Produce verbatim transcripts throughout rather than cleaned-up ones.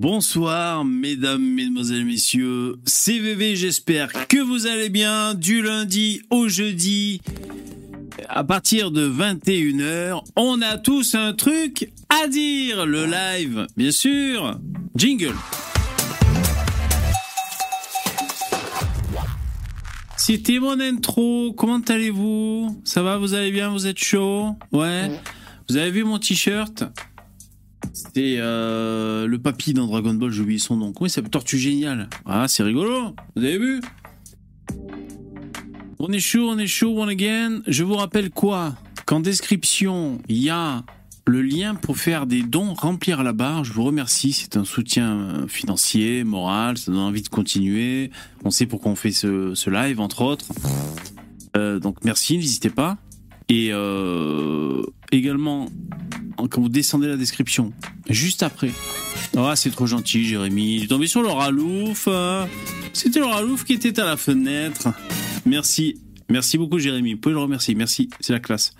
Bonsoir mesdames, mesdemoiselles, messieurs, c'est V V, j'espère que vous allez bien. Du lundi au jeudi, à partir de vingt et une heures, on a tous un truc à dire. Le live, bien sûr. Jingle. C'était mon intro, comment allez-vous? Ça va, vous allez bien, vous êtes chaud? Ouais. Vous avez vu mon t-shirt? C'est euh, le papy dans Dragon Ball, j'ai oublié son nom. Comment il s'appelle? Tortue Géniale. Ah, c'est rigolo. Vous avez vu? On est chaud, on est chaud, one again. Je vous rappelle quoi? Qu'en description, il y a le lien pour faire des dons, remplir la barre. Je vous remercie, c'est un soutien financier, moral, ça donne envie de continuer. On sait pourquoi on fait ce, ce live, entre autres. Euh, donc merci, n'hésitez pas. Et euh, également, quand vous descendez la description, juste après. Ah, c'est trop gentil, Jérémy. J'ai tombé sur Laura Louf. C'était Laura Louf qui était à la fenêtre. Merci. Merci beaucoup, Jérémy. Vous pouvez le remercier. Merci. C'est la classe.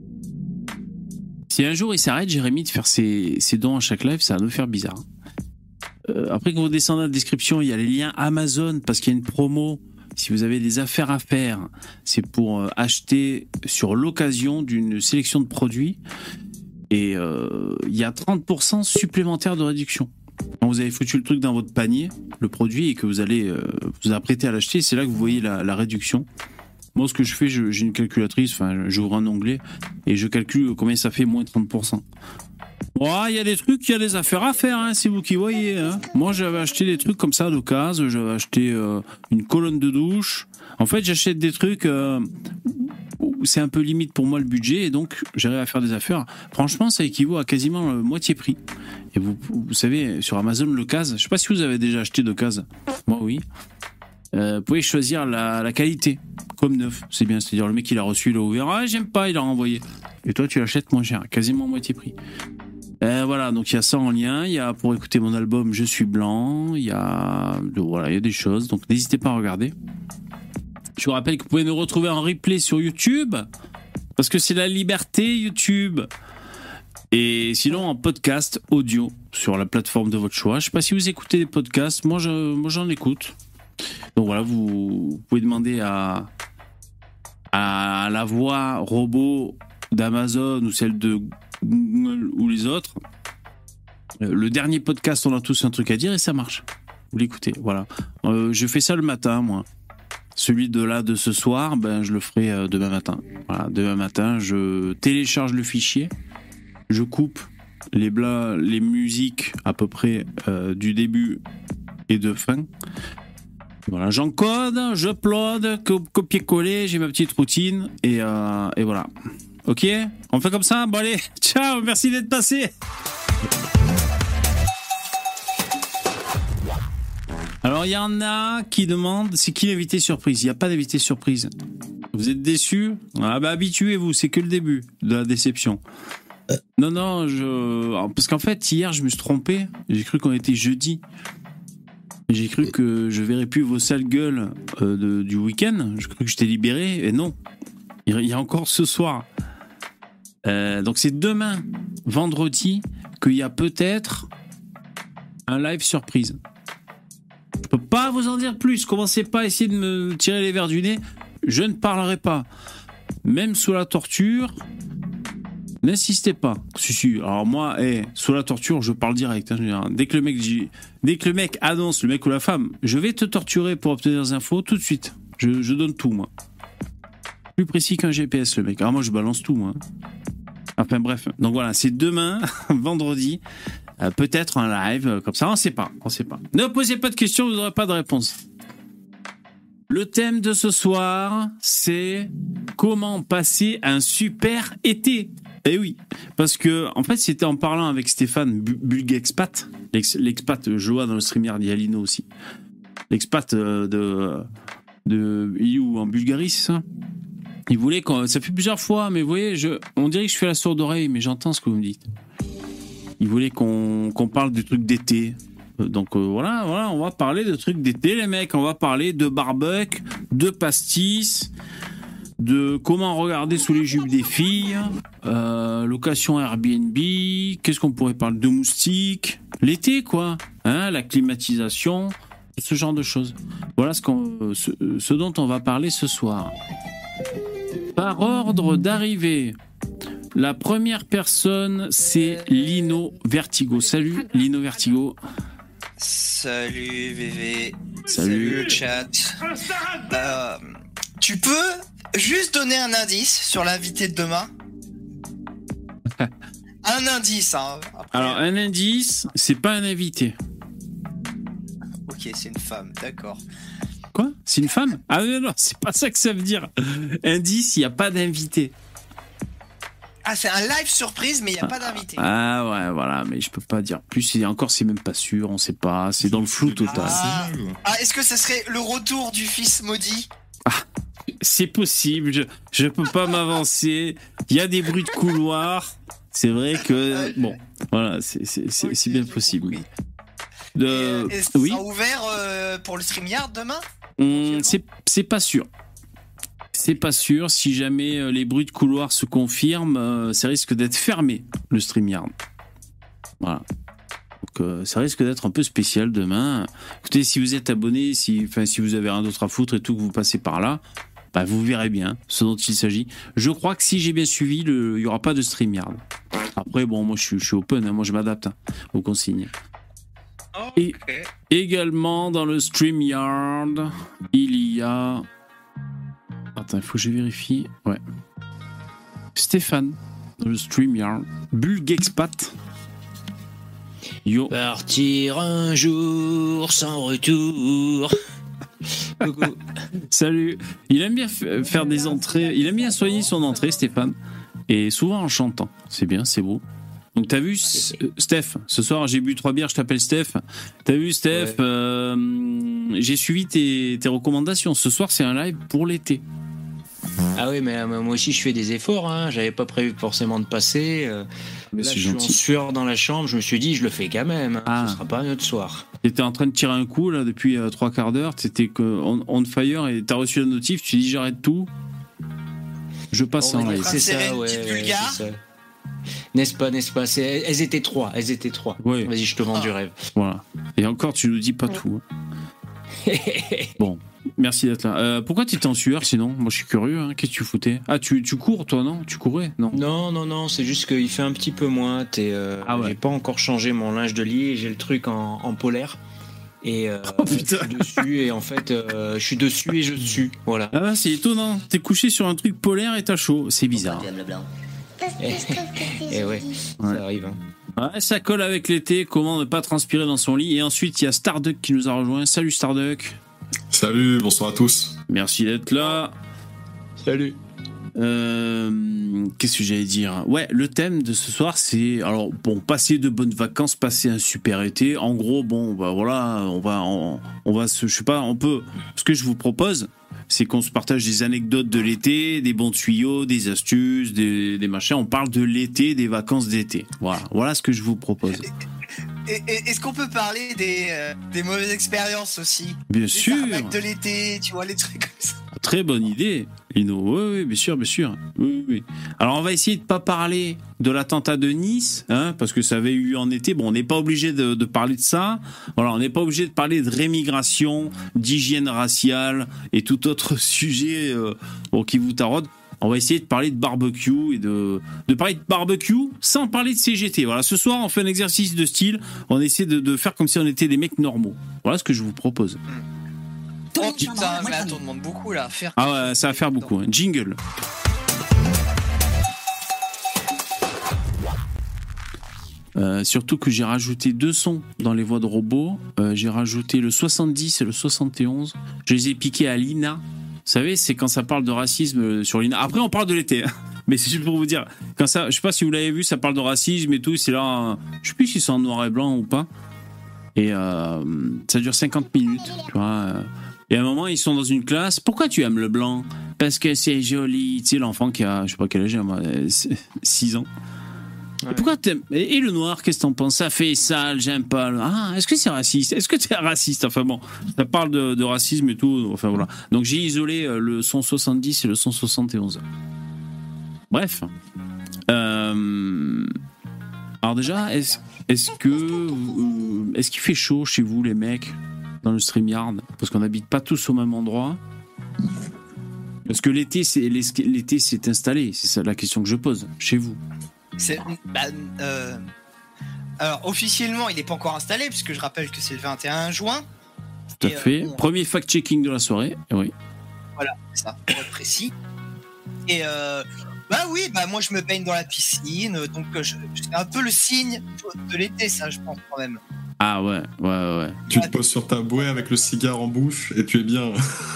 Si un jour il s'arrête, Jérémy, de faire ses, ses dons à chaque live, ça va nous faire bizarre. Euh, après, quand vous descendez la description, il y a les liens Amazon parce qu'il y a une promo. Si vous avez des affaires à faire, c'est pour euh, acheter sur l'occasion d'une sélection de produits. Et il euh, y a trente pour cent supplémentaires de réduction. Quand vous avez foutu le truc dans votre panier, le produit, et que vous allez euh, vous apprêter à l'acheter, c'est là que vous voyez la, la réduction. Moi, ce que je fais, je, j'ai une calculatrice, enfin, j'ouvre un onglet et je calcule combien ça fait moins trente pour cent. Il ouais, y a des trucs, il y a des affaires à faire, hein, c'est vous qui voyez. Hein. Moi, j'avais acheté des trucs comme ça d'occasion, j'avais acheté euh, une colonne de douche. En fait, j'achète des trucs... Euh, c'est un peu limite pour moi le budget et donc j'arrive à faire des affaires. Franchement, ça équivaut à quasiment le moitié prix. Et vous, vous savez, sur Amazon, l'occasion, je sais pas si vous avez déjà acheté d'occasion. Moi, oui. Euh, vous pouvez choisir la, la qualité, comme neuf. C'est bien, c'est-à-dire le mec il a reçu, il a ouvert, ah j'aime pas, il a renvoyé. Et toi, tu l'achètes moins cher, quasiment moitié prix. Euh, voilà, donc il y a ça en lien. Il y a pour écouter mon album Je suis blanc. Il y a, voilà, il y a des choses. Donc n'hésitez pas à regarder. Je vous rappelle que vous pouvez nous retrouver en replay sur YouTube, parce que c'est la liberté YouTube. Et sinon en podcast audio sur la plateforme de votre choix. Je sais pas si vous écoutez des podcasts, moi, je, moi j'en écoute. Donc voilà, vous, vous pouvez demander à, à la voix robot d'Amazon ou celle de Google ou les autres. Le dernier podcast, on a tous un truc à dire et ça marche. Vous l'écoutez, voilà. Euh, je fais ça le matin, moi. Celui de là de ce soir, ben je le ferai euh, demain matin. Voilà, demain matin, je télécharge le fichier, je coupe les blas, les musiques à peu près euh, du début et de fin. Voilà, j'encode, j'upload, copier-coller, j'ai ma petite routine et euh, et voilà. Ok, on fait comme ça. Bon allez, ciao, merci d'être passé. Alors, il y en a qui demandent, c'est qui l'invité surprise? Il n'y a pas d'invité surprise. Vous êtes déçus? Ah bah habituez-vous, c'est que le début de la déception. Non, non, je... parce qu'en fait, hier, je me suis trompé. J'ai cru qu'on était jeudi. J'ai cru que je verrais plus vos sales gueules euh, de, du week-end. J'ai cru que j'étais libéré, et non. Il y a encore ce soir. Euh, donc c'est demain, vendredi, qu'il y a peut-être un live surprise. Je peux pas vous en dire plus. Commencez pas à essayer de me tirer les verres du nez. Je ne parlerai pas. Même sous la torture, n'insistez pas. Si, si. Alors moi, hey, sous la torture, je parle direct. Hein. Dès que le mec, dès que le mec annonce, le mec ou la femme, je vais te torturer pour obtenir des infos tout de suite. Je, je donne tout, moi. Plus précis qu'un G P S, le mec. Alors moi, je balance tout, moi. Enfin bref. Donc voilà, c'est demain, vendredi. Euh, peut-être un live, euh, comme ça, on ne sait pas, on sait pas. Ne posez pas de questions, vous n'aurez pas de réponse. Le thème de ce soir, c'est comment passer un super été. Eh oui, parce que en fait, c'était en parlant avec Stéphane Bulgexpat, l'ex, l'expat, je vois dans le StreamYard, il y a Lino aussi, l'expat euh, de, de, il est où, en Bulgarie, c'est ça? Il voulait qu'on, ça fait plusieurs fois, mais vous voyez, je, on dirait que je fais la sourde oreille, mais j'entends ce que vous me dites. Il voulait qu'on, qu'on parle de trucs d'été. Donc euh, voilà, voilà, on va parler de trucs d'été, les mecs. On va parler de barbecue, de pastis, de comment regarder sous les jupes des filles, euh, location Airbnb, qu'est-ce qu'on pourrait parler de moustiques, l'été quoi. hein, la climatisation, ce genre de choses. Voilà ce, qu'on, ce, ce dont on va parler ce soir. Par ordre d'arrivée, la première personne, c'est Lino Vertigo. Salut Lino Vertigo. Salut V V. Salut, Salut le chat. Euh, tu peux juste donner un indice sur l'invité de demain? Un indice, hein. Après... Alors, un indice, c'est pas un invité. Ok, c'est une femme, d'accord. Quoi? C'est une femme? Ah non, non, c'est pas ça que ça veut dire. Indice, il n'y a pas d'invité. Ah, c'est un live surprise, mais il n'y a pas d'invité. Ah ouais, voilà, mais je peux pas dire plus. Et encore, c'est même pas sûr, on sait pas. C'est dans le flou total. Ah, ah est-ce que ça serait le retour du fils maudit? Ah, c'est possible, je, je peux pas m'avancer. Il y a des bruits de couloir. C'est vrai que, bon, voilà, c'est, c'est, c'est, okay, c'est bien possible. De... Et, et oui. Ça ouvert euh, pour le StreamYard demain? Hum, c'est, c'est pas sûr. C'est pas sûr. Si jamais euh, les bruits de couloir se confirment, euh, ça risque d'être fermé, le StreamYard. Voilà. Donc, euh, ça risque d'être un peu spécial demain. Écoutez, si vous êtes abonné, si, enfin, si vous avez rien d'autre à foutre et tout, que vous passez par là, bah, vous verrez bien ce dont il s'agit. Je crois que si j'ai bien suivi, le... il n'y aura pas de StreamYard. Après, bon, moi, je suis, je suis open, hein, moi, je m'adapte hein, aux consignes. Okay. Et également, dans le StreamYard, il y a... Attends, il faut que je vérifie. Ouais. Stéphane, dans le StreamYard. Bulgexpat. Yo. Partir un jour sans retour. Coucou. Salut. Il aime bien f- faire des entrées. Il aime bien soigner son entrée, Stéphane. Et souvent en chantant. C'est bien, c'est beau. Donc t'as vu, S- Steph, ce soir j'ai bu trois bières, je t'appelle Steph. T'as vu, Steph, ouais. euh, j'ai suivi tes, tes recommandations. Ce soir c'est un live pour l'été. Ah oui, mais euh, moi aussi je fais des efforts. Hein. J'avais pas prévu forcément de passer. Euh, mais là, c'est je gentil. Suis en sueur dans la chambre. Je me suis dit, je le fais quand même. Hein. Ah. Ce sera pas un autre soir. T'étais en train de tirer un coup là depuis euh, trois quarts d'heure. T'étais on, on fire et t'as reçu la notif. Tu t'es dit, j'arrête tout. Je passe oh, en live. C'est ça, ouais. ouais c'est ça. N'est-ce pas, n'est-ce pas c'est, elles étaient trois, elles étaient trois. Ouais. Vas-y, je te vends ah. du rêve. Voilà. Et encore, tu nous dis pas tout. Hein. Bon, merci d'être là. Euh, pourquoi tu étais en sueur sinon? Moi, je suis curieux. Hein. Qu'est-ce que tu foutais? Ah, tu, tu cours, toi, non? Tu courais? Non. Non, non, non. C'est juste qu'il fait un petit peu moins. T'es, euh, ah ouais. J'ai pas encore changé mon linge de lit et j'ai le truc en, en polaire. Et euh, oh, putain. je suis dessus et en fait, euh, je suis dessus et je suis. Voilà. Ah, c'est étonnant. T'es couché sur un truc polaire et t'as chaud. C'est bizarre. Et, et ouais, ça ouais. arrive. Hein. Ouais, ça colle avec l'été, comment ne pas transpirer dans son lit. Et ensuite, il y a Starduck qui nous a rejoint. Salut Starduck. Salut, bonsoir à tous. Merci d'être là. Salut. Euh, qu'est-ce que j'allais dire? Ouais, le thème de ce soir, c'est alors bon, passer de bonnes vacances, passer un super été. En gros, bon, bah voilà, on va, on, on va se, je sais pas, on peut. Ce que je vous propose, c'est qu'on se partage des anecdotes de l'été, des bons tuyaux, des astuces, des, des machins. On parle de l'été, des vacances d'été. Voilà, voilà ce que je vous propose. Et, et, est-ce qu'on peut parler des, euh, des mauvaises expériences aussi? Bien les sûr. De l'été, tu vois, les trucs comme ça. Très bonne idée, Lino. Oui, oui, bien sûr, bien sûr. Oui, oui. Alors, on va essayer de pas parler de l'attentat de Nice, hein, parce que ça avait eu en été. Bon, on n'est pas obligé de, de parler de ça. Voilà, on n'est pas obligé de parler de rémigration, d'hygiène raciale et tout autre sujet euh, bon, qui vous taraude. On va essayer de parler de barbecue et de, de parler de barbecue sans parler de C G T. Voilà, ce soir, on fait un exercice de style. On essaie de, de faire comme si on était des mecs normaux. Voilà ce que je vous propose. Oh putain, mais là, on demande beaucoup là. Faire ah ouais, ça va faire beaucoup. Hein. Jingle. Euh, surtout que j'ai rajouté deux sons dans les voix de robots. Euh, j'ai rajouté le soixante-dix et le soixante et onze. Je les ai piqués à l'I N A. Vous savez, c'est quand ça parle de racisme sur l'I N A. Après, on parle de l'été. Hein. Mais c'est juste pour vous dire. Quand ça, je sais pas si vous l'avez vu, ça parle de racisme et tout. C'est là, je sais plus si c'est en noir et blanc ou pas. Et euh, ça dure cinquante minutes. Tu vois. Euh, Et à un moment, ils sont dans une classe. Pourquoi tu aimes le blanc? Parce que c'est joli. Tu sais, l'enfant qui a, je sais pas quel âge, moi, six ans. Ouais. Et pourquoi t'aimes? Et le noir, qu'est-ce que t'en penses? Ça fait sale, j'aime pas. Ah, est-ce que c'est raciste? Est-ce que t'es raciste? Enfin bon, ça parle de, de racisme et tout. Enfin voilà. Donc j'ai isolé le son soixante-dix et le son soixante et onze. Bref. Euh... Alors déjà, est-ce, est-ce que est-ce qu'il fait chaud chez vous, les mecs, dans le StreamYard? Parce qu'on n'habite pas tous au même endroit. Parce que l'été, c'est, l'été s'est installé. C'est ça la question que je pose, chez vous. C'est, bah, euh, alors, officiellement, il n'est pas encore installé, puisque je rappelle que c'est le vingt et un juin. Tout à fait. Euh, bon, Premier fact-checking de la soirée. Oui. Voilà, c'est ça, pour être précis. Et euh, bah oui, bah moi je me baigne dans la piscine, donc je, c'est un peu le signe de l'été, ça, je pense quand même. Ah ouais, ouais, ouais. Tu te poses sur ta bouée avec le cigare en bouche et tu es bien.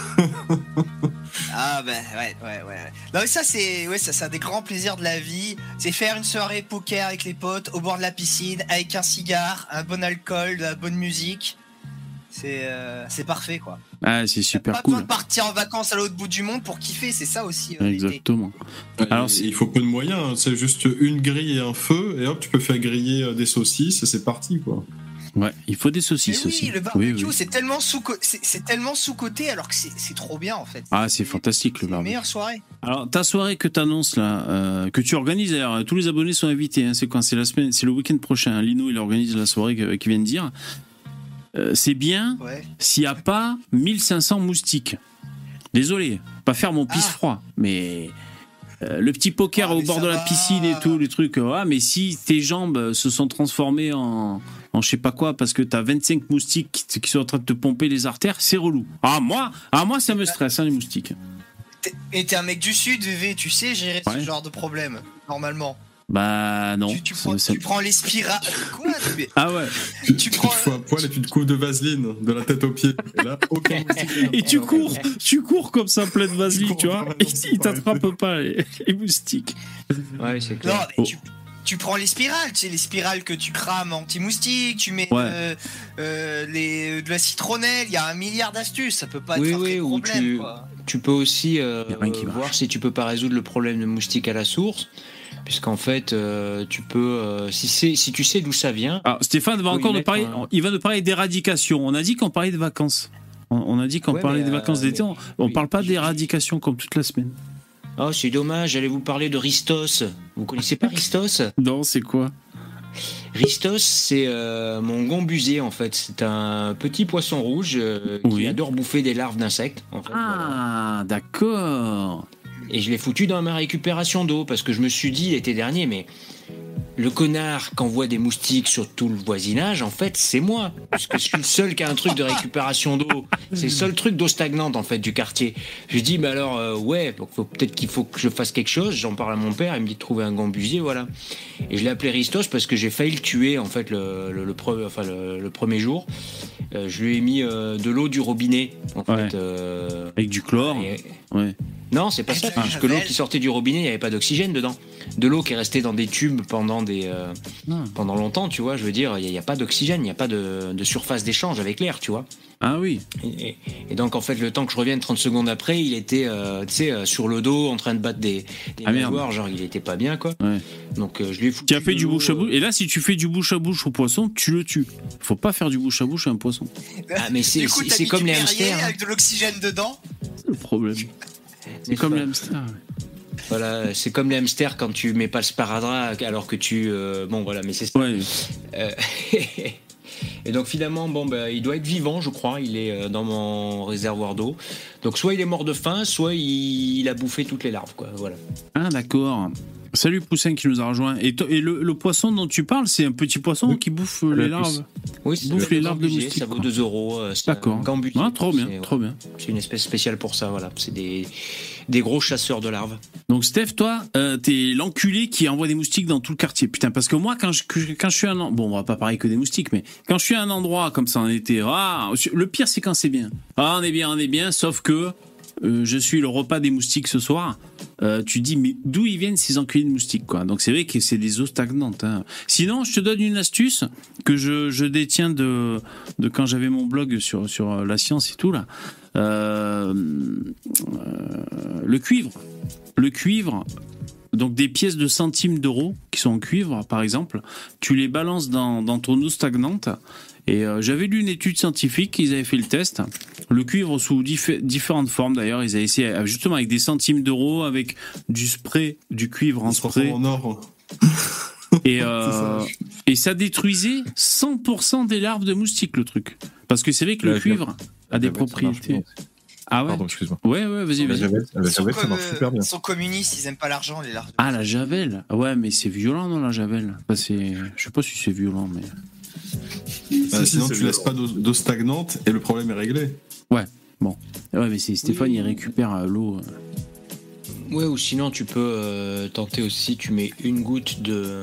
Ah bah ouais, ouais, ouais. Non mais ça c'est, ouais, ça, c'est un des grands plaisirs de la vie. C'est faire une soirée poker avec les potes au bord de la piscine, avec un cigare, un bon alcool, de la bonne musique. C'est, euh, c'est parfait quoi. Ah, c'est super pas cool. Pas besoin de partir en vacances à l'autre bout du monde pour kiffer, c'est ça aussi. Euh, Exactement. L'été. Alors, il faut peu de moyens, hein. C'est juste une grille et un feu, et hop, tu peux faire griller des saucisses, et c'est parti quoi. Ouais, il faut des saucisses oui, aussi. Le barbecue, oui, oui. c'est tellement sous, c'est, c'est tellement sous-coté alors que c'est, c'est trop bien en fait. Ah, c'est, c'est fantastique c'est le barbecue. C'est la meilleure soirée. Alors ta soirée que t'annonces là, euh, que tu organises d'ailleurs, tous les abonnés sont invités. Hein, c'est quand c'est la semaine, c'est le week-end prochain. Hein, Lino il organise la soirée qu'il vient de dire. Euh, c'est bien ouais. S'il n'y a pas mille cinq cents moustiques. Désolé, pas faire mon pisse ah. froid, mais. Euh, le petit poker ah, au bord de la va. piscine et tout, les trucs. Ouais, mais si tes jambes se sont transformées en, en je sais pas quoi, parce que t'as vingt-cinq moustiques qui, qui sont en train de te pomper les artères, c'est relou. Ah, moi, ah, moi ça me stresse, hein, les moustiques. Et t'es un mec du Sud, V V, tu sais gérer ouais. ce genre de problème, normalement. Bah non. Tu, tu, prends, ça... tu prends les spirales. Quoi tu... Ah ouais. Tu, tu, prends... tu te fous à poil et tu te couvres de vaseline de la tête aux pieds. Et là, aucun et tu cours, tu cours comme ça plein de vaseline, tu vois. Et ils t'attrapent pas les, les moustiques. Ouais, c'est clair. Non, mais oh. tu, tu prends les spirales, tu sais, les spirales que tu crames anti-moustique, tu mets ouais. euh, euh, les, de la citronnelle, il y a un milliard d'astuces, ça peut pas oui, être un oui, vrai problème. Tu, quoi. Tu peux aussi euh, voir si tu peux pas résoudre le problème de moustique à la source. Puisqu'en fait, euh, tu peux, euh, si, c'est, si tu sais d'où ça vient. Alors, Stéphane va encore nous parler. Un... Il va nous parler d'éradication. On a dit qu'on parlait de vacances. On, on a dit qu'on ouais, parlait des vacances euh, d'été. On, on oui, parle pas d'éradication comme toute la semaine. Oh, c'est dommage. J'allais vous parler de Ristos. Vous connaissez pas Ristos? Non, c'est quoi? Ristos, c'est euh, mon gombusier en fait. C'est un petit poisson rouge euh, oui. qui adore bouffer des larves d'insectes. En fait, ah, voilà. D'accord. Et je l'ai foutu dans ma récupération d'eau parce que je me suis dit l'été dernier, mais le connard qui envoie des moustiques sur tout le voisinage, en fait, c'est moi. Parce que je suis le seul qui a un truc de récupération d'eau. C'est le seul truc d'eau stagnante, en fait, du quartier. Je dis, mais alors, euh, ouais, faut, peut-être qu'il faut que je fasse quelque chose. J'en parle à mon père, il me dit de trouver un gambusier, voilà. Et je l'ai appelé Ristos parce que j'ai failli le tuer, en fait, le, le, le, pre, enfin, le, le premier jour. Euh, je lui ai mis euh, de l'eau du robinet, en ouais. fait. Euh, Avec du chlore et... ouais. Non, c'est pas ça, parce que l'eau qui sortait du robinet, il n'y avait pas d'oxygène dedans. De l'eau qui est restée dans des tubes pendant, des, euh, pendant longtemps, tu vois, je veux dire, il n'y a, a pas d'oxygène, il n'y a pas de, de surface d'échange avec l'air, tu vois. Ah oui. Et, et donc, en fait, le temps que je revienne trente secondes après, il était, euh, tu sais, euh, sur le dos, en train de battre des, des ah, nageoires, genre, il était pas bien, quoi. Ouais. Donc, euh, je lui ai foutu. Tu as fait du bouche à bouche, et là, si tu fais du bouche à bouche au poisson, tu le tues. Faut pas faire du bouche à bouche à un poisson. Ah, mais c'est, coup, c'est, c'est comme les hamsters. Avec de l'oxygène dedans. C'est le problème. C'est comme les hamsters. Voilà, c'est comme les hamsters quand tu mets pas le sparadrap alors que tu euh, bon voilà, mais c'est ça. Ouais. Euh, et donc finalement bon bah, il doit être vivant, je crois, il est dans mon réservoir d'eau. Donc soit il est mort de faim, soit il, il a bouffé toutes les larves, quoi. Voilà. Ah d'accord. Salut Poussin qui nous a rejoint. Et, to- et le, le poisson dont tu parles, c'est un petit poisson oui. qui bouffe euh, les larves. Oui, c'est bouffe les larves de moustiques. Ça vaut deux euros. Euh, c'est D'accord. Un gambusier. Ah, trop bien, c'est, trop bien. C'est une espèce spéciale pour ça, voilà. C'est des, des gros chasseurs de larves. Donc Steph, toi, euh, t'es l'enculé qui envoie des moustiques dans tout le quartier. Putain, parce que moi, quand je, quand je suis à un... Bon, on va pas parler que des moustiques, mais quand je suis à un endroit comme ça en été, ah, le pire, c'est quand c'est bien. Ah, on est bien, on est bien, sauf que euh, je suis le repas des moustiques ce soir. Euh, tu dis, mais d'où ils viennent ces enculés de moustiques, quoi. Donc c'est vrai que c'est des eaux stagnantes, hein. Sinon, je te donne une astuce que je, je détiens de, de quand j'avais mon blog sur, sur la science et tout, là. Euh, euh, le cuivre. Le cuivre, donc des pièces de centimes d'euros qui sont en cuivre, par exemple, tu les balances dans, dans ton eau stagnante. Et euh, j'avais lu une étude scientifique, ils avaient fait le test. Le cuivre sous diff- différentes formes d'ailleurs, ils avaient essayé justement avec des centimes d'euros, avec du spray, du cuivre en spray. En or. Et, euh, ça. et ça détruisait cent pour cent des larves de moustiques, le truc. Parce que c'est vrai que le La cuivre a des javel, ça marche propriétés. bien. Ah ouais. Pardon, excuse-moi. Ouais, ouais, vas-y, La vas-y. javel, la Ils sont, javel, ça comme, marche euh, super bien. ils sont communistes, ils aiment pas l'argent, les larves. Ah, la javel. Ouais, mais c'est violent, non, la javel. Enfin, c'est... Je sais pas si c'est violent, mais... Bah, Si, si, sinon, c'est tu laisses pas d'eau d'eau stagnante et le problème est réglé. Ouais, mais c'est Stéphane, il récupère euh, l'eau. euh. Ouais, ou sinon tu peux euh, tenter aussi, tu mets une goutte de,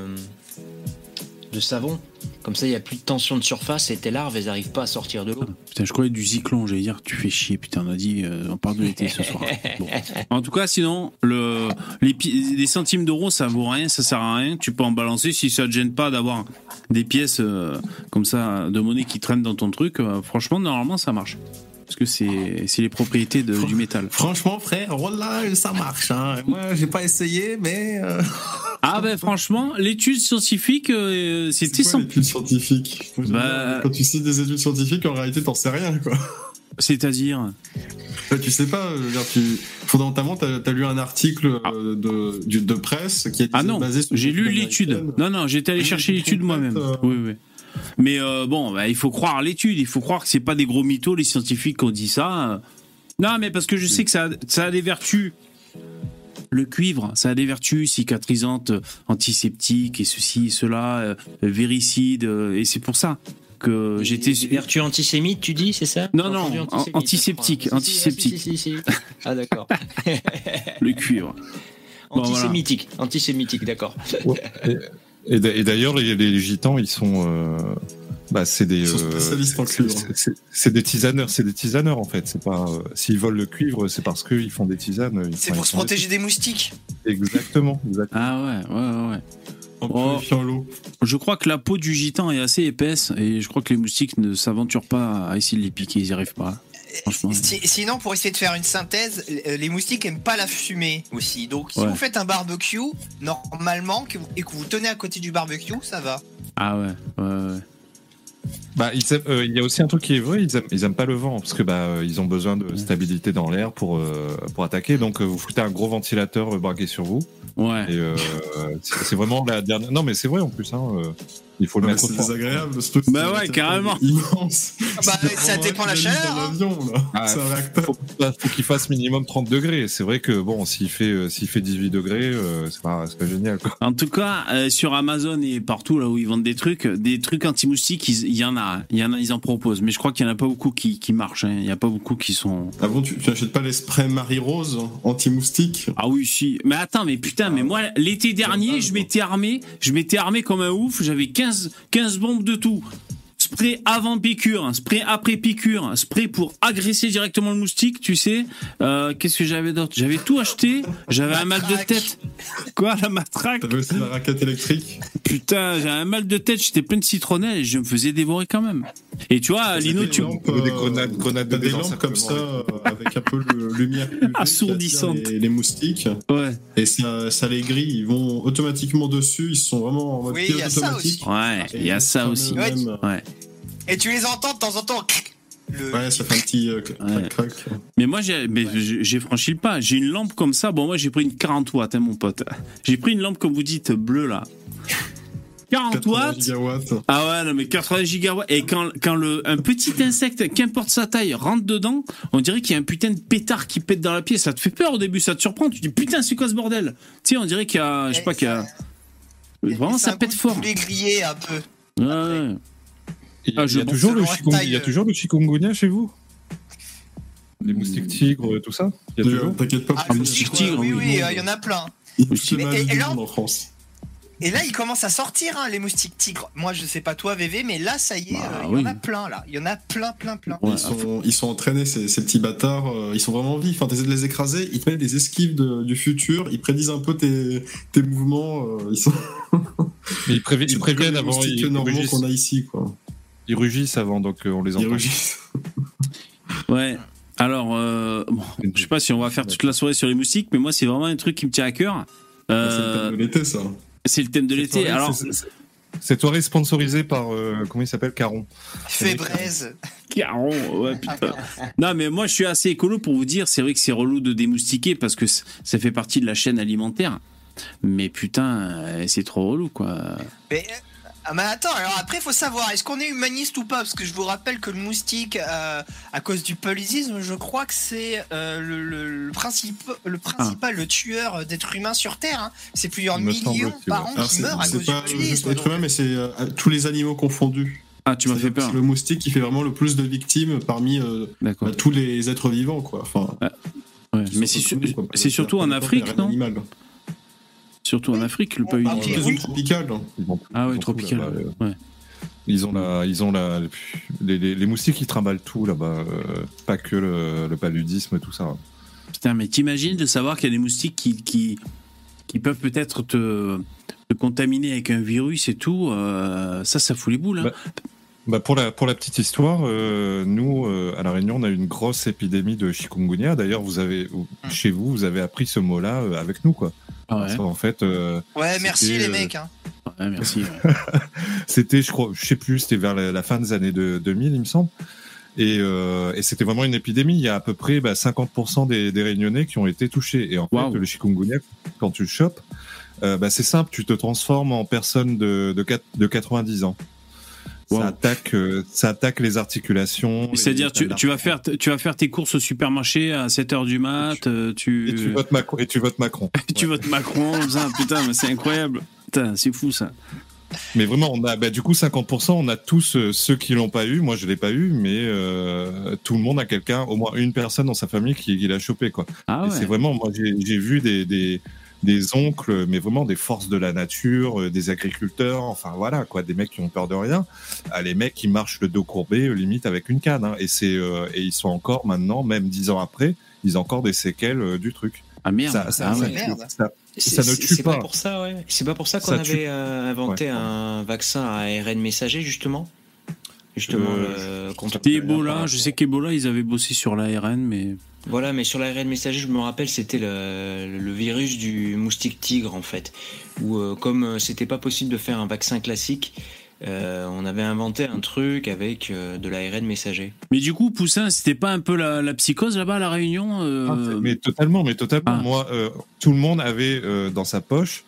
de savon. Comme ça, il n'y a plus de tension de surface et tes larves, elles n'arrivent pas à sortir de l'eau. Putain, je croyais du Zyklon, j'allais dire, tu fais chier, putain, on a dit, euh, on parle de l'été ce soir. Bon. En tout cas, sinon, le, les, pi- les centimes d'euros, ça vaut rien, ça sert à rien, tu peux en balancer si ça te gêne pas d'avoir des pièces euh, comme ça de monnaie qui traînent dans ton truc, euh, franchement, normalement, ça marche. Parce que c'est, c'est les propriétés de- du métal. Franchement, frère, voilà, ça marche. Hein. Moi, j'ai pas essayé, mais. Euh... Ah ben franchement, l'étude scientifique, euh, c'était C'est quoi sans... l'étude scientifique Bah- Quand tu cites des études scientifiques, en réalité, t'en sais rien, quoi. C'est-à-dire... Ouais, tu sais pas, je veux dire, tu... fondamentalement, t'as as lu un article euh, de, du- de presse qui est Ah non, basé sur j'ai une lu étude l'étude. américaine. Non, non, j'étais allé Ah, chercher une l'étude complète, moi-même. euh, Oui, oui. Mais euh, bon, bah, il faut croire l'étude. Il faut croire que c'est pas des gros mythos, les scientifiques qui ont dit ça. Non, mais parce que je sais que ça, a- ça a des vertus. Le cuivre, ça a des vertus cicatrisantes, euh, antiseptiques et ceci, cela, euh, véricides. euh, et c'est pour ça que j'étais. Des vertus antisémites, tu dis, c'est ça? Non, J'ai non, entendu an- antiseptique, je crois. Si, si, antiseptique. si, si, si, si. Ah d'accord. Le cuivre. Bon, voilà. Antisémitique, antisémitique, d'accord. Ouais. Et, et d'a- et d'ailleurs, les, les gitans, ils sont, euh, bah, c'est des, Ils sont euh, spécialistes en c'est- cuivre. c'est- c'est- C'est des tisaneurs, c'est des tisaneurs en fait. C'est pas, euh, s'ils volent le cuivre, c'est parce qu'ils font des tisanes. ils- C'est enfin, pour ils se font des protéger des moustiques. trucs. Exactement, exactement. Ah ouais, ouais, ouais, ouais. En Oh. purifiant l'eau. Je crois que la peau du gitan est assez épaisse et je crois que les moustiques ne s'aventurent pas à essayer de les piquer, ils n'y arrivent pas. Franchement. Si- sinon, pour essayer de faire une synthèse, euh, les moustiques aiment pas la fumée aussi. Donc, si Ouais. vous faites un barbecue, normalement, que vous- et que vous tenez à côté du barbecue, ça va. Ah ouais, ouais, ouais. Bah, ils aiment- euh, il y a aussi un truc qui est vrai, ils aiment, ils aiment pas le vent parce que bah euh, ils ont besoin de stabilité dans l'air pour euh, pour attaquer. Donc euh, vous foutez un gros ventilateur euh, braqué sur vous Ouais. et euh, c'est c'est vraiment la dernière. Non mais c'est vrai en plus. Hein, euh, il faut le Ah, mettre au c'est fond. désagréable, ce truc. Bah c'est- ouais, c'est carrément. Immense. Bah, C'est ça vraiment dépend la un chaleur, dans hein. l'avion, là. Ah, C'est un réacteur. faut, faut qu'il fasse minimum trente degrés. C'est vrai que bon, s'il fait euh, s'il fait dix-huit degrés, euh, c'est pas c'est pas génial quoi. En tout cas, euh, sur Amazon et partout là où ils vendent des trucs, des trucs anti-moustiques, ils- il y en a, il y en a, ils en proposent. Mais je crois qu'il y en a pas beaucoup qui, qui marchent. hein. Il y a pas beaucoup qui sont. Ah bon, tu tu n'achètes pas les sprays Marie-Rose anti-moustique? Ah oui, si. Mais attends, mais putain, mais moi l'été dernier, mal, je quoi. m'étais armé, je m'étais armé comme un ouf. J'avais quinze, quinze bombes de tout. Spray avant piqûre, spray après piqûre, spray pour agresser directement le moustique, tu sais. Euh, Qu'est-ce que j'avais d'autre? J'avais tout acheté. J'avais un mal de Matraque. tête. Quoi, la matraque? T'avais aussi la raquette électrique. Putain, j'avais un mal de tête, j'étais plein de citronnelle et je me faisais dévorer quand même. Et tu vois, Lino, Des tu... lampes, Ou des euh, grenades- grenades t'as de des béton, lampes comme ça, simplement. euh, avec un peu de lumière U V qui Assourdissante. attire Les, les moustiques. Ouais, Et ça, ça les grille, ils vont automatiquement dessus, ils sont vraiment en mode Oui, pilote il y a ça automatique. ouais, il y a ça aussi. Ouais. Même, Ouais. Et tu les entends de temps en temps. Le... ouais, ça fait un petit euh, Ouais. crac-crac. Mais moi, j'ai mais j'ai j'ai franchi le pas. J'ai une lampe comme ça. Bon, moi, j'ai pris une quarante watts, hein, mon pote. J'ai pris une lampe, comme vous dites, bleue, là. quarante quatre-vingts watts. gigawatts. Ah ouais, non, mais quatre-vingts gigawatts. Et quand, quand le, un petit insecte, qu'importe sa taille, rentre dedans, on dirait qu'il y a un putain de pétard qui pète dans la pièce. Ça te fait peur au début, ça te surprend. Tu te dis, putain, c'est quoi ce bordel? Tu sais, on dirait qu'il y a, je sais pas, qu'il y a. Vraiment, ça pète fort. Les griller un peu. Ouais, ouais. Il y a, Ah, il y a je- toujours le selon la chikung- taille, il y a euh. toujours le chikungunya chez vous. Les moustiques tigres, tout ça. Il y a Euh, toujours. T'inquiète pas. Ah, Ah, le moustique tigre, tigre, oui, oui, oui, non. euh, il y en a plein. Il touche les Mais- maladies et- et du là, monde en France. Et là, ils commencent à sortir, hein, les moustiques tigres. Moi, je sais pas toi, V V, mais là, ça y est, Bah, euh, il y oui. en a plein, là. Il y en a plein, plein, plein. Ouais, ils, sont, ils sont entraînés, ces, ces petits bâtards, euh, ils sont vraiment vifs. Enfin, t'essaies de les écraser, ils te mettent des esquives de- du futur, ils prédisent un peu tes, tes mouvements. euh, ils sont Mais ils, prévi- ils c'est préviennent comme les avant. moustiques Ils, normaux rugissent, qu'on a ici, quoi. ils rugissent avant, donc euh, on les Ils entend. rugissent. Ouais. Alors, euh, bon, je sais pas si on va faire toute la soirée sur les moustiques, mais moi, c'est vraiment un truc qui me tient à cœur. C'est le Euh, thème de l'été, ça. c'est le thème de l'été. Cette Alors, soirée, c'est- c'est- Cette soirée sponsorisée par, euh, comment il s'appelle, Caron. Fébraise. Caron, ouais, putain. Non, mais moi, je suis assez écolo pour vous dire, c'est vrai que c'est relou de démoustiquer parce que c- ça fait partie de la chaîne alimentaire. mais putain, c'est trop relou, quoi. Mais, ah, mais attends, alors après, il faut savoir, est-ce qu'on est humaniste ou pas? Parce que je vous rappelle que le moustique, euh, à cause du politisme, je crois que c'est euh, le, le, le, principe, le principal, ah. le tueur d'êtres humains sur Terre. Hein. C'est plusieurs millions par an qui meurent à cause du politisme. C'est pas juste humain, mais c'est euh, tous les animaux confondus. Ah, tu m'as fait peur. C'est le moustique qui fait vraiment le plus de victimes parmi euh, bah, tous les êtres vivants, quoi. Enfin, ah. ouais. Mais c'est, su- quoi, c'est surtout en Afrique, non animal. Surtout en Afrique, le bon, paludisme. Okay, oui. Tropical. Ah oui, tropical. Ouais. Ils ont la, ils ont la, les, les, les moustiques, ils trimballent tout là-bas, euh, pas que le, le paludisme, tout ça. Putain, mais t'imagines de savoir qu'il y a des moustiques qui, qui, qui peuvent peut-être te, te contaminer avec un virus et tout. Euh, ça, ça fout les boules. Hein. Bah, bah pour la pour la petite histoire, euh, nous euh, à la Réunion, on a eu une grosse épidémie de chikungunya. D'ailleurs, vous avez chez vous, vous avez appris ce mot-là euh, avec nous, quoi. Ah ouais. En fait, euh, ouais, merci les mecs. Hein. Ouais, merci. Ouais. C'était, je crois, je sais plus, c'était vers la, la fin des années de, deux mille, il me semble. Et, euh, et c'était vraiment une épidémie. Il y a à peu près bah, cinquante pour cent des, des Réunionnais qui ont été touchés. Et en wow. fait, le chikungunya, quand tu le chopes, euh, bah, c'est simple, tu te transformes en personne de, de, de quatre-vingt-dix ans. Wow. Ça attaque, euh, ça attaque les articulations. C'est-à-dire, tu, tu vas faire, tu vas faire tes courses au supermarché à sept heures du mat, et tu, tu... Et tu votes Macron. Et tu votes Macron. et tu votes Macron, ça, putain, mais c'est incroyable. Putain, c'est fou, ça. Mais vraiment, on a, bah, du coup, cinquante pour cent, on a tous euh, ceux qui l'ont pas eu. Moi, je l'ai pas eu, mais euh, tout le monde a quelqu'un, au moins une personne dans sa famille qui, qui l'a chopé, quoi. Ah ouais. Et c'est vraiment, moi, j'ai, j'ai vu des, des, des oncles, mais vraiment des forces de la nature, euh, des agriculteurs, enfin voilà, quoi, des mecs qui ont peur de rien. Ah, les mecs qui marchent le dos courbé, limite avec une canne, hein, et c'est, euh, et ils sont encore maintenant, même dix ans après, ils ont encore des séquelles euh, du truc. Ah merde. Ça, ça, ah ça, ouais. merde. Ça, C'est, ça ne tue c'est pas. pas pour ça, ouais. C'est pas pour ça qu'on Ça avait tue. euh, inventé ouais. un vaccin à A R N messager, justement. Justement, euh, le, contre c'était Ebola. Je sais qu'Ebola, ils avaient bossé sur l'A R N, mais. Voilà, mais sur l'A R N messager, je me rappelle, c'était le, le virus du moustique tigre, en fait. Où, euh, comme c'était pas possible de faire un vaccin classique, euh, on avait inventé un truc avec euh, de l'A R N messager. Mais du coup, Poussin, c'était pas un peu la, la psychose là-bas à La Réunion euh... ah, Mais totalement, mais totalement. Ah. Moi, euh, tout le monde avait euh, dans sa poche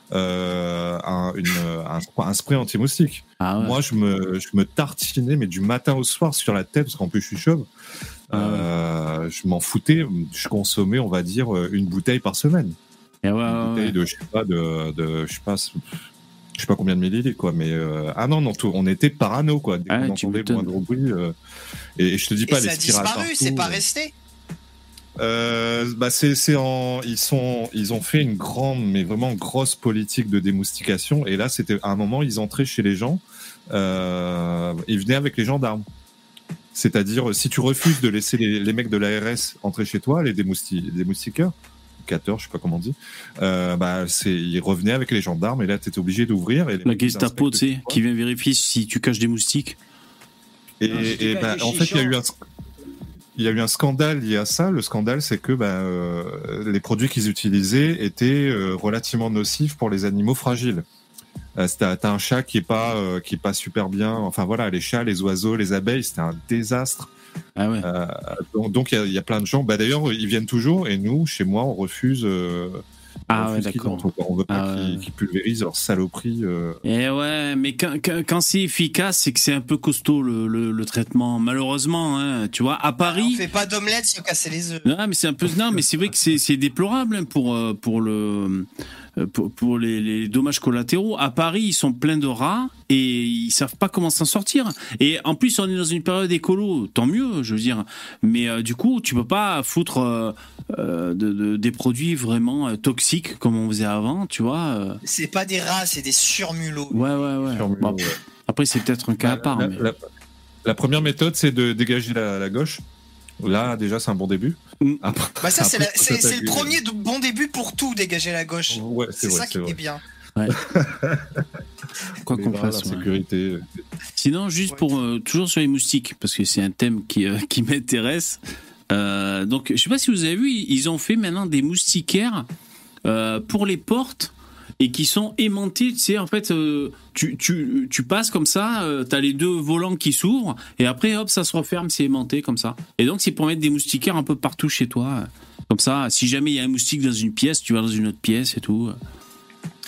euh, un, une, un, un spray anti-moustique. Ah ouais. Moi, je me, je me tartinais, mais du matin au soir sur la tête, parce qu'en plus, je suis chauve. Ah euh, ouais. Je m'en foutais. Je consommais, on va dire, une bouteille par semaine. Et ouais, une bouteille ouais. de, je sais pas, de, de je sais pas. Je sais pas combien de millilitres, quoi, mais euh, ah non, non, tout, on était parano, quoi. Dès ah, qu'on entendait le moindre bruit, euh, et, et je te dis pas et les ça a spirales disparu, partout, c'est pas euh, resté. Euh, bah c'est, c'est en, ils sont, ils ont fait une grande, mais vraiment grosse politique de démoustication, et là, c'était à un moment, ils entraient chez les gens, euh, ils venaient avec les gendarmes. C'est-à-dire, si tu refuses de laisser les, les mecs de l'A R S entrer chez toi, les démousti- démoustiqueurs, je sais pas comment on dit, euh, bah, c'est, ils revenaient avec les gendarmes et là, t'étais obligé d'ouvrir. Et la Gestapo, tu sais, qui vient vérifier si tu caches des moustiques. Et, non, et bah, en fait, il y a eu un, il y a eu un scandale lié à ça. Le scandale, c'est que bah, euh, les produits qu'ils utilisaient étaient euh, relativement nocifs pour les animaux fragiles. Euh, t'as, t'as un chat qui est pas, euh, qui est pas super bien. Enfin voilà, les chats, les oiseaux, les abeilles, c'était un désastre. Ah ouais. Euh, donc il y, y a plein de gens. Bah d'ailleurs ils viennent toujours et nous chez moi on refuse. Euh, ah on ouais d'accord. Entrent, on veut pas ah qu'ils, ouais. qu'ils pulvérisent leur saloperie. Euh... Et ouais, mais quand, quand, quand c'est efficace, c'est que c'est un peu costaud le, le, le traitement. Malheureusement, hein, tu vois, à Paris. On fait pas d'omelette si on casse les œufs. Non mais c'est un peu non mais c'est vrai que c'est, c'est déplorable hein, pour pour le. Pour, pour les, les dommages collatéraux. À Paris, ils sont pleins de rats et ils savent pas comment s'en sortir. Et en plus, on est dans une période écolo, tant mieux, je veux dire. Mais euh, du coup, tu peux pas foutre euh, euh, de, de, des produits vraiment euh, toxiques comme on faisait avant, tu vois. Euh. C'est pas des rats, c'est des surmulots. Ouais, ouais, ouais. Surmulots, bon, ouais. Après, c'est peut-être un cas la, à part. La, mais... la, la première méthode, c'est de dégager la, la gauche. Là, déjà, c'est un bon début. Après, bah ça, c'est, la, c'est, c'est le premier bon début pour tout, dégager la gauche. Ouais, c'est, c'est vrai, ça c'est qui vrai. est bien. Ouais. Quoi qu'on fasse. La ouais. sécurité. Sinon, juste ouais. pour euh, toujours sur les moustiques, parce que c'est un thème qui, euh, qui m'intéresse. Euh, donc, je sais pas si vous avez vu, ils ont fait maintenant des moustiquaires euh, pour les portes. Et qui sont aimantés, tu sais, en fait, euh, tu, tu, tu passes comme ça, euh, t'as les deux volants qui s'ouvrent, et après, hop, ça se referme, c'est aimanté comme ça. Et donc, c'est pour mettre des moustiquaires un peu partout chez toi. Comme ça, si jamais il y a un moustique dans une pièce, tu vas dans une autre pièce et tout.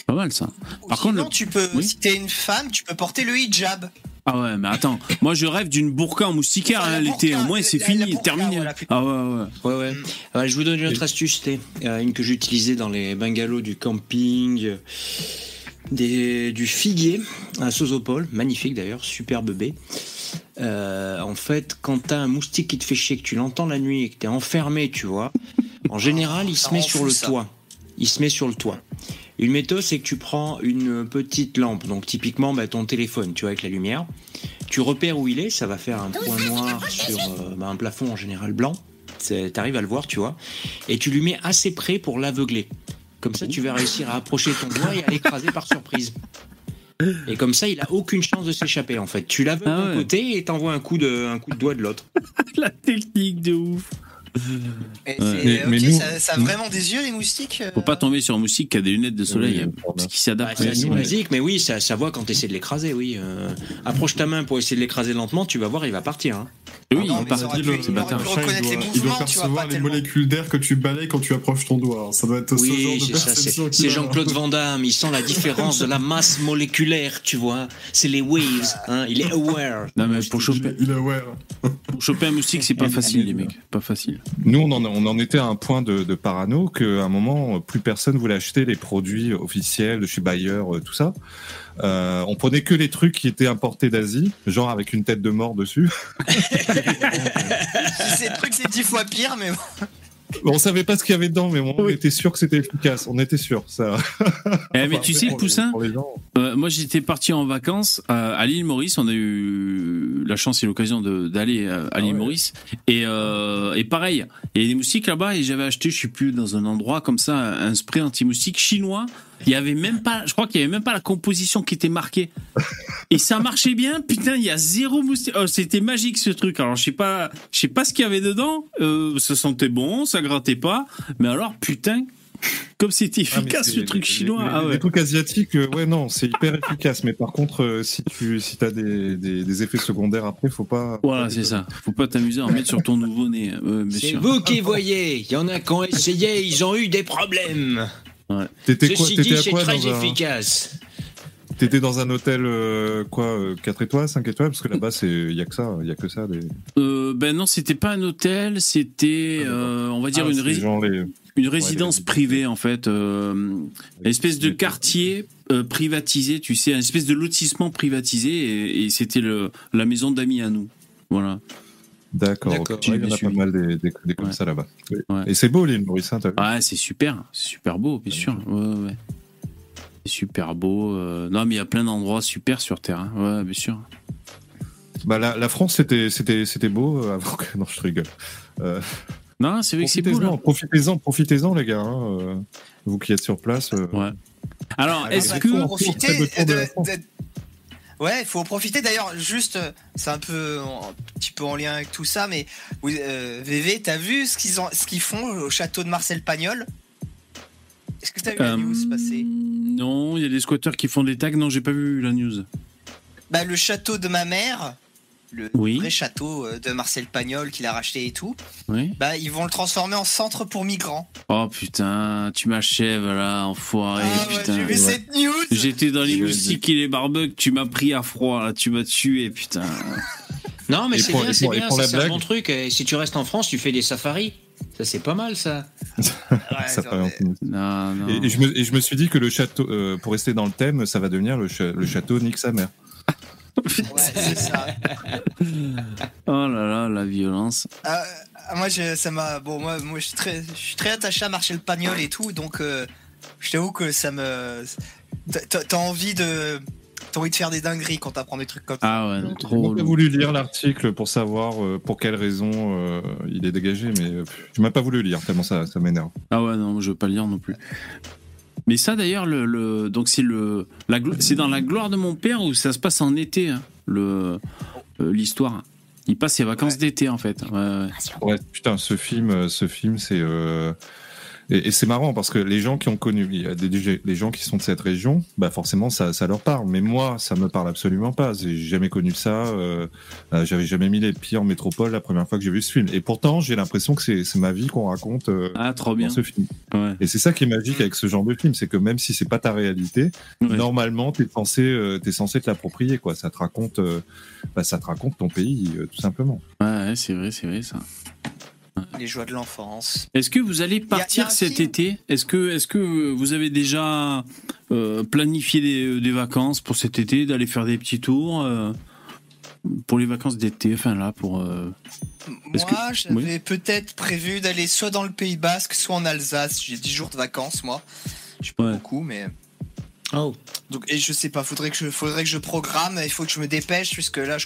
Pas mal ça. Par Sinon, contre, le... tu peux, oui. si t'es une femme, tu peux porter le hijab. Ah ouais, mais attends, moi je rêve d'une burqa en moustiquaire Enfin, hein, la l'été, burqa, au moins c'est la- fini, la burqa, terminé. voilà, putain. Ah ouais, ouais. Ouais, ouais. Euh, je vous donne une autre astuce, c'était euh, une que j'utilisais dans les bungalows du camping, euh, des, du figuier à Sozopol, magnifique d'ailleurs, superbe baie. Euh, en fait, quand t'as un moustique qui te fait chier, que tu l'entends la nuit et que t'es enfermé, tu vois, en général, il ça se met rend sur fou, le ça. toit. Il se met sur le toit. Une méthode, c'est que tu prends une petite lampe, donc typiquement bah, ton téléphone, tu vois, avec la lumière. Tu repères où il est, ça va faire un point noir sur euh, bah, un plafond en général blanc. Tu arrives à le voir, tu vois. Et tu lui mets assez près pour l'aveugler. Comme ça, tu vas réussir à approcher ton doigt et à l'écraser par surprise. Et comme ça, il a aucune chance de s'échapper, en fait. Tu l'aveugles Ah d'un ouais. côté et t'envoies un coup de, un coup de doigt de l'autre. La technique de ouf. Et Ouais. c'est- Mais- ok, mais nous- ça, ça a nous- vraiment des yeux, les moustiques euh Faut pas tomber sur un moustique qui a des lunettes de soleil, Oui, hein, pardon. parce qu'il Bah, s'adapte. c'est assez nous, basique, mais oui, ça, ça voit quand tu essaies de l'écraser, oui. Euh, approche ta main pour essayer de l'écraser lentement, tu vas voir, il va partir. Hein. Oui, Non, il mais part. ça aurait dit, pu- le, il c'est aurait bâtard. pu le chat, reconnaître il les doit, il mouvements, doit tu vois, percevoir pas les tellement. molécules d'air que tu balayes quand tu approches ton doigt. Ça doit être ce genre Oui, de c'est ça. perception C'est, qu'il c'est a. Jean-Claude Van Damme, il sent la différence de la masse moléculaire, tu vois. C'est les waves, hein. Il est aware. Non, mais pour Il, choper, il est aware. pour choper un moustique, c'est pas facile, les mecs. Pas facile. Nous, on en, on en était à un point de, de parano qu'à un moment, plus personne voulait acheter les produits officiels de chez Bayer, euh, tout ça. Euh, on prenait que les trucs qui étaient importés d'Asie, genre avec une tête de mort dessus. C'est le truc, c'est dix fois pire, mais bon. On savait pas ce qu'il y avait dedans, mais on Oui. était sûr que c'était efficace. On était sûr. Ça. Eh, mais tu sais, Pour les- Poussin, pour les gens. euh, moi j'étais parti en vacances euh, à l'île Maurice. On a eu la chance et l'occasion de- d'aller euh, à l'île ouais. Maurice. Et, euh, et pareil, il y a des moustiques là-bas et j'avais acheté, je sais plus, dans un endroit comme ça, un spray anti-moustique chinois. Il y avait même pas, je crois qu'il y avait même pas la composition qui était marquée. Et ça marchait bien, putain, il y a zéro moustique. Oh, c'était magique ce truc. Alors je sais pas, je sais pas ce qu'il y avait dedans. Euh, ça sentait bon, ça grattait pas. Mais alors, putain, comme c'était Ah, mais efficace c'est- ce truc les- chinois. Les, Ah les ouais. trucs asiatiques, euh, ouais, non, c'est hyper efficace. Mais par contre, euh, si tu si as des, des, des effets secondaires après, faut pas. Voilà, c'est ça. Faut pas t'amuser à en mettre sur ton nouveau-né. Ouais, bien C'est sûr. vous qui voyez. Il y en a qui ont essayé, ils ont eu des problèmes. T'étais quoi Ceci T'étais dit, à c'est quoi très dans un, efficace. t'étais dans un hôtel euh, quoi, euh, quatre étoiles, cinq étoiles, parce que là-bas, c'est il y a que ça, il y a que ça. Des... Euh, ben non, c'était pas un hôtel, c'était, euh, on va dire, Ah, une, c'est ré- genre les- une résidence les- privée, en fait. Euh, une espèce de quartier euh, privatisé, tu sais, une espèce de lotissement privatisé, et, et c'était le, la maison d'amis à nous. Voilà. D'accord. D'accord, ok. Ouais, il y en a j'ai pas suivi. mal des, des, des comme Ouais. ça là-bas. Oui. Ouais. Et c'est beau l'île Maurice, hein, t'as vu. Ouais, c'est super, c'est super beau, bien sûr. Ouais, ouais, ouais. C'est super beau. euh, Non, mais il y a plein d'endroits super sur Terre. hein. Ouais, bien sûr. Bah la, la France, c'était c'était c'était beau euh, avant que non, je rigole. Euh, Non, c'est vrai que c'est beau profitez-en, là. profitez-en, profitez-en les gars. hein, euh, vous qui êtes sur place. euh, Ouais. Alors, Ah, est-ce bah, que faut Très profiter beau tour de la de, France. de- Ouais, il faut en profiter. D'ailleurs, juste, euh, c'est un peu, un petit peu en lien avec tout ça, mais vous, euh, V V, t'as vu ce qu'ils ont, ce qu'ils font au château de Marcel Pagnol? Est-ce que t'as vu la Euh, news passer? Non, il y a des squatteurs qui font des tags. Non, j'ai pas vu la news. Bah, le château de ma mère, le Oui. vrai château euh, de Marcel Pagnol qu'il a racheté et tout, Oui. bah, ils vont le transformer en centre pour migrants. Oh putain, tu m'achèves là, enfoiré, ah ouais, putain. j'ai vu ouais. cette news. J'étais dans les Je- moustiques et les barbecues, tu m'as pris à froid là, tu m'as tué, putain. Non, mais Et c'est pour- bien, et c'est pour- et bien, pour ça, la c'est un blague bon truc. Et si tu restes en France, tu fais des safaris. Ça, c'est pas mal, ça. Ouais, ça non, paraît mais- optimiste. Non, non. Et, et je me, et je me suis dit que le château, euh, pour rester dans le thème, ça va devenir le, cha- le château Nique sa mère. ouais, c'est ça. Oh là là, la violence. Ah, ah, moi, je, ça m'a. Bon, moi, moi, je suis très, je suis très attaché à Marcel Pagnol et tout, donc euh, je t'avoue que ça me. T'as t'as envie de. T'as envie de faire des dingueries quand t'apprends des trucs comme ça. Ah ouais, non, J'ai trop. même pas voulu lire l'article pour savoir euh, pour quelle raison euh, il est dégagé, mais euh, je m'ai pas voulu lire tellement ça, ça m'énerve. Ah ouais, non, je veux pas le lire non plus. Mais ça d'ailleurs, le, le donc c'est le la glo- c'est dans La gloire de mon père où ça se passe en été, hein, le euh, l'histoire. Il passe ses vacances Ouais. d'été en fait. Ouais, ouais. Ouais, putain, ce film, euh, ce film, c'est euh, Et, et c'est marrant parce que les gens qui ont connu, il y a des, les gens qui sont de cette région, bah forcément ça, ça leur parle. Mais moi, ça me parle absolument pas. J'ai jamais connu ça. Euh, euh, j'avais jamais mis les pieds en métropole la première fois que j'ai vu ce film. Et pourtant, j'ai l'impression que c'est, c'est ma vie qu'on raconte euh, ah, trop bien. dans ce film. Ouais. Et c'est ça qui est magique avec ce genre de film, c'est que même si c'est pas ta réalité, ouais. normalement t'es censé, euh, t'es censé te l'approprier, quoi. Ça te raconte, euh, bah, ça te raconte ton pays, euh, tout simplement. Ouais, ouais, c'est vrai, c'est vrai ça. Les joies de l'enfance. Est-ce que vous allez partir y a, y a cet film. été ? Est-ce que, est-ce que vous avez déjà euh, planifié des, des vacances pour cet été, d'aller faire des petits tours euh, pour les vacances d'été, enfin là, pour... Euh... Moi, que... j'avais oui. peut-être prévu d'aller soit dans le Pays Basque, soit en Alsace. J'ai dix jours de vacances, moi. Je suis pas ouais. beaucoup, mais... Oh. Donc, et je sais pas, faudrait que je, faudrait que je programme, il faut que je me dépêche, puisque là, je,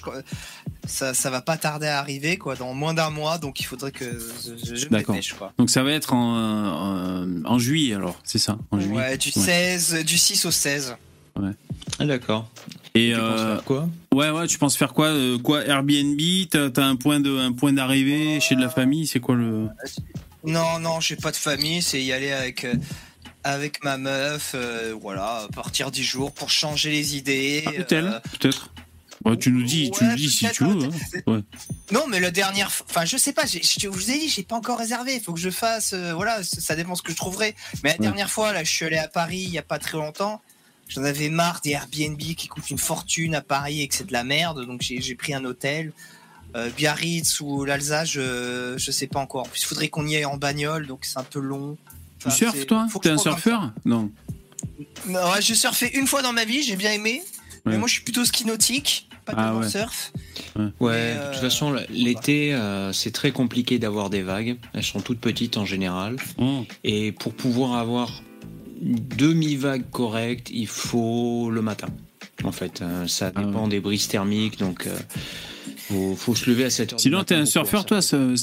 ça, ça va pas tarder à arriver, quoi, dans moins d'un mois, donc il faudrait que je, je me D'accord. dépêche, quoi. Donc ça va être en, en, en juillet, alors, c'est ça, en juillet. Ouais, du seize, ouais. du six au seize. Ouais. Ah, d'accord. Et tu euh, penses faire quoi ? Ouais, ouais, tu penses faire quoi euh, Quoi, Airbnb ? T'as, t'as un point de, un point d'arrivée euh, chez de la famille ? C'est quoi le... Non, non, j'ai pas de famille, c'est y aller avec... Euh, avec ma meuf, euh, voilà, partir dix jours pour changer les idées. Ah, peut-être, euh... peut-être. Ouais, tu nous dis, ouais, tu nous dis si tu veux. Hein. Ouais. Non, mais la dernière, enfin, je sais pas. J'ai, je vous ai dit, j'ai pas encore réservé. Il faut que je fasse. Euh, voilà, ça dépend ce que je trouverai. Mais la ouais. dernière fois, là, je suis allé à Paris il y a pas très longtemps. J'en avais marre des Airbnb qui coûtent une fortune à Paris et que c'est de la merde. Donc j'ai, j'ai pris un hôtel. Euh, Biarritz ou l'Alsace, je, je sais pas encore. En plus, il faudrait qu'on y aille en bagnole, donc c'est un peu long. Tu enfin, surfes, toi ? T'es un surfeur ? Non. Non, ouais, j'ai surfé une fois dans ma vie, j'ai bien aimé. Ouais. Mais moi, je suis plutôt ski nautique, pas ah, tellement ouais. surf. Ouais, ouais euh, de toute façon, l'été, euh, c'est très compliqué d'avoir des vagues. Elles sont toutes petites en général. Mmh. Et pour pouvoir avoir une demi-vague correcte, il faut le matin. En fait, euh, ça dépend ah, ouais. des brises thermiques, donc euh, faut, faut se lever à sept heures. Sinon, t'es un surfeur, toi, Stéphane ?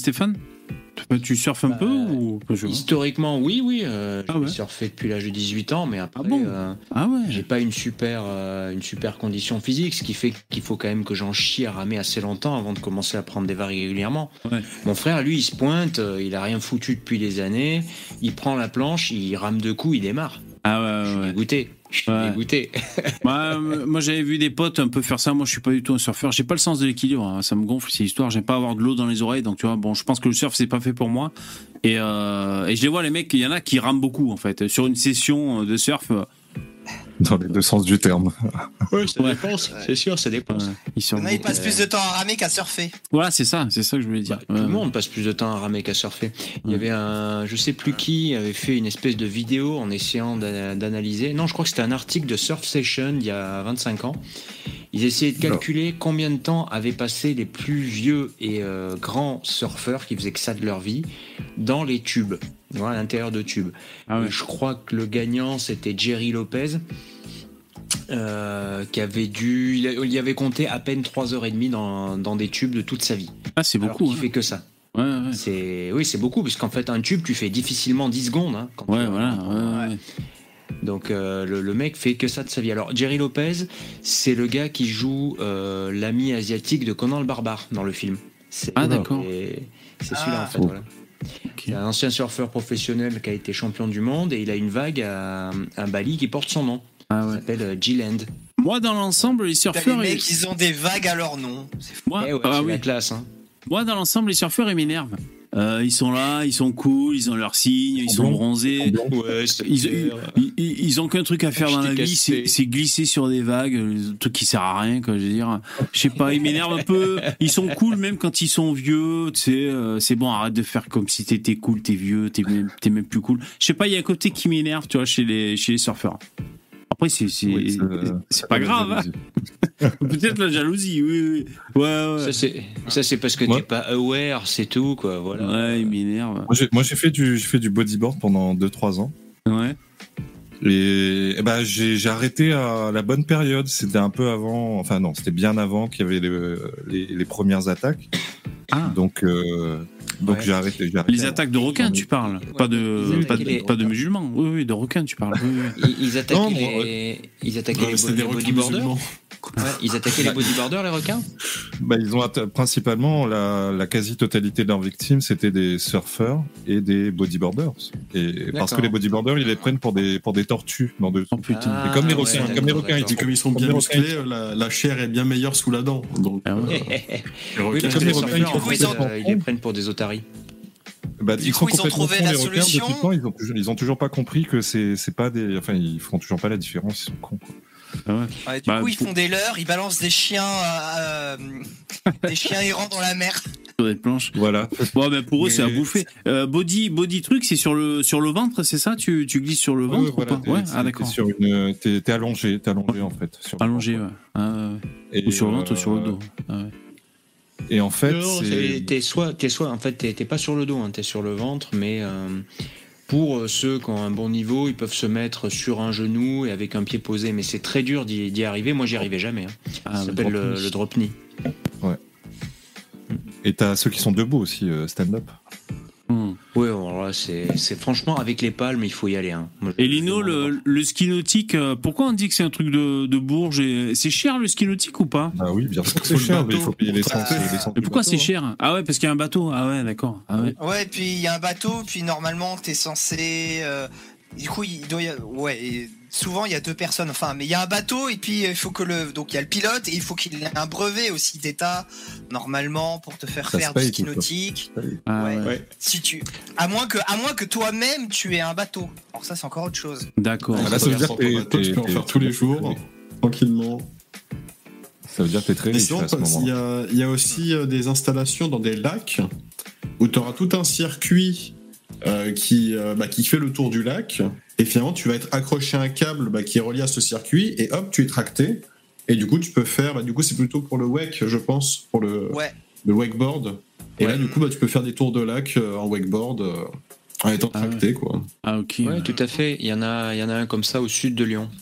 Tu surfes un bah, peu ou pas historiquement, oui, oui. Euh, ah, j'ai ouais. surfé depuis l'âge de dix-huit ans, mais après, ah bon euh, ah ouais. j'ai pas une super, euh, une super condition physique, ce qui fait qu'il faut quand même que j'en chie à ramer assez longtemps avant de commencer à prendre des vagues régulièrement. Ouais. Mon frère, lui, il se pointe, euh, il a rien foutu depuis des années, il prend la planche, il rame deux coups, il démarre. Ah ouais, ouais. Je suis dégoûté. Je suis ouais. dégoûté. Moi, moi, j'avais vu des potes un peu faire ça. Moi, je suis pas du tout un surfeur. J'ai pas le sens de l'équilibre. Hein. Ça me gonfle ces histoires. J'aime pas avoir de l'eau dans les oreilles. Donc, tu vois, bon, je pense que le surf, c'est pas fait pour moi. Et, euh, et je les vois, les mecs, il y en a qui rament beaucoup, en fait. Sur une session de surf. Dans les deux sens du terme. Oui, ça ouais. dépense, c'est sûr, ça dépense. Ouais. Ils sont il passe plus de temps à ramer qu'à surfer. Voilà, c'est ça, c'est ça que je voulais dire. Bah, ouais. Tout le monde passe plus de temps à ramer qu'à surfer. Il y avait un, je sais plus qui, avait fait une espèce de vidéo en essayant d'analyser. Non, je crois que c'était un article de Surf Session il y a vingt-cinq ans. Ils essayaient de calculer combien de temps avaient passé les plus vieux et euh, grands surfeurs qui faisaient que ça de leur vie dans les tubes, voilà, à l'intérieur de tubes. Ah ouais. Je crois que le gagnant, c'était Jerry Lopez. Euh, qui avait dû, il y avait compté à peine trois heures et demie dans, dans des tubes de toute sa vie. Ah, c'est beaucoup. Il hein. fait que ça. Ouais, ouais. C'est, oui, c'est beaucoup, parce qu'en fait, un tube, tu fais difficilement dix secondes. Hein, quand ouais, tu voilà. Ouais, ouais. Donc, euh, le, le mec fait que ça de sa vie. Alors, Jerry Lopez, c'est le gars qui joue euh, l'ami asiatique de Conan le Barbare dans le film. C'est, ah, d'accord. C'est celui-là, ah, en fait. Oh. Voilà. Okay. C'est un ancien surfeur professionnel qui a été champion du monde et il a une vague à, à Bali qui porte son nom. Ah ouais. Ça s'appelle euh, G-Land. Moi, dans l'ensemble, les surfeurs. Les mecs, ils ont des vagues à leur nom. Moi, eh ouais, ah, c'est oui. la classe. Hein. Moi, dans l'ensemble, les surfeurs, ils m'énervent. Euh, ils sont là, ils sont cool, ils ont leur signe, ils sont bronzés. Ouais, ils, ils, ils, ils ont qu'un truc à faire dans la vie, c'est, c'est glisser sur des vagues, un truc qui sert à rien, quoi. Je veux dire, je sais pas, ils m'énervent un peu. Ils sont cool même quand ils sont vieux. Tu sais, euh, c'est bon, arrête de faire comme si t'étais cool, t'es vieux, t'es même, t'es même plus cool. Je sais pas, il y a un côté qui m'énerve, tu vois, chez les chez les surfeurs. Après, c'est, c'est, oui, c'est, c'est pas grave. Hein. Peut-être la jalousie, oui, oui. Ouais, ouais. Ça, c'est, ça, c'est parce que ouais. t'es pas aware, c'est tout, quoi. Voilà. Ouais, il m'énerve. Moi, j'ai, moi, j'ai fait du, j'ai fait du bodyboard pendant deux trois ans. Ouais. Et, et ben, j'ai, j'ai arrêté à la bonne période. C'était un peu avant, enfin, non, c'était bien avant qu'il y avait les, les, les premières attaques. Ah. Donc, euh, donc ouais. j'ai, arrêté, j'ai arrêté. Les attaques de requins, tu parles, ouais. pas de, pas de, les... pas de musulmans. Oui, oui, de requins, tu parles. Oui, oui. Ils, ils attaquaient non, les, ils attaquaient ouais, les, bo- les bodyboarders. Ouais, ils attaquaient les bodyboarders, les requins. Bah, ils ont atta- principalement la, la quasi-totalité de leurs victimes, c'était des surfeurs et des bodyboarders. Et parce que les bodyboarders, ils les prennent pour des pour des tortues dans de. Oh putain. Ah, Et comme les ouais, requins, d'accord, comme les requins, d'accord. ils Et comme ils sont Comme bien les musclés, la, la chair est bien meilleure sous la dent. Donc, Ah ouais. euh, les Oui, requins, parce comme que les les requins, surfeurs, ils en sont fait, complètement euh, ils les prennent pour des otaries. Bah, Du ils coup, sont ils ont complètement trouvé cons, la les requins, solution. depuis le temps, ils ont toujours, ils ont toujours pas compris que c'est c'est pas des, enfin ils font toujours pas la différence, ils sont cons. Quoi. Ah ouais. Ouais, du Bah, coup, ils pour- font des leurres, ils balancent des chiens, euh, euh, des chiens errants dans la mer. Sur des planches. Voilà. Bon, ben pour eux, c'est à Mais- bouffer. Euh, body, body truc, c'est sur le, sur le ventre, c'est ça tu, tu glisses sur le ventre Ouais, ou voilà, pas t'es- Ouais, t'es- ah d'accord. T'es sur une, t'es t'es allongé, t'es allongé en fait. Sur le Allongé, ventre, ouais. Ah, ouais. Et, Ou sur le ventre euh, ou sur le dos. Ah, ouais. Et en fait, Non, c'est c'est- t'es soit, t'es soit, en fait, t'es, t'es pas sur le dos, hein, t'es sur le ventre, mais euh, pour euh, ceux qui ont un bon niveau, ils peuvent se mettre sur un genou et avec un pied posé, mais c'est très dur d'y, d'y arriver. Moi, j'y arrivais jamais. Hein. Ah, Ça le s'appelle drop le, knee. le drop knee. et t'as ceux qui sont debout aussi, euh, stand-up. Hmm. Oui, alors là, c'est, c'est franchement avec les palmes, il faut y aller. Hein. Moi, je- Et Lino, je demande le, le ski nautique, euh, pourquoi on dit que c'est un truc de, de Bourges et... C'est cher le ski nautique ou pas Ah oui, bien sûr que Faut c'est le cher, mais il bateau. faut payer les Ah. cent. les cent Mais du pourquoi bateau, c'est hein. cher Ah ouais, parce qu'il y a un bateau. Ah ouais, d'accord. Ah ouais. Ouais, puis il y a un bateau, puis normalement, t'es censé. euh, Du coup, il doit y a- ouais, et souvent il y a deux personnes. Enfin, mais il y a un bateau et puis il faut que le, donc il y a le pilote et il faut qu'il ait un brevet aussi d'État normalement pour te faire Ça se faire paye, du ski tout ça. nautique. Ah Ouais. ouais. Ouais. Si tu, à moins que, à moins que toi-même tu aies un bateau. Alors ça, c'est encore autre chose. D'accord. Ah, là, ça veut dire sans que ton t'es- bateau, tu t'es- peux en faire t'es- tous les jours, tranquillement. Ça veut dire que t'es très Mais riche sinon, à ce il y moment-là. a, il y a aussi euh, des installations dans des lacs où tu auras tout un circuit euh, qui, euh, bah, qui fait le tour du lac. Et finalement, tu vas être accroché à un câble bah, qui est relié à ce circuit. Et hop, tu es tracté. Et du coup, tu peux faire. Bah, du coup, c'est plutôt pour le wake, je pense, pour le, Ouais. le wakeboard. Et Ouais. là, du coup, bah, tu peux faire des tours de lac euh, en wakeboard euh, en étant Ah ouais. tracté, quoi. Ah ok. Ouais, tout à fait. Il y en a, il y en a un comme ça au sud de Lyon.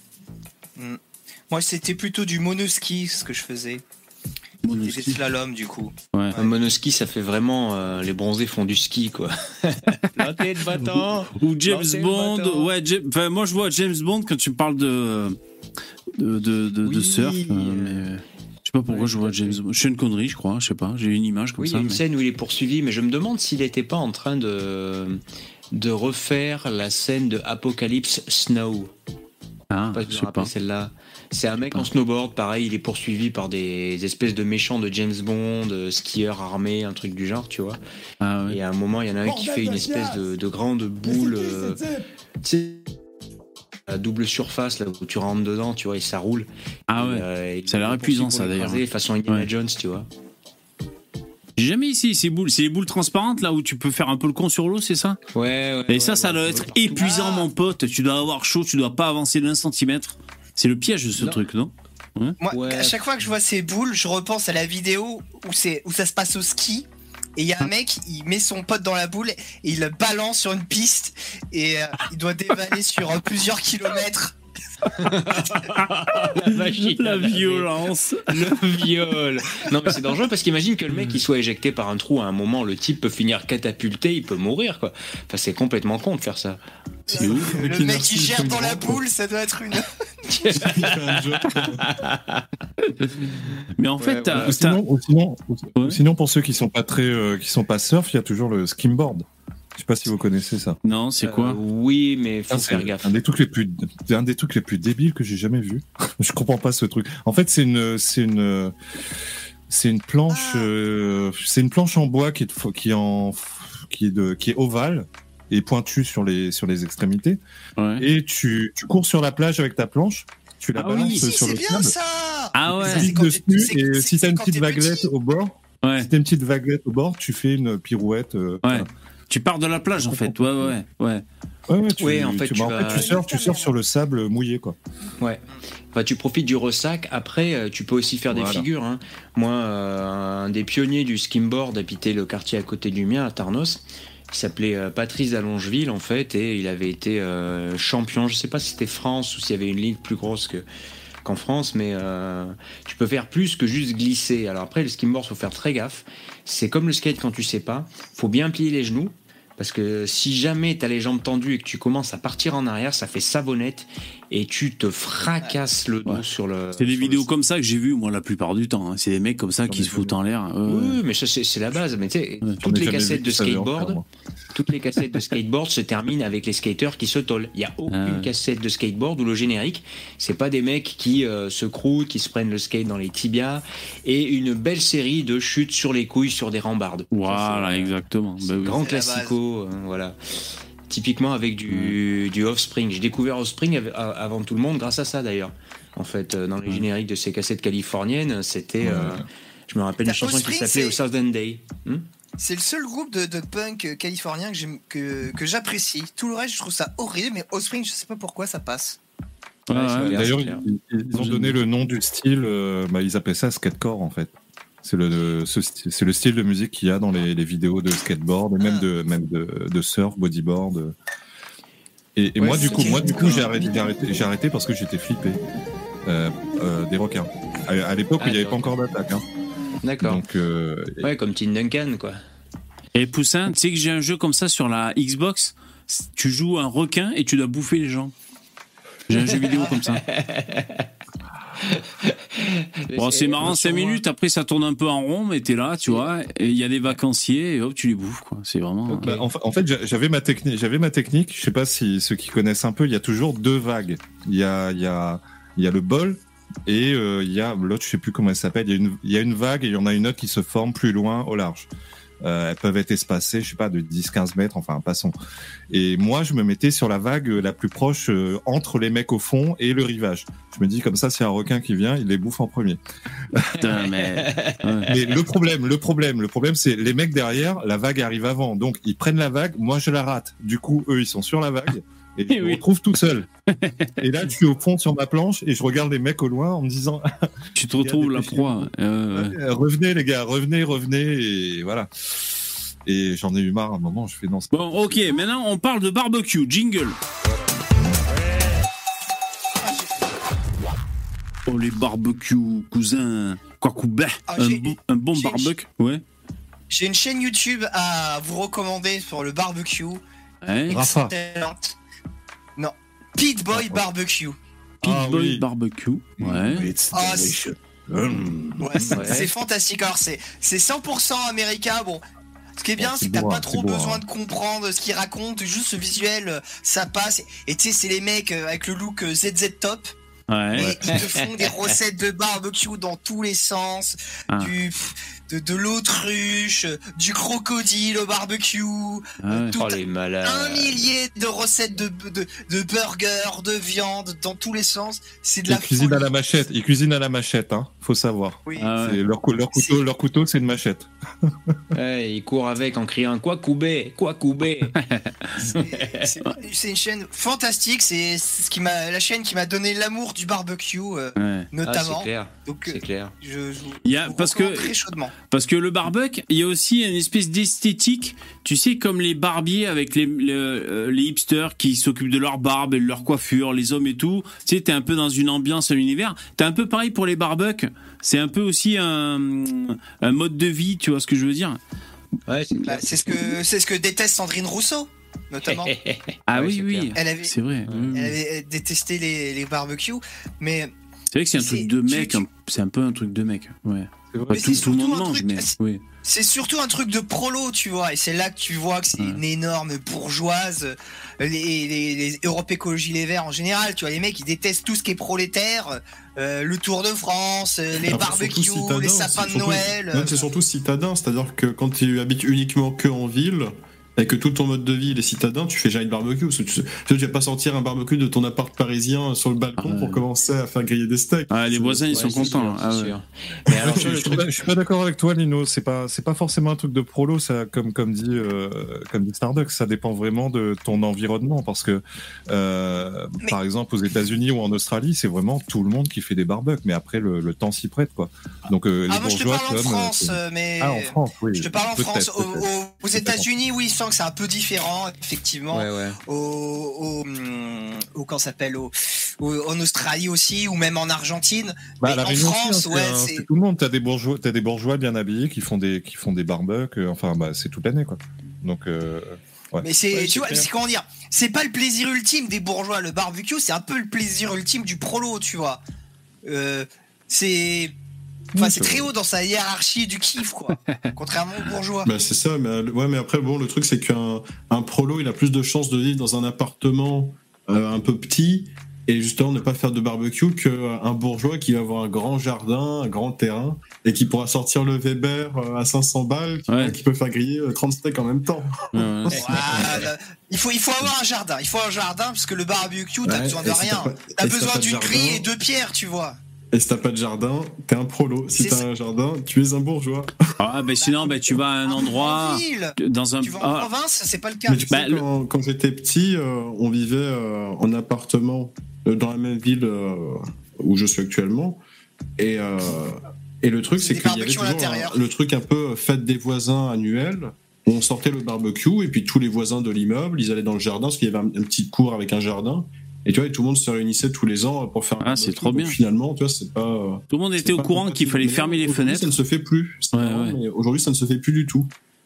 Moi, c'était plutôt du monoski ce que je faisais. C'était des slaloms du coup. Ouais. Un monoski, ça fait vraiment euh, les bronzés font du ski, quoi. Planté de bâton. Ou James Lancer le Bond. bâton. Ouais, James- enfin, moi je vois James Bond quand tu me parles de de, de, de, de Oui. surf. euh, mais je sais pas pourquoi Ouais, je vois tout à fait. James Bond. Je suis une connerie, je crois. Je sais pas. J'ai une image comme Oui, il y ça. a une mais- scène où il est poursuivi, mais je me demande s'il n'était pas en train de, de refaire la scène de Apocalypse Snow. Ah, Pas je que je sais me rappelle pas. celle-là. C'est un mec pas. en snowboard, pareil, il est poursuivi par des espèces de méchants de James Bond, de skieurs armés, un truc du genre, tu vois. Ah ouais. Et à un moment, il y en a un qui fait une espèce de, de grande boule, euh, tu sais, à double surface, là où tu rentres dedans, tu vois, et ça roule. Ah Et, ouais. euh, il Ça a l'air le poursuit épuisant, pour ça, l'écraser, d'ailleurs. façon Indiana Ouais. Jones, tu vois. J'ai jamais ici ces boules. C'est les boules transparentes là où tu peux faire un peu le con sur l'eau, c'est ça Ouais, ouais. Et ouais, ça, ça ouais, doit ouais, être partout. épuisant, Ah. mon pote. Tu dois avoir chaud. Tu dois pas avancer d'un centimètre. C'est le piège de ce Non. truc, non Moi, Ouais. à chaque fois que je vois ces boules, je repense à la vidéo où c'est où ça se passe au ski. Et il y a un mec, il met son pote dans la boule et il le balance sur une piste et euh, il doit dévaler sur euh, plusieurs kilomètres. La machine à La laver. violence. Le viol. Non mais c'est dangereux parce qu'imagine que le mec il soit éjecté par un trou à un moment, le type peut finir catapulté, il peut mourir quoi. Enfin c'est complètement con de faire ça. C'est ouf. Le Avec mec l'inertie qui gère comme dans la grand, quoi. boule, ça doit être une. Il fait un joke. Mais en Ouais, fait, t'as- voilà. Ou t'as- sinon, ou sinon, ou Ouais. sinon, pour ceux qui sont pas très, euh, qui sont pas surf, il y a toujours le skimboard. Je sais pas si vous connaissez ça. non, c'est quoi Euh, Oui mais faut Ah, faire c'est gaffe. un des trucs les plus, c'est un des trucs les plus débiles que j'ai jamais vu. Je comprends pas ce truc. En fait, c'est une, c'est une, c'est une planche, Ah. euh, c'est une planche en bois qui est, de- qui est en, qui est de, qui est ovale et pointue sur les, sur les extrémités. Ouais. Et tu, tu cours sur la plage avec ta planche, tu la Ah balances oui, Si, sur c'est le bien sable. ça. Ah ouais. Ça, Tu c'est cliques quand dessus t'es- c'est- et c'est- si t'as c'est une quand petite t'es vaguelette petit. au bord, Ouais. si t'as une petite vaguelette au bord, tu fais une pirouette. euh, Ouais. voilà. Tu pars de la plage en fait. Ouais, ouais, ouais. Ouais, ouais, tu, Ouais, en fait, tu, tu bah, en vas- fait, tu surfes, tu surfes sur le sable mouillé, quoi. Ouais. Enfin, tu profites du ressac. Après, euh, tu peux aussi faire des Voilà. figures. Hein. Moi, euh, un des pionniers du skimboard habitait le quartier à côté du mien, à Tarnos. Il s'appelait euh, Patrice d'Allongeville, en fait, et il avait été euh, champion. Je sais pas si c'était France ou s'il y avait une ligue plus grosse que qu'en France, mais euh, tu peux faire plus que juste glisser. Alors après, le skimboard, faut faire très gaffe. C'est comme le skate quand tu sais pas. Faut bien plier les genoux. Parce que si jamais tu as les jambes tendues et que tu commences à partir en arrière, ça fait savonnette et tu te fracasses le dos Ouais. sur le. C'est des sur vidéos le... comme ça que j'ai vues, moi, la plupart du temps. Hein. C'est des mecs comme ça qui se foutent en l'air. Euh, Oui, mais ça, c'est, c'est la base. Mais tu sais, Ouais. toutes les cassettes de skateboard, toutes les cassettes de skateboard se terminent avec les skateurs qui se tôlent. Il y a aucune Ah ouais. cassette de skateboard où le générique, c'est pas des mecs qui euh, se croûtent, qui se prennent le skate dans les tibias, et une belle série de chutes sur les couilles sur des rambardes. Voilà, Ça, c'est, exactement. c'est Bah oui. grand C'est la classico, euh, voilà. Typiquement avec du, du Offspring. J'ai découvert Offspring av- avant tout le monde grâce à ça d'ailleurs. En fait, euh, dans les génériques de ces cassettes californiennes, c'était. Ouais. euh, je me rappelle une T'as chanson Offspring, qui s'appelait c'est- A Thousand Day. Hmm C'est le seul groupe de, de punk euh, californien que, j'aime- que, que j'apprécie. Tout le reste, je trouve ça horrible, mais Offspring, je sais pas pourquoi ça passe. Ouais, Ouais, ouais. c'est D'ailleurs, c'est clair. ils, ils ont donné le nom du style, euh, bah, ils appelaient ça skatecore en fait. C'est le, ce sti- c'est le style de musique qu'il y a dans les, les vidéos de skateboard et même Ah. de, même de, de surf, bodyboard. Et, et Ouais, moi, du coup, moi, du coup, j'ai skatecore. arrêté, j'ai arrêté, j'ai arrêté parce que j'étais flippé euh, euh, des requins. À, à l'époque, Ah, il n'y avait d'accord. pas encore d'attaque. Hein. D'accord. Donc, euh, Ouais, comme Tim Duncan, quoi. Et Poussin, tu sais que j'ai un jeu comme ça sur la Xbox. Tu joues un requin et tu dois bouffer les gens. J'ai un jeu vidéo comme ça. Bon, c'est marrant cinq minutes, après ça tourne un peu en rond, mais t'es là, tu vois, et il y a des vacanciers et hop, tu les bouffes, quoi. C'est vraiment. Ok. bah, en, fa- en fait, j'a- j'avais ma technique. J'avais ma technique. Je sais pas si ceux qui connaissent un peu, il y a toujours deux vagues. Il y a, il y a, il y a le bol et euh, il y a l'autre. Je sais plus comment elle s'appelle. Il y a une, il y a une vague et il y en a une autre qui se forme plus loin au large. Euh, elles peuvent être espacées, je sais pas, de dix quinze mètres, enfin, passons. Et moi, je me mettais sur la vague la plus proche euh, entre les mecs au fond et le rivage. Je me dis, comme ça, s'il y a un requin qui vient, il les bouffe en premier. Putain, mais. Ouais. Mais le problème, le problème, le problème, c'est les mecs derrière, la vague arrive avant. Donc, ils prennent la vague, moi, je la rate. Du coup, eux, ils sont sur la vague. Et je Eh me oui. retrouve tout seul. Et là, je suis au fond sur ma planche et je regarde les mecs au loin en me disant Tu te retrouves la dépêchez-vous. proie. Euh, ouais. Euh, revenez les gars, revenez, revenez et voilà. Et j'en ai eu marre à un moment, je fais non. c'est- Bon, ok, maintenant on parle de barbecue. Jingle. Oh, les barbecues, cousin. Quoi couba. Ah, un, j'ai- bon, un bon j'ai- barbecue. Ouais. J'ai une chaîne YouTube à vous recommander sur le barbecue. Ouais. Rafa. Excellente. Non, Pit Boy Ah, Barbecue. Pit Ah, Boy oui. Barbecue. Ouais. Ah, c'est- Ouais, c'est Ouais. c'est fantastique. Alors, c'est c'est cent pour cent américain. Bon, ce qui est bien, Oh, c'est c'est que t'as beau, pas hein, trop c'est beau, besoin hein. de comprendre ce qu'ils racontent. Juste ce visuel, euh, ça passe. Et tu sais, c'est les mecs euh, avec le look euh, Z Z Top. Ouais. Et ils te font des recettes de barbecue dans tous les sens. Ah. Du, pff, de, de l'autruche, du crocodile au barbecue. Ouais. Tout Oh, les malades. un millier de recettes de, de, de burgers, de viande, dans tous les sens. C'est de la Ils cuisinent à folie. la machette, ils cuisinent à la machette, hein. Faut savoir. Oui. Ah ouais. C'est leur, cou- leur couteau, C'est- leur couteau, c'est une machette. Ouais, il court avec en criant quoi coubé, quoi coubé. C'est- C'est c'est une chaîne fantastique. C'est c'est ce qui m'a la chaîne qui m'a donné l'amour du barbecue, euh, Ouais. Ah, notamment. c'est clair. Donc, euh, C'est clair. je, je vous, Il y a- je vous parce que- recommande très chaudement. Parce que le barbecue, il y a aussi une espèce d'esthétique, tu sais, comme les barbiers avec les, le- euh, les hipsters qui s'occupent de leur barbe et de leur coiffure, les hommes et tout. Tu sais, t'es un peu dans une ambiance, un univers. T'es un peu pareil pour les barbecues. C'est un peu aussi un, un mode de vie, tu vois ce que je veux dire? Ouais, c'est Bah, clair. c'est ce que c'est ce que déteste Sandrine Rousseau, notamment. Ah Ouais, oui, c'est oui, clair. Elle avait, c'est vrai. Oui, oui. elle avait détesté les, les barbecues, mais C'est vrai que c'est un c'est- truc de tu- mec, tu- hein. C'est un peu un truc de mec. Ouais. C'est vrai. Pas Mais tout, c'est tout le monde surtout un mange, truc- mais oui. c'est surtout un truc de prolo, tu vois. Et c'est là que tu vois que c'est Ouais. une énorme bourgeoise. Les, les, les Europe Écologie Les Verts en général, tu vois, les mecs ils détestent tout ce qui est prolétaire. Euh, le Tour de France, euh, les Après, barbecues, surtout citadin, les c'est sapins de surtout- Noël. Non, c'est surtout citadin, c'est-à-dire que quand tu habites uniquement que en ville, et que tout ton mode de vie il est citadin, tu fais jamais de barbecue. Parce que tu, tu vas pas sortir un barbecue de ton appart parisien sur le balcon Ah ouais. pour commencer à faire griller des steaks. Ah, les C'est- voisins, ils sont Ouais, c'est contents. sûr, Ah c'est ouais. sûr. Mais alors, je, sur le je suis truc- pas, je suis pas d'accord avec toi, Lino. C'est pas, c'est pas forcément un truc de prolo, ça, comme comme dit, euh, comme dit Starduck. Ça dépend vraiment de ton environnement, parce que, euh, Mais- par exemple, aux États-Unis ou en Australie, c'est vraiment tout le monde qui fait des barbecues, mais après le, le temps s'y prête, quoi. Donc euh, les Ah, moi je te bourgeois, parle en comme, euh, France, c'est- euh, mais. ah en France, oui. Je te parle en Peut-être, France. Au- peut-être. au- aux États-Unis, oui, je sens que c'est un peu différent, effectivement. Ouais, ouais. Au, au, hum, au quand ça s'appelle au, au- en Australie aussi, ou même en Argentine. Bah, Mais la en Réunion France, aussi, hein, ouais, c'est un- c'est- c'est tout le monde. T'as des bourgeois, t'as des bourgeois bien habillés qui font des, qui font des barbecues. euh, Enfin, bah, c'est toute l'année, quoi. Donc, euh, Ouais. Mais c'est, Ouais, tu c'est vois, clair. c'est comment dire, c'est pas le plaisir ultime des bourgeois, le barbecue, c'est un peu le plaisir ultime du prolo, tu vois. Euh, c'est, enfin, Oui, c'est c'est très vrai. haut dans sa hiérarchie du kiff, quoi. Contrairement aux bourgeois. Bah c'est ça, mais, euh, ouais, mais après, bon, le truc, c'est qu'un un prolo, il a plus de chances de vivre dans un appartement euh, un peu petit et justement ne pas faire de barbecue qu'un bourgeois qui va avoir un grand jardin, un grand terrain et qui pourra sortir le Weber euh, à cinq cents balles, qui, Ouais. qui peut faire griller euh, trente steaks en même temps. Ouais, ouais, c'est- Voilà. Il faut, il faut avoir un jardin, il faut un jardin, parce que le barbecue, t'as Ouais, besoin de et si rien. t'as pas- T'as et si t'as besoin pas de d'une jardin- grille et deux pierres, tu vois. Et si t'as pas de jardin, t'es un prolo. Si C'est t'as ça. un jardin, tu es un bourgeois. Ah, ben sinon, ben, tu vas à un endroit, En ville, dans un. tu vas en ah, province, c'est pas le cas. Mais tu Bah, sais, le- quand, quand j'étais petit, euh, on vivait euh, en appartement euh, dans la même ville euh, où je suis actuellement. Et, euh, et le truc, C'est c'est des qu'il y avait barbecues à toujours l'intérieur. un- le truc un peu fête des voisins annuel. Où on sortait le barbecue et puis tous les voisins de l'immeuble, ils allaient dans le jardin parce qu'il y avait un, une petite cour avec un jardin. Et tu vois, et tout le monde se réunissait tous les ans pour faire un Ah, c'est barbecue. trop bien. Donc, finalement, tu vois, c'est pas. euh, Tout le monde c'est était au pas courant qu'il compatible. fallait Mais fermer les aujourd'hui, fenêtres. Ça ne se fait plus. C'est Ouais, marrant, ouais. mais aujourd'hui, ça ne se fait plus du tout.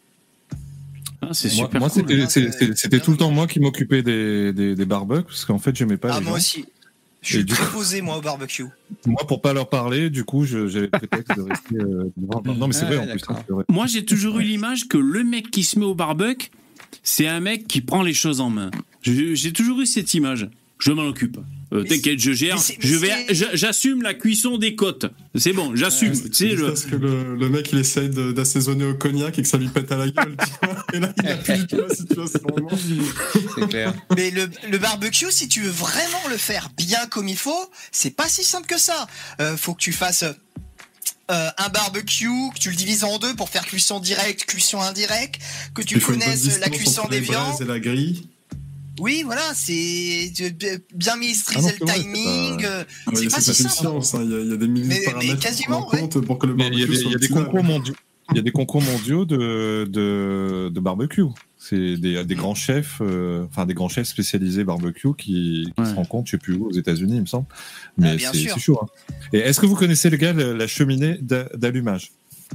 Ah, c'est Moi, super moi, cool. c'était, hein, c'est- c'est- c'est- c'était c'est tout le temps dommage. moi qui m'occupais des, des, des barbecues, parce qu'en fait, j'aimais pas Ah, les moi gens. aussi. Je Et suis du préposé, moi, au barbecue. Moi, pour pas leur parler, du coup, je- j'avais le prétexte de rester euh, devant le bar. Non, mais c'est Ah, vrai, ouais, en plus. d'accord. hein, c'est vrai. Moi, j'ai toujours eu l'image que le mec qui se met au barbecue, c'est un mec qui prend les choses en main. J'ai j'ai toujours eu cette image. Je m'en occupe. Euh, Mais T'inquiète, je gère. mais c'est- mais Je vais, c'est- j'a- j'assume la cuisson des côtes. C'est bon, j'assume. Ouais, tu sais, Juste le- parce que le, le mec il essaye de- d'assaisonner au cognac et que ça lui pète à la gueule, tu vois. Et là il a plus du tout la situation. C'est clair. Mais le, le barbecue, si tu veux vraiment le faire bien comme il faut, c'est pas si simple que ça. Euh, faut que tu fasses euh, un barbecue, que tu le divises en deux pour faire cuisson directe, cuisson indirecte, que tu Il faut une bonne connaisses la distance cuisson entre des les braises viandes. et la grille. Oui, voilà, c'est de- bien Ah maîtriser non, le c'est vrai, c'est timing. pas- euh, Ouais, c'est pas c'est si une simple. science, hein. il y, a- il y a des milliers Mais- de mais paramètres à quasiment, prendre en compte pour que le Mais il y a barbecue des, il soit y a des optimal. concours mondiaux. Il y a des concours mondiaux de, de, de barbecue. C'est des, des grands chefs, euh, enfin des grands chefs spécialisés barbecue qui, qui Ouais. se rencontrent, je sais plus où, aux États-Unis, il me semble. Mais Ah, bien c'est sûr. c'est chaud. Hein. Et est-ce que vous connaissez le gars, le- la cheminée d'a- d'allumage?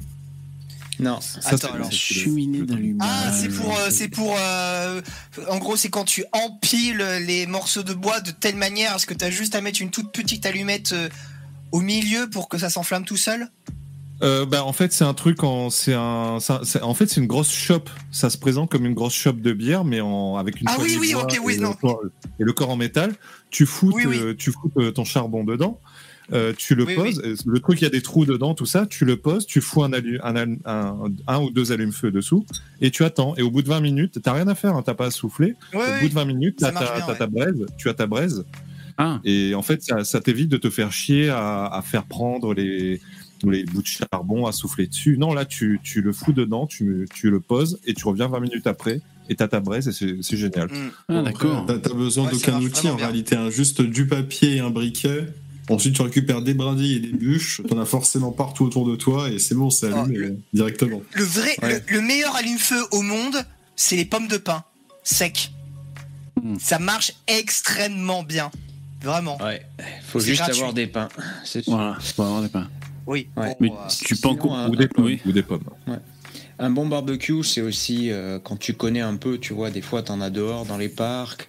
Non. Ça, Attends, c'est- alors. c'est- cheminée d'allumage. Ah, c'est pour, euh, c'est pour, euh, en gros, c'est quand tu empiles les morceaux de bois de telle manière à ce que tu as juste à mettre une toute petite allumette euh, au milieu pour que ça s'enflamme tout seul. Euh, bah, en fait, c'est un truc en, c'est un, c'est un- c'est- en fait, c'est une grosse chope. Ça se présente comme une grosse chope de bière, mais en, avec une Ah oui, poignée de oui, bois ok, oui, et, non. Le corps, et le corps en métal. Tu fous, Oui, oui. tu fous euh, ton charbon dedans. Euh, tu le Oui, poses. euh, Le truc, il y a des trous dedans, tout ça. Tu le poses, tu fous un, allu- un, allu- un, un ou deux allumes-feu dessous, et tu attends. Et au bout de vingt minutes, t'as rien à faire, hein, t'as pas à souffler. Ouais, au ouais. bout de vingt minutes, Ça t'as marche ta, bien, t'as ouais. ta braise. Tu as ta braise. Ah, Et en fait, ça, ça t'évite de te faire chier à, à faire prendre les, les bouts de charbon, à souffler dessus. Non, là, tu, tu le fous dedans, tu, tu le poses et tu reviens vingt minutes après et t'as ta braise et c'est c'est génial. Mm. ah, d'accord. T'as t'as besoin Ouais, ça d'aucun marche outil vraiment en bien. réalité, hein, juste du papier et un briquet. Ensuite, tu récupères des brindilles et des bûches. T'en as forcément partout autour de toi et c'est bon, c'est Oh, allumé le- euh, directement. Le vrai, Ouais. le, le meilleur allume-feu au monde, c'est les pommes de pin secs. Mm. Ça marche extrêmement bien, vraiment. Ouais. Faut C'est juste gratuit. avoir des pains. C'est sûr. Voilà, faut avoir des pains. Oui. Ouais. bon, Mais euh, tu peux en Sinon, couper. un- Ou des pommes. oui. Ou des pommes. Un bon barbecue, c'est aussi euh, quand tu connais un peu, tu vois, des fois t'en as dehors dans les parcs,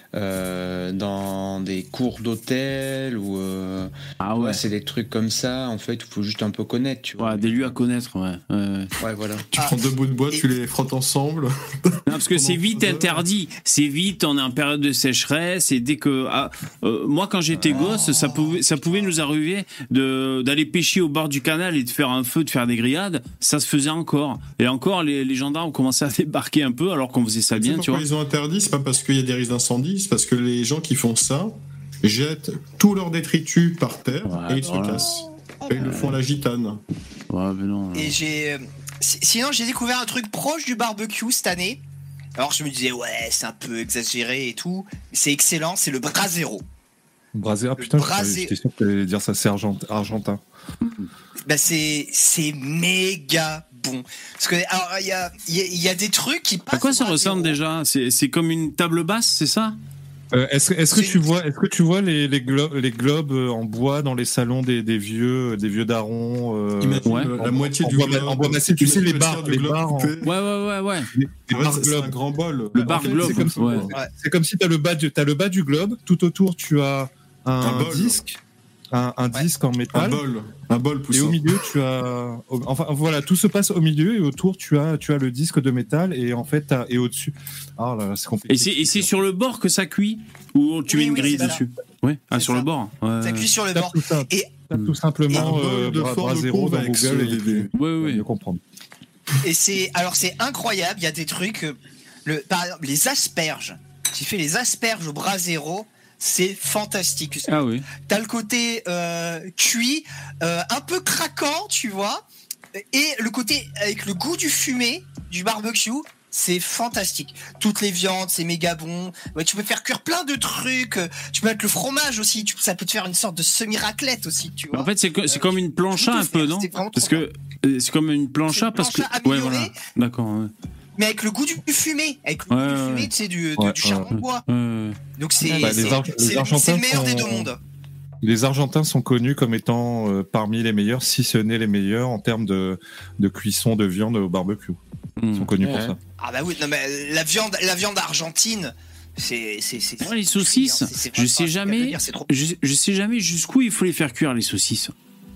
euh, dans des cours d'hôtel ou euh, Ah ouais, ouais. c'est des trucs comme ça. En fait, il faut juste un peu connaître, tu vois. Ouais, des lieux à connaître, ouais. ouais, ouais. Ouais, voilà. Tu Ah. prends deux bouts de bois, Et- tu les frottes ensemble. Non, parce que Pendant c'est vite douze heures. interdit. C'est vite, on est en période de sécheresse et dès que ah, euh, moi quand j'étais gosse, ça pouvait ça pouvait nous arriver de d'aller pêcher au bord du canal et de faire un feu, de faire des grillades. Ça se faisait encore. Et encore, les, les gendarmes ont commencé à débarquer un peu alors qu'on faisait ça Tu sais bien, tu pourquoi vois. ils ont interdit, c'est pas parce qu'il y a des risques d'incendie, c'est parce que les gens qui font ça jettent tous leurs détritus par terre Ouais, et ils se voilà. cassent. Et ils le font à la gitane. Ouais, mais non. Et j'ai. euh, si- Sinon, j'ai découvert un truc proche du barbecue cette année. Alors, je me disais, ouais, c'est un peu exagéré et tout. C'est excellent, c'est le Brasero. Brasé, ah putain, brasé- j'étais sûr que tu allais dire ça, c'est argent- argentin. Bah, c'est c'est méga bon. Parce que, alors, il y a, il y, a, il y a des trucs qui passent. À quoi au ça Brasero. ressemble déjà? C'est c'est comme une table basse, c'est ça? Euh, est-ce, est-ce que C'est tu une- vois, est-ce que tu vois les, les, glo- les globes en bois dans les salons des, des vieux, des vieux darons euh, Imagine ouais. euh, la en- moitié en du bois- globe. en bois massif, tu sais, les Imagine le barres- tiers du les globe barres en- coupé. Ouais, ouais, ouais, ouais. des, des En fait, barres c'est- c'est globes. un grand bol. Le En bar fait, globe, c'est comme ça. ouais. Ouais. C'est comme si tu as le bas du, t'as le bas du globe, tout autour tu as un, Un bol. disque, un, un Ouais. disque en Un métal. bol. Un bol Et poussant. au milieu, tu as, enfin voilà, tout se passe au milieu et autour, tu as, tu as le disque de métal et en fait, t'as- et au-dessus. Ah là, là, c'est compliqué. Et c'est, et c'est sur le bord que ça cuit ou tu Oui, mets une oui, grille c'est ça. dessus? Ouais. Ah, C'est sur ça. le bord. Ouais. Ça cuit sur le Tape bord. tout, ça, Et- tape tout Un simplement bol euh, de bras, forme bras zéro dans convexe, Google et les- tu Ouais, tu vas ouais. mieux comprendre. Et c'est alors c'est incroyable, il y a des trucs euh, le par exemple les asperges. Tu fais les asperges au bras zéro, c'est fantastique. Ah oui. T'as le côté euh, cuit, euh, un peu craquant, tu vois, et le côté avec le goût du fumé du barbecue. C'est fantastique. Toutes les viandes, c'est méga bon. Ouais, tu peux faire cuire plein de trucs. Tu peux mettre le fromage aussi. Tu, ça peut te faire une sorte de semi-raclette aussi, tu vois. En fait, c'est, que- c'est Euh, comme une plancha tout un peu, faire, non? c'est vraiment Parce trop que euh, c'est comme une plancha C'est une parce que. plancha Ouais, améliorée. voilà. D'accord. Ouais. Mais avec le goût du fumé, avec le Ouais, goût du ouais, fumé, ouais. tu sais, du, de- Ouais, du charbon de bois. Ouais. Donc c'est Bah, les c'est- Ar- les c'est- Argentins c'est le meilleur des sont- deux mondes. Les Argentins sont connus comme étant euh, parmi les meilleurs, si ce n'est les meilleurs, en termes de, de cuisson de viande au barbecue. Ils sont Hmm. connus Ouais. pour ça. Ah bah oui, non mais la viande, la viande argentine, c'est c'est c'est. Ouais, les saucisses, c'est- c'est je pas- sais c'est jamais. pas dire, c'est trop- Je, je sais jamais jusqu'où il faut les faire cuire les saucisses.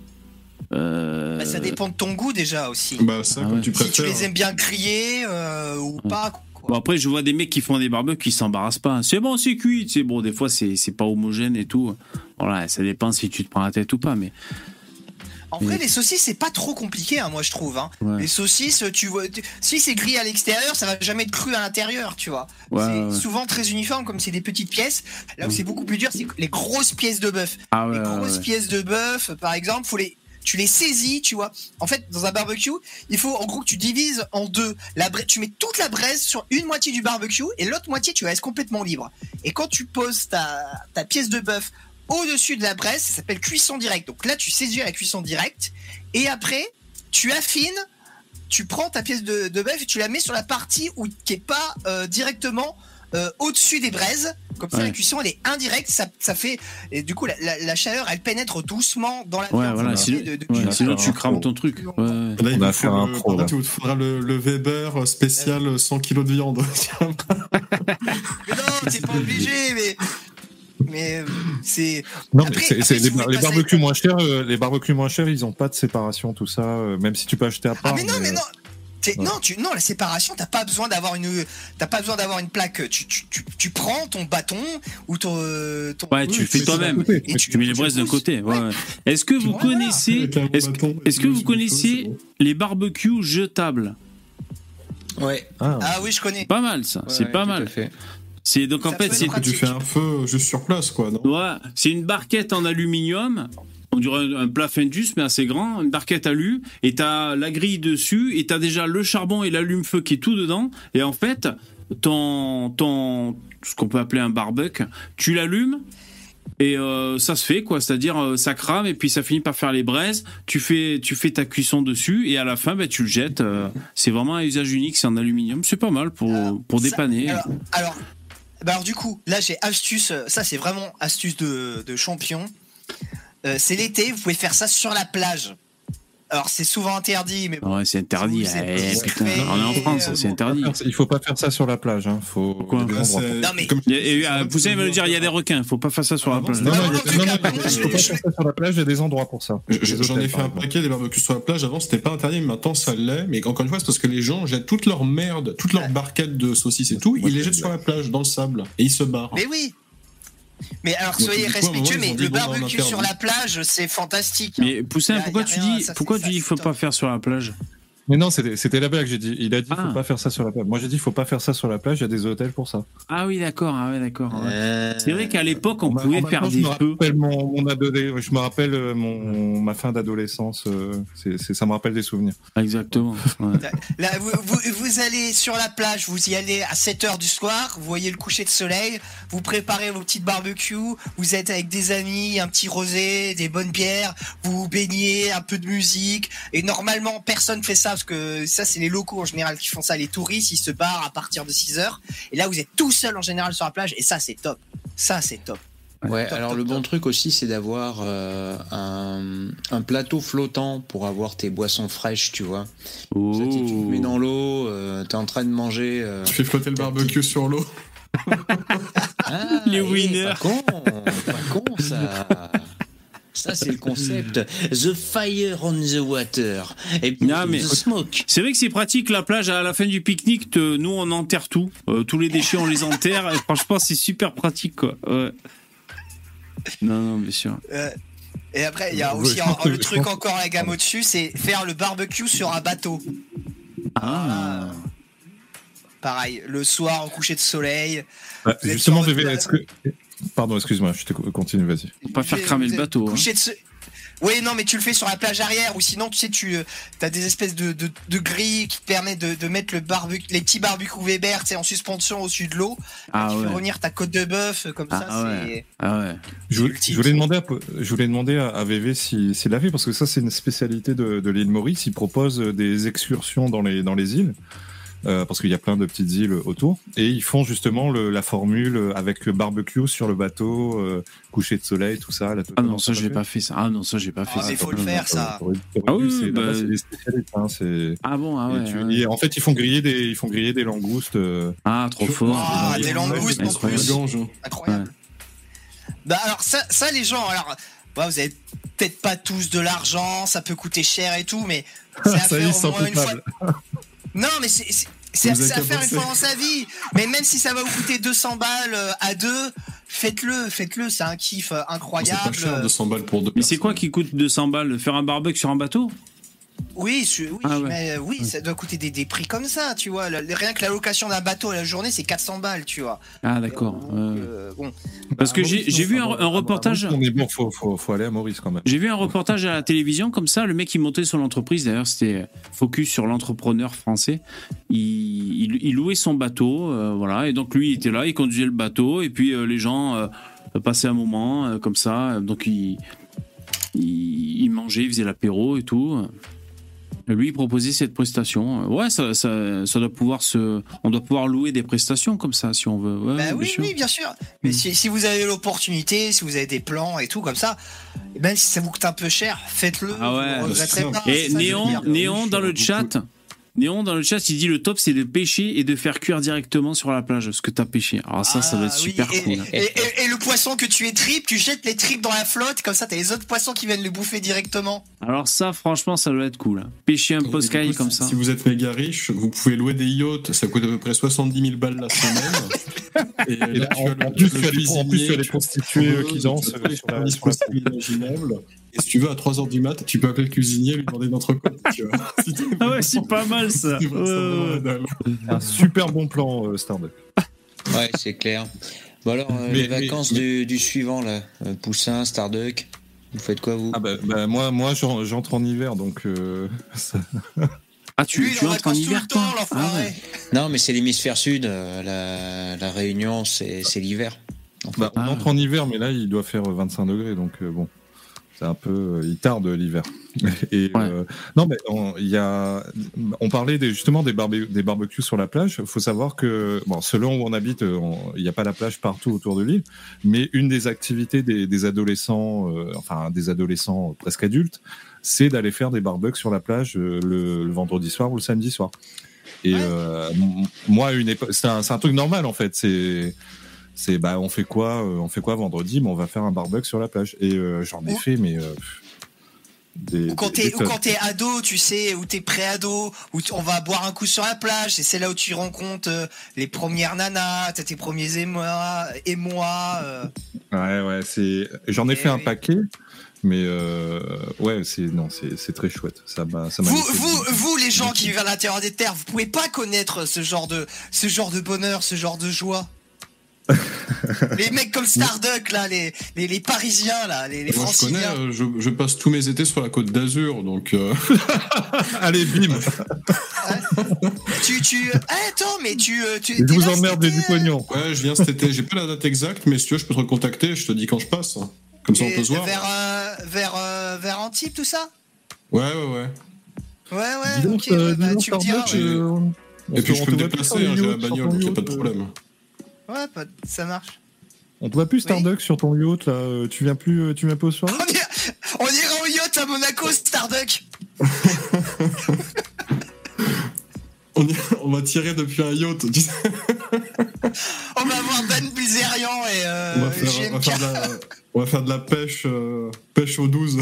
Euh... Bah, ça dépend de ton goût déjà aussi. Bah, ça, Ah comme ouais. tu Si tu préfères. les aimes bien grillés euh, ou Ouais. pas. Bon, Quoi. après, je vois des mecs qui font des barbecues qui s'embarrassent pas. C'est bon, c'est cuit. C'est bon, des fois, c'est, c'est pas homogène et tout. Voilà, ça dépend si tu te prends la tête ou pas. Mais En vrai, Mais- les saucisses, c'est pas trop compliqué, hein, moi je trouve. Hein. ouais. Les saucisses, tu vois, tu- si c'est grillé à l'extérieur, ça va jamais être cru à l'intérieur, tu vois. Ouais, c'est ouais. souvent très uniforme, comme c'est des petites pièces. Là où Mm. c'est beaucoup plus dur, c'est que les grosses pièces de bœuf. Ah ouais, les ouais, grosses ouais. pièces de bœuf, par exemple, faut les, tu les saisis, tu vois. En fait, dans un barbecue, il faut en gros que tu divises en deux. La bra- tu mets toute la braise sur une moitié du barbecue et l'autre moitié, tu la laisses complètement libre. Et quand tu poses ta, ta pièce de bœuf au-dessus de la braise, ça s'appelle cuisson directe. Donc là, tu saisis la cuisson directe et après, tu affines. Tu prends ta pièce de, de bœuf et tu la mets sur la partie où, qui est pas euh, directement euh, au-dessus des braises. Comme ça, Ouais. la cuisson, elle est indirecte. Ça, ça fait. Et du coup, la, la- la chaleur, elle pénètre doucement dans la Ouais, viande. voilà, Ça sinon, permet de- de ouais, cuire sinon la tu viande. crames ton truc. Ouais, ouais. Là, il On vous va faut faire un le- pro, là. Il vous faudra le, le Weber spécial cent kilos de viande. Mais non, t'es pas obligé, mais. Mais euh, c'est. Non, Après- mais c'est, après, c'est si les, vous voulez les passer- barbecues moins chers, euh, les barbecues moins chers, ils ont pas de séparation, tout ça, euh, même si tu peux acheter à part. Ah mais non, mais non. T'es- Ouais. Non, tu, non, la séparation, t'as pas besoin d'avoir une, t'as pas besoin d'avoir une plaque. Tu, tu, tu, tu prends ton bâton ou ton, euh, ton Ouais, tu le fais mais toi-même. c'est à côté. et Tu mets les braises d'un pousses. côté. Ouais, Ouais. ouais. Est-ce que vous Ouais, connaissez, Avec un est-ce, bâton, est-ce que et vous deux connaissez choses, les barbecues jetables? Ouais. Ah. Ah oui, je connais. Pas mal ça. c'est Ouais, pas tout à mal. fait. C'est donc en Ça fait peut c'est être pratique. Tu fais un feu juste sur place, quoi, non? ouais, c'est une barquette en aluminium. On dirait un, un plat Fendus, mais assez grand, une barquette alu, et t'as la grille dessus, et t'as déjà le charbon et l'allume-feu qui est tout dedans, et en fait, ton, ton, ce qu'on peut appeler un barbecue, tu l'allumes, et euh, ça se fait, quoi, c'est-à-dire euh, ça crame, et puis ça finit par faire les braises, tu fais, tu fais ta cuisson dessus, et à la fin, ben, tu le jettes, euh, c'est vraiment un usage unique, c'est en aluminium, c'est pas mal pour, Alors, pour ça- dépanner. Alors, alors, bah alors, du coup, là j'ai astuce, euh, ça c'est vraiment astuce de, de champion. Euh, c'est l'été, vous pouvez faire ça sur la plage. Alors c'est souvent interdit, mais bon. Ouais, c'est interdit, C'est eh, discret, putain, on est en France, euh, c'est bon. interdit. Il faut pas faire ça sur la plage, hein. Faut. Pourquoi il y a des Là, endroits c'est- Non, mais- comme- Il y a- et, euh, Poussin va le dire, il y a des requins, faut pas faire ça sur la Ah, plage. bon, Non, non, Non, il y a- en tout non, cas, non, moi, il je faut vais- pas je faire vais- ça sur la plage, il y a des endroits pour ça. Je- Les J'en hôtels, ai fait par un exemple. paquet des barbecues sur la plage. Avant, c'était pas interdit, mais maintenant ça l'est. Mais encore une fois, c'est parce que les gens jettent toute leur merde, toutes leurs barquettes de saucisses et tout, ils les jettent sur la plage, dans le sable, et ils se barrent. Mais oui. Mais alors Donc, soyez du coup, à un moment, respectueux, ils mais ont dit, le bon, bah, on barbecue interdit. sur la plage, c'est fantastique. hein. Mais Poussin, Y a- pourquoi y a tu rien, dis, ça, pourquoi c'est- tu dis ça, il faut c'est pas top. faire sur la plage? Mais non, c'était, c'était la blague. J'ai dit, il a dit, Ah. faut pas faire ça sur la plage. Moi, j'ai dit, faut pas faire ça sur la plage. Il y a des hôtels pour ça. Ah oui, d'accord, ah ouais, d'accord. ouais. Euh, C'est vrai qu'à l'époque, on En- pouvait en faire même temps, des je me feux. rappelle mon, mon adolé- je me rappelle euh, mon, ma fin d'adolescence. euh, c'est, c'est, ça me rappelle des souvenirs. Exactement. ouais. Là, vous, vous, vous allez sur la plage, vous y allez à sept heures du soir, vous voyez le coucher de soleil, vous préparez vos petites barbecues, vous êtes avec des amis, un petit rosé, des bonnes bières, vous vous baignez, un peu de musique, et normalement personne fait ça, parce que ça c'est les locaux en général qui font ça, les touristes ils se barrent à partir de six heures, et là vous êtes tout seul en général sur la plage, et ça c'est top. Ça, c'est top. Ouais, Top, alors top, le bon top. truc aussi, c'est d'avoir euh, un, un plateau flottant pour avoir tes boissons fraîches, tu vois. Oh. Ça, tu tu te mets dans l'eau, euh, t'es en train de manger. euh, Tu fais flotter le barbecue sur l'eau. Ah, Les eh, winners. Pas con, pas con ça. Ça, c'est le concept. The fire on the water. Et puis, Non, mais- the smoke. C'est vrai que c'est pratique, la plage, à la fin du pique-nique, te- nous on enterre tout. Euh, tous les déchets on les enterre, et franchement c'est super pratique quoi. Ouais. Non, non, bien sûr. Euh, et après, il y a Ouais, aussi je un- pense que- le je truc pense- encore la gamme au-dessus, c'est faire le barbecue sur un bateau. Ah. Pareil, le soir au coucher de soleil. Bah, Vous êtes justement, sur V V, votre- est-ce que. Pardon, excuse-moi, je te continue, vas-y. Faut pas faire Vous cramer êtes le bateau. hein. couché de ce- Oui, non, mais tu le fais sur la plage arrière, ou sinon, tu sais, tu as des espèces de, de, de grilles qui te permettent de, de mettre le barbecue, les petits barbecues Weber, tu sais, en suspension au-dessus de l'eau. Ah tu ouais. fais revenir ta côte de bœuf, comme Ah ça, ouais. c'est. Ah ouais. Je, voulais- ultime, je voulais ça. demander à, je voulais demander à, à V V si- s'il l'avait, parce que ça, c'est une spécialité de, de l'île Maurice. Il propose des excursions dans les, dans les îles. Euh, parce qu'il y a plein de petites îles autour, et ils font justement le, la formule avec barbecue sur le bateau, euh, coucher de soleil, tout ça. La Ah non, ça j'ai pas fait ça. Ah non, ça j'ai pas fait Ah, ça. mais faut le Non, non. faire, ça. T'aurais- t'aurais Ah dû, oui, c'est bah- là-bas, c'est des spécialistes. Hein, c'est- Ah bon, ah et ouais. tu- ouais. et en fait, ils font griller des, ils font griller des langoustes. euh, Ah, trop fort. Ah, Ouais, des ouais, langoustes ouais, en incroyable. plus. Gange. Incroyable. Bah alors ça, ça les gens, alors ouais, vous avez peut-être pas tous de l'argent, ça peut coûter cher et tout, mais c'est à Ça y est, faire ils sont au moins une fois. coupables. Non, mais c'est c'est- c'est Vous avez c'est à qu'à faire une bosser. fois dans sa vie. Mais même si ça va vous coûter deux cents balles euh, à deux, faites-le, faites-le, c'est un kiff euh, C'est incroyable. pas cher, deux cents balles pour deux Mais c'est quoi personnes. qui coûte deux cents balles? Faire un barbecue sur un bateau? Oui, je- oui, Ah ouais. mais euh, oui, ça doit coûter des, des prix comme ça, tu vois. Le- rien que la location d'un bateau à la journée, c'est quatre cents balles, tu vois. Ah d'accord. Donc, ouais. euh, bon. Parce que À j'ai Maurice, j'ai non, vu à un, Maurice, un à reportage. Maurice, on est bon, faut, faut, faut aller à Maurice quand même. J'ai vu un reportage à la télévision comme ça, le mec il montait sur l'entreprise, d'ailleurs c'était focus sur l'entrepreneur français, il, il, il louait son bateau, euh, voilà, et donc lui il était là, il conduisait le bateau, et puis euh, les gens euh, passaient un moment euh, comme ça, donc il, il, il mangeait, il faisait l'apéro et tout. Et lui il proposait cette prestation. Ouais, ça, ça, ça doit pouvoir se... On doit pouvoir louer des prestations comme ça si on veut. Ouais, Bah bien oui, sûr. oui, bien sûr. Mais Mm. si, si vous avez l'opportunité, si vous avez des plans et tout comme ça, et même si ça vous coûte un peu cher, faites-le. Ah ouais, vous regretterez c'est pas. Et c'est ça que je veux Néon, dire. Néon dans le beaucoup. chat, Néon dans le chat, il dit le top c'est de pêcher et de faire cuire directement sur la plage ce que t'as pêché. Alors ça, ça doit être Ah, oui, super et, cool. Et, et- et le poisson que tu étripes, tu jettes les tripes dans la flotte, comme ça t'as les autres poissons qui viennent le bouffer directement. Alors ça, franchement, ça doit être cool. hein. Pêcher un Et du poscaille coup, comme si- ça. Si vous êtes méga riche, vous pouvez louer des yachts, ça coûte à peu près soixante-dix mille balles la semaine. Et, Et là, là, tu as en- le- en plus, le tu as les- en plus, tu as les cuisinier, prostituées, tu- euh, qui dansent, tu as euh, tous les sur la- services sur la- possibles et imaginables. Et si tu veux, à trois heures du mat, tu peux appeler le cuisinier et lui demander une entrecôte. tu vois. Si t'es- Ah ouais, c'est pas mal ça. C'est vraiment- c'est vraiment la Ouais, ouais. dalle. Un super bon plan, euh, Starduck. Ouais, c'est clair. Bon alors, euh, Mais- les mais- vacances mais- Du, du suivant là, euh, Poussin, Starduck, vous faites quoi vous? Ah bah, bah, moi, moi j'en- j'entre en hiver, donc euh, ça- Ah, tu, Lui, il tu est en entres en vacances tout hiver le toi temps, l'enfoiré. Ah ouais. Non, mais c'est l'hémisphère sud, euh, la, la Réunion, c'est c'est l'hiver. en fait. bah, on Ah. entre en hiver, mais là il doit faire vingt-cinq degrés, donc euh, bon, c'est un peu, euh, il tarde l'hiver. Et Ouais. euh, non, mais on, il y a, on parlait des, justement des, barbe- des barbecues sur la plage. Il faut savoir que, bon, selon où on habite, euh, on- il n'y a pas la plage partout autour de l'île, mais une des activités des, des adolescents, euh, enfin des adolescents presque adultes, c'est d'aller faire des barbecues sur la plage euh, le, le vendredi soir ou le samedi soir. Et Ouais. euh, m- moi, à une époque, c'est un, c'est un truc normal en fait. C'est c'est bah on fait quoi euh, on fait quoi vendredi, mais on va faire un barbecue sur la plage. Et euh, j'en ai Ou- fait, mais euh, des, Ou quand des- t'es des ou tonnes. quand t'es ado, tu sais, ou t'es pré-ado, où t- on va boire un coup sur la plage, et c'est là où tu rencontres euh, les premières nanas, t'as tes premiers émois, émois. euh. Ouais, ouais, c'est. J'en ai Eh fait un oui. paquet, mais euh, ouais, c'est non, c'est c'est très chouette. Ça m'a ça m'a Vous, laissé- vous, vous, les gens qui vivent à l'intérieur des terres, vous pouvez pas connaître ce genre de, ce genre de bonheur, ce genre de joie. Les mecs comme Starduck là, les, les, les Parisiens là, les, les Moi, je connais, Franciliens. euh, je, je passe tous mes étés sur la côte d'Azur, donc euh, Allez, bim. Tu, tu, ah, attends, mais tu, euh, tu. Je t'es vous là emmerde cet du été, euh, pognon. ouais, je viens cet été. J'ai pas la date exacte, mais si tu veux, je peux te recontacter. Je te dis quand je passe. Comme ça, on et peut se voir. Vers, euh, vers, euh, vers Antibes, tout ça. Ouais, ouais, ouais. Ouais, ouais. Dis donc, ok, euh, ouais, bah, dis donc, tu me diras. Starbucks, euh, on Et se- puis, je on peux te me voit déplacer. plus sur hein, les J'ai la yachts, sur bagnole, ton donc y a pas de yacht, problème. Ouais, pas- ça marche. On te voit plus Starduck oui. sur ton yacht là. Euh, tu viens plus, euh, tu viens pas au soir. On ira, on ira au yacht à Monaco, Starduck. on, ira, on va tirer depuis un yacht. Tu sais. On va avoir Ben Bilzerian et euh, on, va faire, on, va faire de la, on va faire de la pêche, euh, pêche aux douze.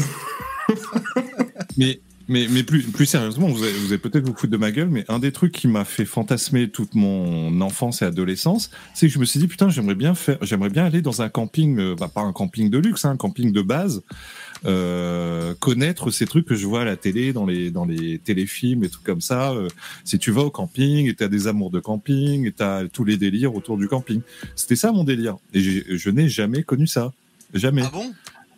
mais Mais, mais plus, plus sérieusement, vous allez, vous allez peut-être vous foutre de ma gueule, mais un des trucs qui m'a fait fantasmer toute mon enfance et adolescence, c'est que je me suis dit, putain, j'aimerais bien faire, j'aimerais bien aller dans un camping, euh, bah, pas un camping de luxe, hein, un camping de base, euh, connaître ces trucs que je vois à la télé, dans les, dans les téléfilms et tout comme ça. Euh, si tu vas au camping et t'as des amours de camping et t'as tous les délires autour du camping. C'était ça mon délire. Et j'ai, je n'ai jamais connu ça. Jamais. Ah bon?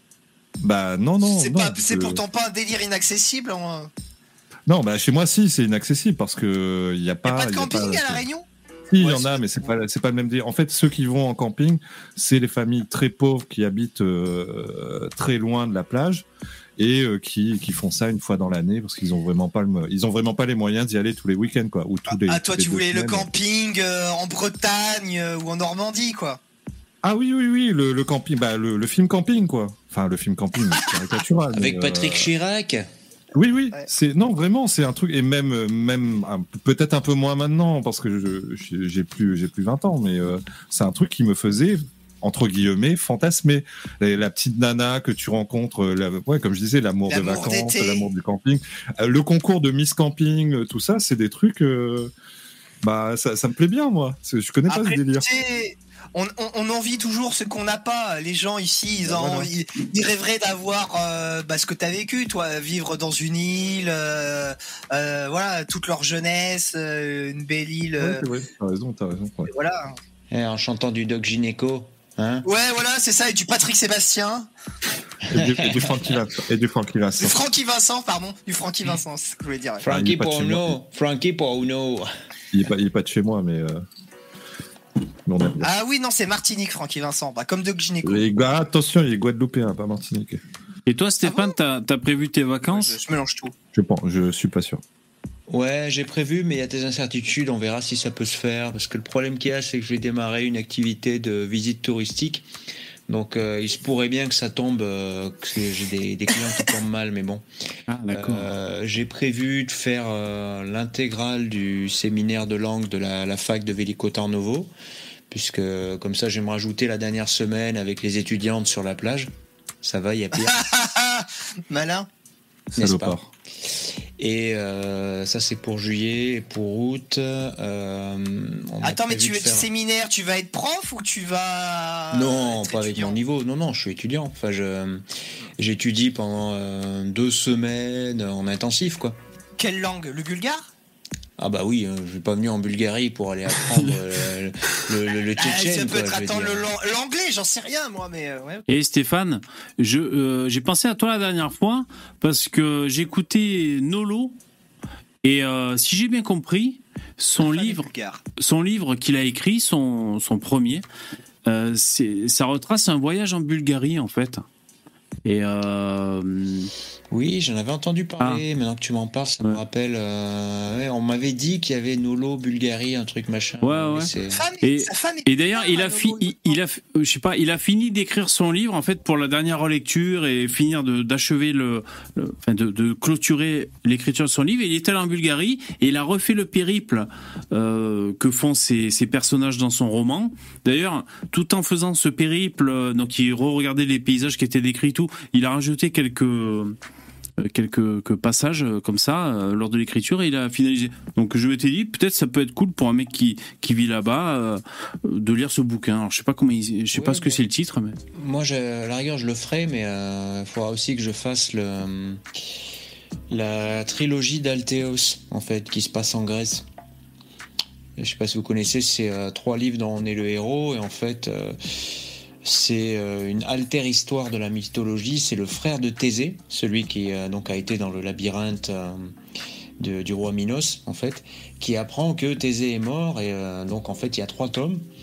Bah non, non. C'est, non, pas, c'est que... pourtant pas un délire inaccessible. Hein. Non, bah chez moi, si, c'est inaccessible parce que il y a pas. Y a pas de camping pas... à La Réunion? Si, il ouais, y en a, mais c'est pas, c'est pas le même délire. En fait, ceux qui vont en camping, c'est les familles très pauvres qui habitent euh, très loin de la plage et euh, qui, qui font ça une fois dans l'année parce qu'ils ont vraiment pas le, ils ont vraiment pas les moyens d'y aller tous les week-ends, quoi. Ou tous les. Ah, toi, tous les tu voulais semaines. Le camping euh, en Bretagne euh, ou en Normandie, quoi. Ah oui, oui, oui, le, le camping, bah, le, le film Camping, quoi. Enfin, le film Camping, caricatural. Avec mais, Patrick euh... Chirac. Oui, oui, ouais. c'est non vraiment, c'est un truc et même même peut-être un peu moins maintenant parce que je, j'ai plus j'ai plus vingt ans, mais euh, c'est un truc qui me faisait entre guillemets fantasmer la, la petite nana que tu rencontres, la, ouais, comme je disais, l'amour, l'amour de vacances, d'été. L'amour du camping, euh, le concours de Miss Camping, tout ça, c'est des trucs, euh, bah ça, ça me plaît bien moi. Je connais pas Après, ce délire. On, on, on envie toujours ce qu'on n'a pas. Les gens ici, ils, en, voilà. ils, ils rêveraient d'avoir euh, bah, ce que tu as vécu, toi, vivre dans une île, euh, euh, voilà, toute leur jeunesse, euh, une belle île. Ouais, c'est vrai, t'as raison, t'as raison. Ouais. Voilà. Et en chantant du Doc Gynéco, hein. Ouais, voilà, c'est ça, et du Patrick Sébastien. Et du, et du Francky Vincent. Et du Francky Vincent. Du Francky Vincent, pardon, du Francky Vincent, c'est ce que je voulais dire. Francky pour Uno, Francky pour Uno. Il est pas, il est pas de chez moi, mais. Euh... Non, ah oui, non, c'est Martinique, Francky Vincent, bah, comme Doc Gynéco. Et, bah, attention, il est guadeloupéen, pas Martinique. Et toi, Stéphane, ah bon t'as, t'as prévu tes vacances? Je, je mélange tout. Je pense, je suis pas sûr. Ouais, j'ai prévu, mais il y a des incertitudes, on verra si ça peut se faire. Parce que le problème qu'il y a, c'est que je vais démarrer une activité de visite touristique. Donc, euh, il se pourrait bien que ça tombe, euh, que j'ai des, des clients qui tombent mal, mais bon. Ah, d'accord. Euh, j'ai prévu de faire euh, l'intégrale du séminaire de langue de la, la fac de Vellico-Tarnovo, puisque comme ça, je vais me rajouter la dernière semaine avec les étudiantes sur la plage. Ça va, il y a pire. Malin. N'est-ce pas ? Et euh, ça, c'est pour juillet. Et pour août, euh, attends, mais tu veux faire... séminaire, tu vas être prof ou tu vas... Non, pas avec mon niveau. Non, non, je suis étudiant. Enfin, je, j'étudie pendant euh, deux semaines en intensif, quoi. Quelle langue ? Le bulgare ? Ah bah oui, euh, je suis pas venu en Bulgarie pour aller apprendre euh, le, le, le tchétchène. Ah, ça peut quoi, être attendre le, l'anglais, j'en sais rien moi, mais euh, ouais. Et Stéphane, je euh, j'ai pensé à toi la dernière fois parce que j'ai écouté Nolo et euh, si j'ai bien compris, son enfin, livre, son livre qu'il a écrit, son son premier, euh, c'est ça retrace un voyage en Bulgarie en fait. Et euh... oui, j'en avais entendu parler. Ah. Maintenant que tu m'en parles, ça ouais. me rappelle. Euh... Ouais, on m'avait dit qu'il y avait Nolo, Bulgarie, un truc machin. Ouais, ouais. Oui, c'est... Et, et d'ailleurs, il a, fi- il, il a, je sais pas, il a fini d'écrire son livre en fait pour la dernière relecture et finir de, d'achever le, le enfin de, de clôturer l'écriture de son livre. Et il est allé en Bulgarie et il a refait le périple euh, que font ces, ces personnages dans son roman. D'ailleurs, tout en faisant ce périple, donc il re-regardait les paysages qui étaient décrits, tout. Il a rajouté quelques quelques, quelques passages comme ça euh, lors de l'écriture et il a finalisé. Donc je m'étais dit peut-être ça peut être cool pour un mec qui qui vit là-bas euh, de lire ce bouquin. Alors je sais pas comment il, je sais oui, pas ce que c'est le titre mais moi je, à la rigueur je le ferai mais il euh, faudra aussi que je fasse le la trilogie d'Altéos en fait qui se passe en Grèce. Je sais pas si vous connaissez, c'est euh, trois livres dont on est le héros et en fait euh, c'est une alter histoire de la mythologie. C'est le frère de Thésée, celui qui euh, donc a été dans le labyrinthe euh, de, du roi Minos, en fait, qui apprend que Thésée est mort. Et euh, donc, en fait, il y a trois tomes.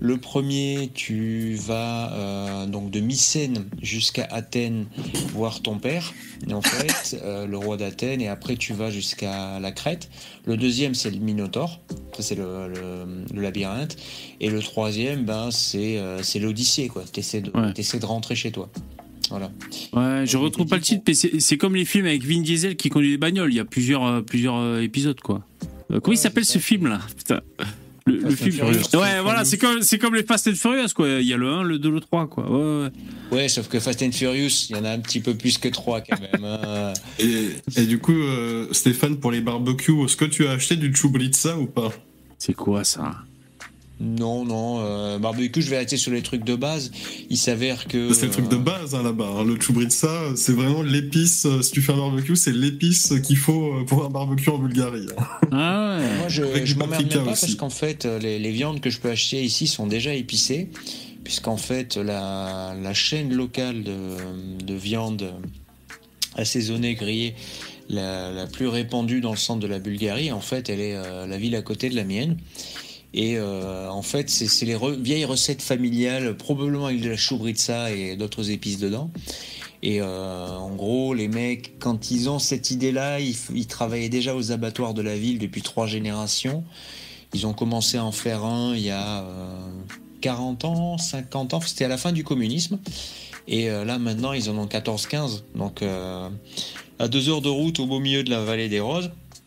Le premier, tu vas euh, donc de Mycène jusqu'à Athènes voir ton père, en fait, euh, le roi d'Athènes, et après tu vas jusqu'à la Crète. Le deuxième, c'est le Minotaure, ça c'est le, le, le labyrinthe. Et le troisième, ben, c'est, euh, c'est l'Odyssée, quoi. T'essaies de, Ouais. t'essaies de rentrer chez toi. Voilà. Ouais, je Donc, retrouve je pas me le dis, titre, mais c'est, c'est comme les films avec Vin Diesel qui conduit des bagnoles. Il y a plusieurs, euh, plusieurs euh, épisodes, quoi. Euh, comment Ouais, il s'appelle c'est ce ça, film-là? Putain. Le, le Fast and film. Furious. Ouais, voilà, c'est comme, c'est comme les Fast and Furious, quoi. Il y a le un, le deux, le trois, quoi. Ouais, ouais. Ouais, sauf que Fast and Furious, il y en a un petit peu plus que trois quand même. hein. Et, et du coup, euh, Stéphane, pour les barbecues, est-ce que tu as acheté du choubrita ou pas? C'est quoi ça? Non, non, euh, barbecue, je vais arrêter sur les trucs de base. Il s'avère que. C'est le truc de base hein, là-bas. hein. Le choubrita, c'est vraiment l'épice. euh, Si tu fais un barbecue, c'est l'épice qu'il faut euh, pour un barbecue en Bulgarie. hein. Ah ouais. Moi, je, Avec je du m'emmerde paprika même pas aussi. parce qu'en fait, euh, les, les viandes que je peux acheter ici sont déjà épicées, puisqu'en fait, la, la chaîne locale de, de viande assaisonnée, grillée, la, la plus répandue dans le centre de la Bulgarie, en fait, elle est euh, la ville à côté de la mienne. Et euh, en fait, c'est, c'est les re- vieilles recettes familiales, probablement avec de la choubrita et d'autres épices dedans. Et euh, en gros, les mecs, quand ils ont cette idée-là, ils, f- ils travaillaient déjà aux abattoirs de la ville depuis trois générations. Ils ont commencé à en faire un il y a euh, quarante ans, cinquante ans, c'était à la fin du communisme. Et euh, là, maintenant, ils en ont quatorze quinze. Donc, euh, à deux heures de route au beau milieu de la vallée des Roses,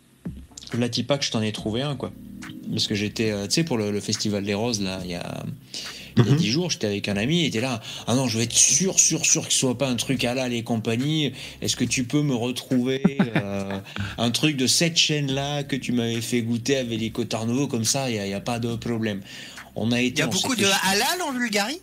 là, dis pas que je t'en ai trouvé un, quoi. Parce que j'étais, euh, tu sais, pour le, le festival des Roses, là, il y a... Il y a Mhm. dix jours, j'étais avec un ami, il était là. Ah non, je veux être sûr, sûr, sûr que ce soit pas un truc halal et compagnie. Est-ce que tu peux me retrouver euh, un truc de cette chaîne-là que tu m'avais fait goûter avec les cotards nouveaux comme ça? Il n'y a, y a pas de problème. On a été. Il y a on beaucoup s'est de fait- halal en Bulgarie?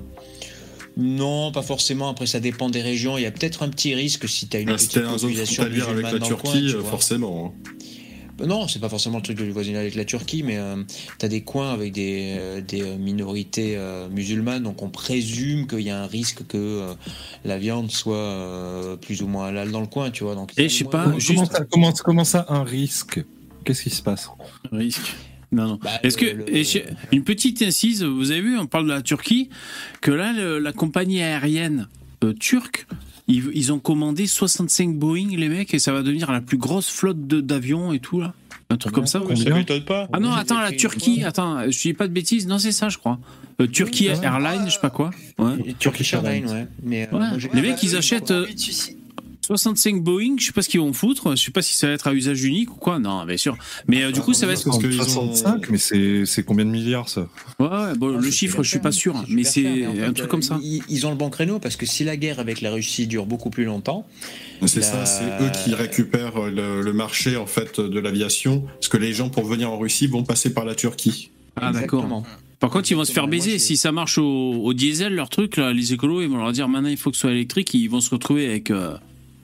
Non, pas forcément. Après, ça dépend des régions. Il y a peut-être un petit risque si tu as une Ah, petite C'était un zone population frontalière avec musulmane la dans le coin, Turquie, tu euh, vois. forcément. hein. Non, c'est pas forcément le truc du voisinage avec la Turquie, mais euh, t'as des coins avec des, euh, des euh, minorités euh, musulmanes, donc on présume qu'il y a un risque que euh, la viande soit euh, plus ou moins halal dans le coin, tu vois. Donc, Et je sais pas, Comment, juste ça, comment, comment ça, un risque? Qu'est-ce qui se passe? risque. Non, non. Bah, Est-ce que le- le- et je- une petite incise, vous avez vu, on parle de la Turquie, que là, le- la compagnie aérienne euh, turque, ils, ils ont commandé soixante-cinq Boeing, les mecs, et ça va devenir la plus grosse flotte de- d'avions et tout là. Un truc comme ça. Combien vous- m'étonne pas. Ah non, J'ai attends, la pris- Turquie, attends, je dis pas de bêtises, non, c'est ça, je crois. Euh, Turquie Ah ouais. Airlines, je sais pas quoi. Ouais. Et Turkish Airlines, ouais. Mais, euh, Ouais. moi, j'ai- Les mecs, bah, ils eux, achètent, ont euh, envie de suicider. soixante-cinq Boeing, je sais pas ce qu'ils vont foutre, je sais pas si ça va être à usage unique ou quoi. Non, bien sûr. Mais euh, du coup, ça va être. Parce qu'ils ont- soixante-cinq, mais c'est c'est combien de milliards ça? Ouais, ouais, bon, Ah, le c'est chiffre, super je suis pas cher, sûr, c'est mais super c'est cher, mais en fait, un truc comme ça. Ils, ils ont le bon créneau parce que si la guerre avec la Russie dure beaucoup plus longtemps, C'est La- ça, c'est eux qui récupèrent le, le marché en fait de l'aviation, parce que les gens pour venir en Russie vont passer par la Turquie. Ah, d'accord. exactement. Par contre, ils vont se faire Exactement, baiser. moi, Si ça marche au, au diesel, leur truc, là, les écolos, ils vont leur dire maintenant il faut que ce soit électrique, ils vont se retrouver avec euh,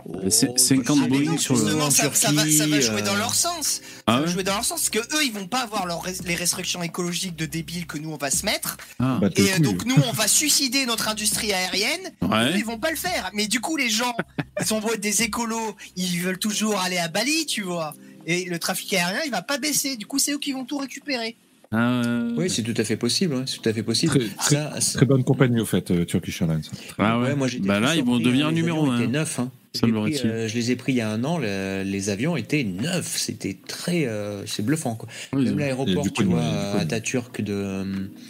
c- cinquante Ah, mais Boeing non, sur le. justement, ça, ça va, ça va jouer dans euh, leur sens. Ah ça va ouais jouer dans leur sens, parce que eux, ils vont pas avoir leurs res- les restrictions écologiques de débiles que nous on va se mettre. Ah, Bah, t'es Et euh, couilles. donc nous, on va suicider notre industrie aérienne. Eux, ouais. ils vont pas le faire. Mais du coup, les gens, ils sont beaux être des écolos, ils veulent toujours aller à Bali, tu vois. Et le trafic aérien, il va pas baisser. Du coup, c'est eux qui vont tout récupérer. Ah, euh, Oui, c'est tout à fait possible. ouais, c'est tout à fait possible. Très, très, Ça, ça- très bonne compagnie au fait, euh, Turkish Airlines. ah ouais. ouais, moi, j'étais Bah très là, ils vont surpris, devenir hein, les numéro avions un. étaient neufs, hein. Je, Ça les me ai pris, l'aurait-il. euh, je les ai pris il y a un an. le- les avions étaient neufs. C'était très, euh, c'est bluffant quoi. Ouais, Même ils ont- l'aéroport, du tu pognon, vois, il y a du à pognon. Atatürk de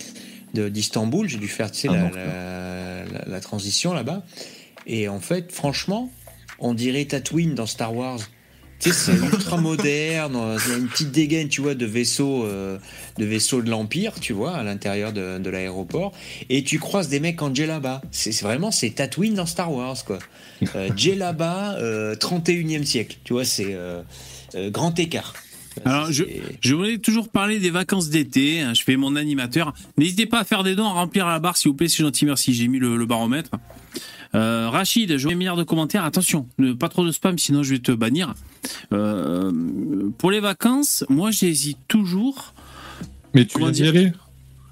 de- d'Istanbul, j'ai dû faire, tu sais, Ah la, non, la, la- la transition là-bas. Et en fait, franchement, on dirait Tatooine dans Star Wars. Tu sais, c'est ultra moderne. Il y a une petite dégaine, tu vois, de vaisseaux, euh, de vaisseaux de l'Empire, tu vois, à l'intérieur de, de l'aéroport. Et tu croises des mecs en djellaba. C'est c'est vraiment, c'est Tatooine dans Star Wars, quoi. Euh, djellaba, euh, trente et unième siècle. Tu vois, c'est euh, euh, grand écart. Alors, je, C'est- je voulais toujours parler des vacances d'été. hein, Je fais mon animateur. N'hésitez pas à faire des dons, à remplir la barre, s'il vous plaît. C'est gentil, merci. J'ai mis le, le baromètre. Euh, Rachid, je vois un milliard de commentaires. Attention, ne- pas trop de spam, sinon je vais te bannir. Euh, pour les vacances, moi, j'hésite toujours. Mais tu Comment viens d'y dire aller?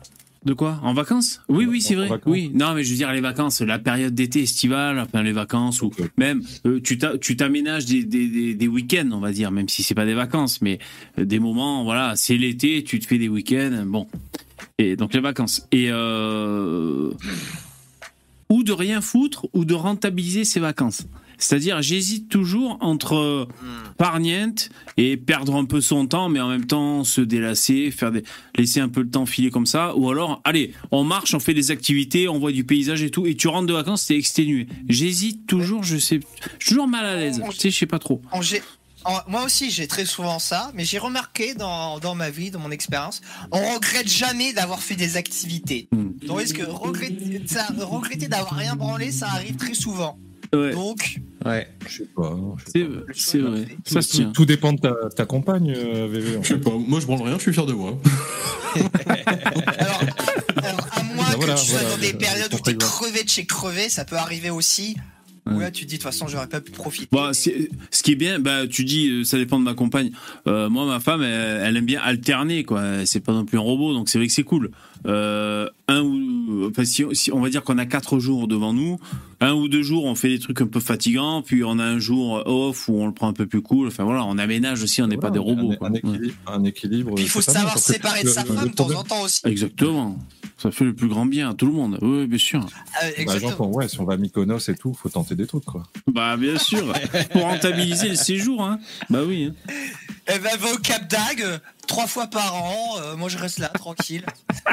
De quoi? En vacances? Oui, oui, c'est En vrai. vacances. Oui. Non, mais je veux dire les vacances, la période d'été estivale, enfin les vacances, ou Ok. même euh, tu t'a- tu t'aménages des, des, des, des week-ends, on va dire, même si c'est pas des vacances, mais euh, des moments, voilà, c'est l'été, tu te fais des week-ends, bon. Et donc les vacances. Et euh... ou de rien foutre ou de rentabiliser ses vacances. C'est-à-dire, j'hésite toujours entre parniente et perdre un peu son temps, mais en même temps se délasser, faire des, laisser un peu le temps filer comme ça, ou alors, allez, on marche, on fait des activités, on voit du paysage et tout, et tu rentres de vacances, t'es exténué. J'hésite toujours, je sais, je suis toujours mal à l'aise. Tu sais, je sais pas trop. En G- en- moi aussi, j'ai très souvent ça, mais j'ai remarqué dans, dans ma vie, dans mon expérience, on regrette jamais d'avoir fait des activités. Mm. Tandis que regretter, ça, regretter d'avoir rien branlé, ça arrive très souvent. Ouais, Donc, Ouais. Je sais pas. je sais c'est, le c'est choix vrai. est fait. Ça se tout, tient. tout dépend de ta, ta compagne, euh, V V. en Je fait. sais pas, moi je branle rien, je suis fier de moi. alors, alors, à moins Bah que voilà, tu sois voilà, dans des euh, périodes où pour t'es exemple. crevé de chez crevé, ça peut arriver aussi. Ouais. Où là, tu te dis, de toute façon, j'aurais pas pu profiter. Bon, mais- c'est- ce qui est bien, bah, tu dis, euh, ça dépend de ma compagne. Euh, moi, ma femme, elle, elle aime bien alterner, quoi. C'est pas non plus un robot, donc c'est vrai que c'est cool. Euh, un ou, enfin, si, si- on va dire qu'on a quatre jours devant nous, un ou deux jours, on fait des trucs un peu fatigants, puis on a un jour off où on le prend un peu plus cool. Enfin voilà, on aménage aussi, on n'est pas des Voilà, robots. Un, quoi. un Ouais. équilibre. Un équilibre Puis il faut c'est pas mal, savoir parce se que séparer de le- sa le femme de temps problème- en temps aussi. Exactement. Ça fait le plus grand bien à tout le monde. Oui, bien sûr. Euh, Bah, exactement. j'entends, ouais, si on va à Mykonos et tout, faut tenter des trucs, quoi. Bah, bien sûr. Pour rentabiliser le séjour, hein. Bah oui. hein. Elle va va au Cap d'Agde euh, trois fois par an. euh, moi, je reste là, tranquille.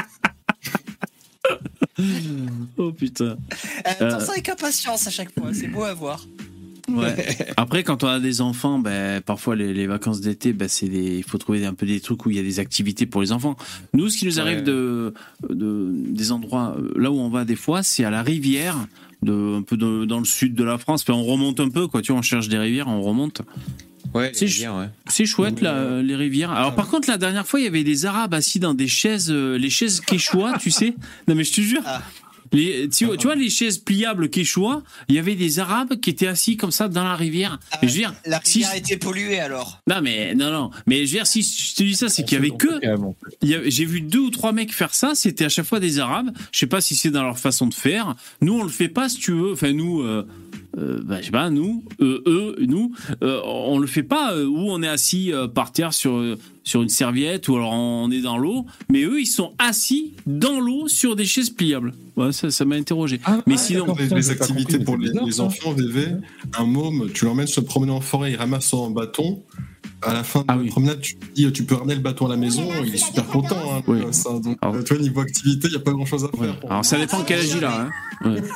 Oh putain. Elle attend ça avec impatience à chaque fois. C'est beau à voir. Ouais. Après, quand on a des enfants, ben, parfois les, les vacances d'été, ben, c'est des, il faut trouver un peu des trucs où il y a des activités pour les enfants. Nous, ce qui nous arrive Ouais. de, de, des endroits, euh, là où on va des fois, c'est à la rivière, de, un peu de- dans le sud de la France. Enfin, on remonte un peu, quoi. Tu vois, on cherche des rivières, on remonte. Ouais, C'est c'est bien, ouais. C'est chouette, là, les rivières. Alors, par contre, la dernière fois, il y avait des Arabes assis dans des chaises, euh, les chaises quechua, tu sais. Non, mais je te jure. Ah. Les, tu, tu vois, les chaises pliables quechua, il y avait des Arabes qui étaient assis comme ça dans la rivière. Ah, Et je veux dire, La si- rivière a été polluée alors. non mais non non mais je veux dire si je te dis ça c'est qu'il y avait On que fait quand même, on fait. il y avait- j'ai vu deux ou trois mecs faire ça, c'était à chaque fois des Arabes. Je sais pas si c'est dans leur façon de faire. Nous on le fait pas si tu veux. Enfin nous euh, euh, bah, je sais pas nous euh, eux nous euh, on le fait pas euh, où on est assis euh, par terre sur euh, sur une serviette ou alors on est dans l'eau. Mais eux ils sont assis dans l'eau sur des chaises pliables. Ouais, ça ça m'a interrogé. Ah, mais ah, sinon d'accord. Les, Putain, les j'ai pas activités compris, pour mais les, c'est bizarre, les ça. enfants, V V, un môme, tu l'emmènes se promener en forêt, il ramasse son bâton. À la fin de Ah la oui. promenade, tu lui dis tu peux ramener le bâton à la maison, il est super content. Hein, Oui. ça, donc, Alors- euh, toi, niveau activité, il n'y a pas grand chose à Ouais. faire. pour- Alors ça dépend quel âge il a. Hein. Ouais.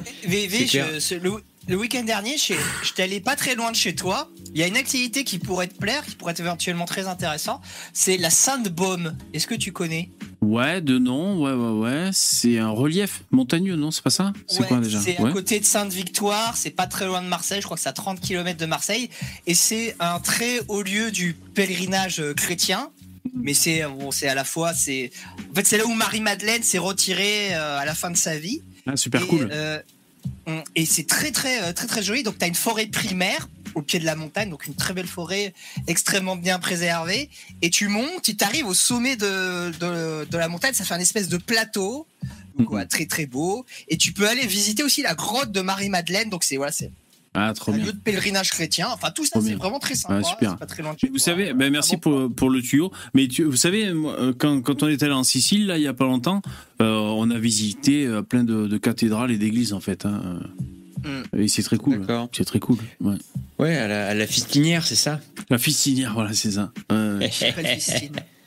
V V, C'est clair. je- ce- le, le week-end dernier, je j'étais allé pas très loin de chez toi. Il y a une activité qui pourrait te plaire, qui pourrait être éventuellement très intéressant. C'est la Sandbaume. Est-ce que tu connais? Ouais, de nom, ouais, ouais, ouais. C'est un relief montagneux, non? C'est pas ça? C'est Ouais, quoi déjà? C'est Ouais. à côté de Sainte-Victoire, c'est pas très loin de Marseille, je crois que c'est à trente kilomètres de Marseille. Et c'est un très haut lieu du pèlerinage euh, chrétien. Mais c'est bon, c'est à la fois, c'est en fait c'est là où Marie-Madeleine s'est retirée euh, à la fin de sa vie. Ah, super et, cool. euh, on- et c'est très très euh, très très joli. Donc tu as une forêt primaire au pied de la montagne, donc une très belle forêt extrêmement bien préservée. Et tu montes, tu arrives au sommet de, de, de la montagne, ça fait un espèce de plateau, donc, Mhm. ouais, très très beau. Et tu peux aller visiter aussi la grotte de Marie-Madeleine. Donc c'est voilà, c'est Ah, trop un bien. lieu de pèlerinage chrétien. Enfin tout ça Trop c'est bien. vraiment très sympa. Ouais, super. C'est pas très loin de chez Vous toi. savez, Euh, ben merci ah bon. pour, pour le tuyau. Mais tu, vous savez, moi, euh, quand, quand on est allé en Sicile, là, il y a pas longtemps, euh, on a visité euh, plein de, de cathédrales et d'églises, en fait. Hein. Mm. Et c'est très cool. D'accord. C'est très cool. Ouais. Ouais, à la, à la fistinière, c'est ça. La fistinière, voilà, c'est ça. Ouais. Très difficile.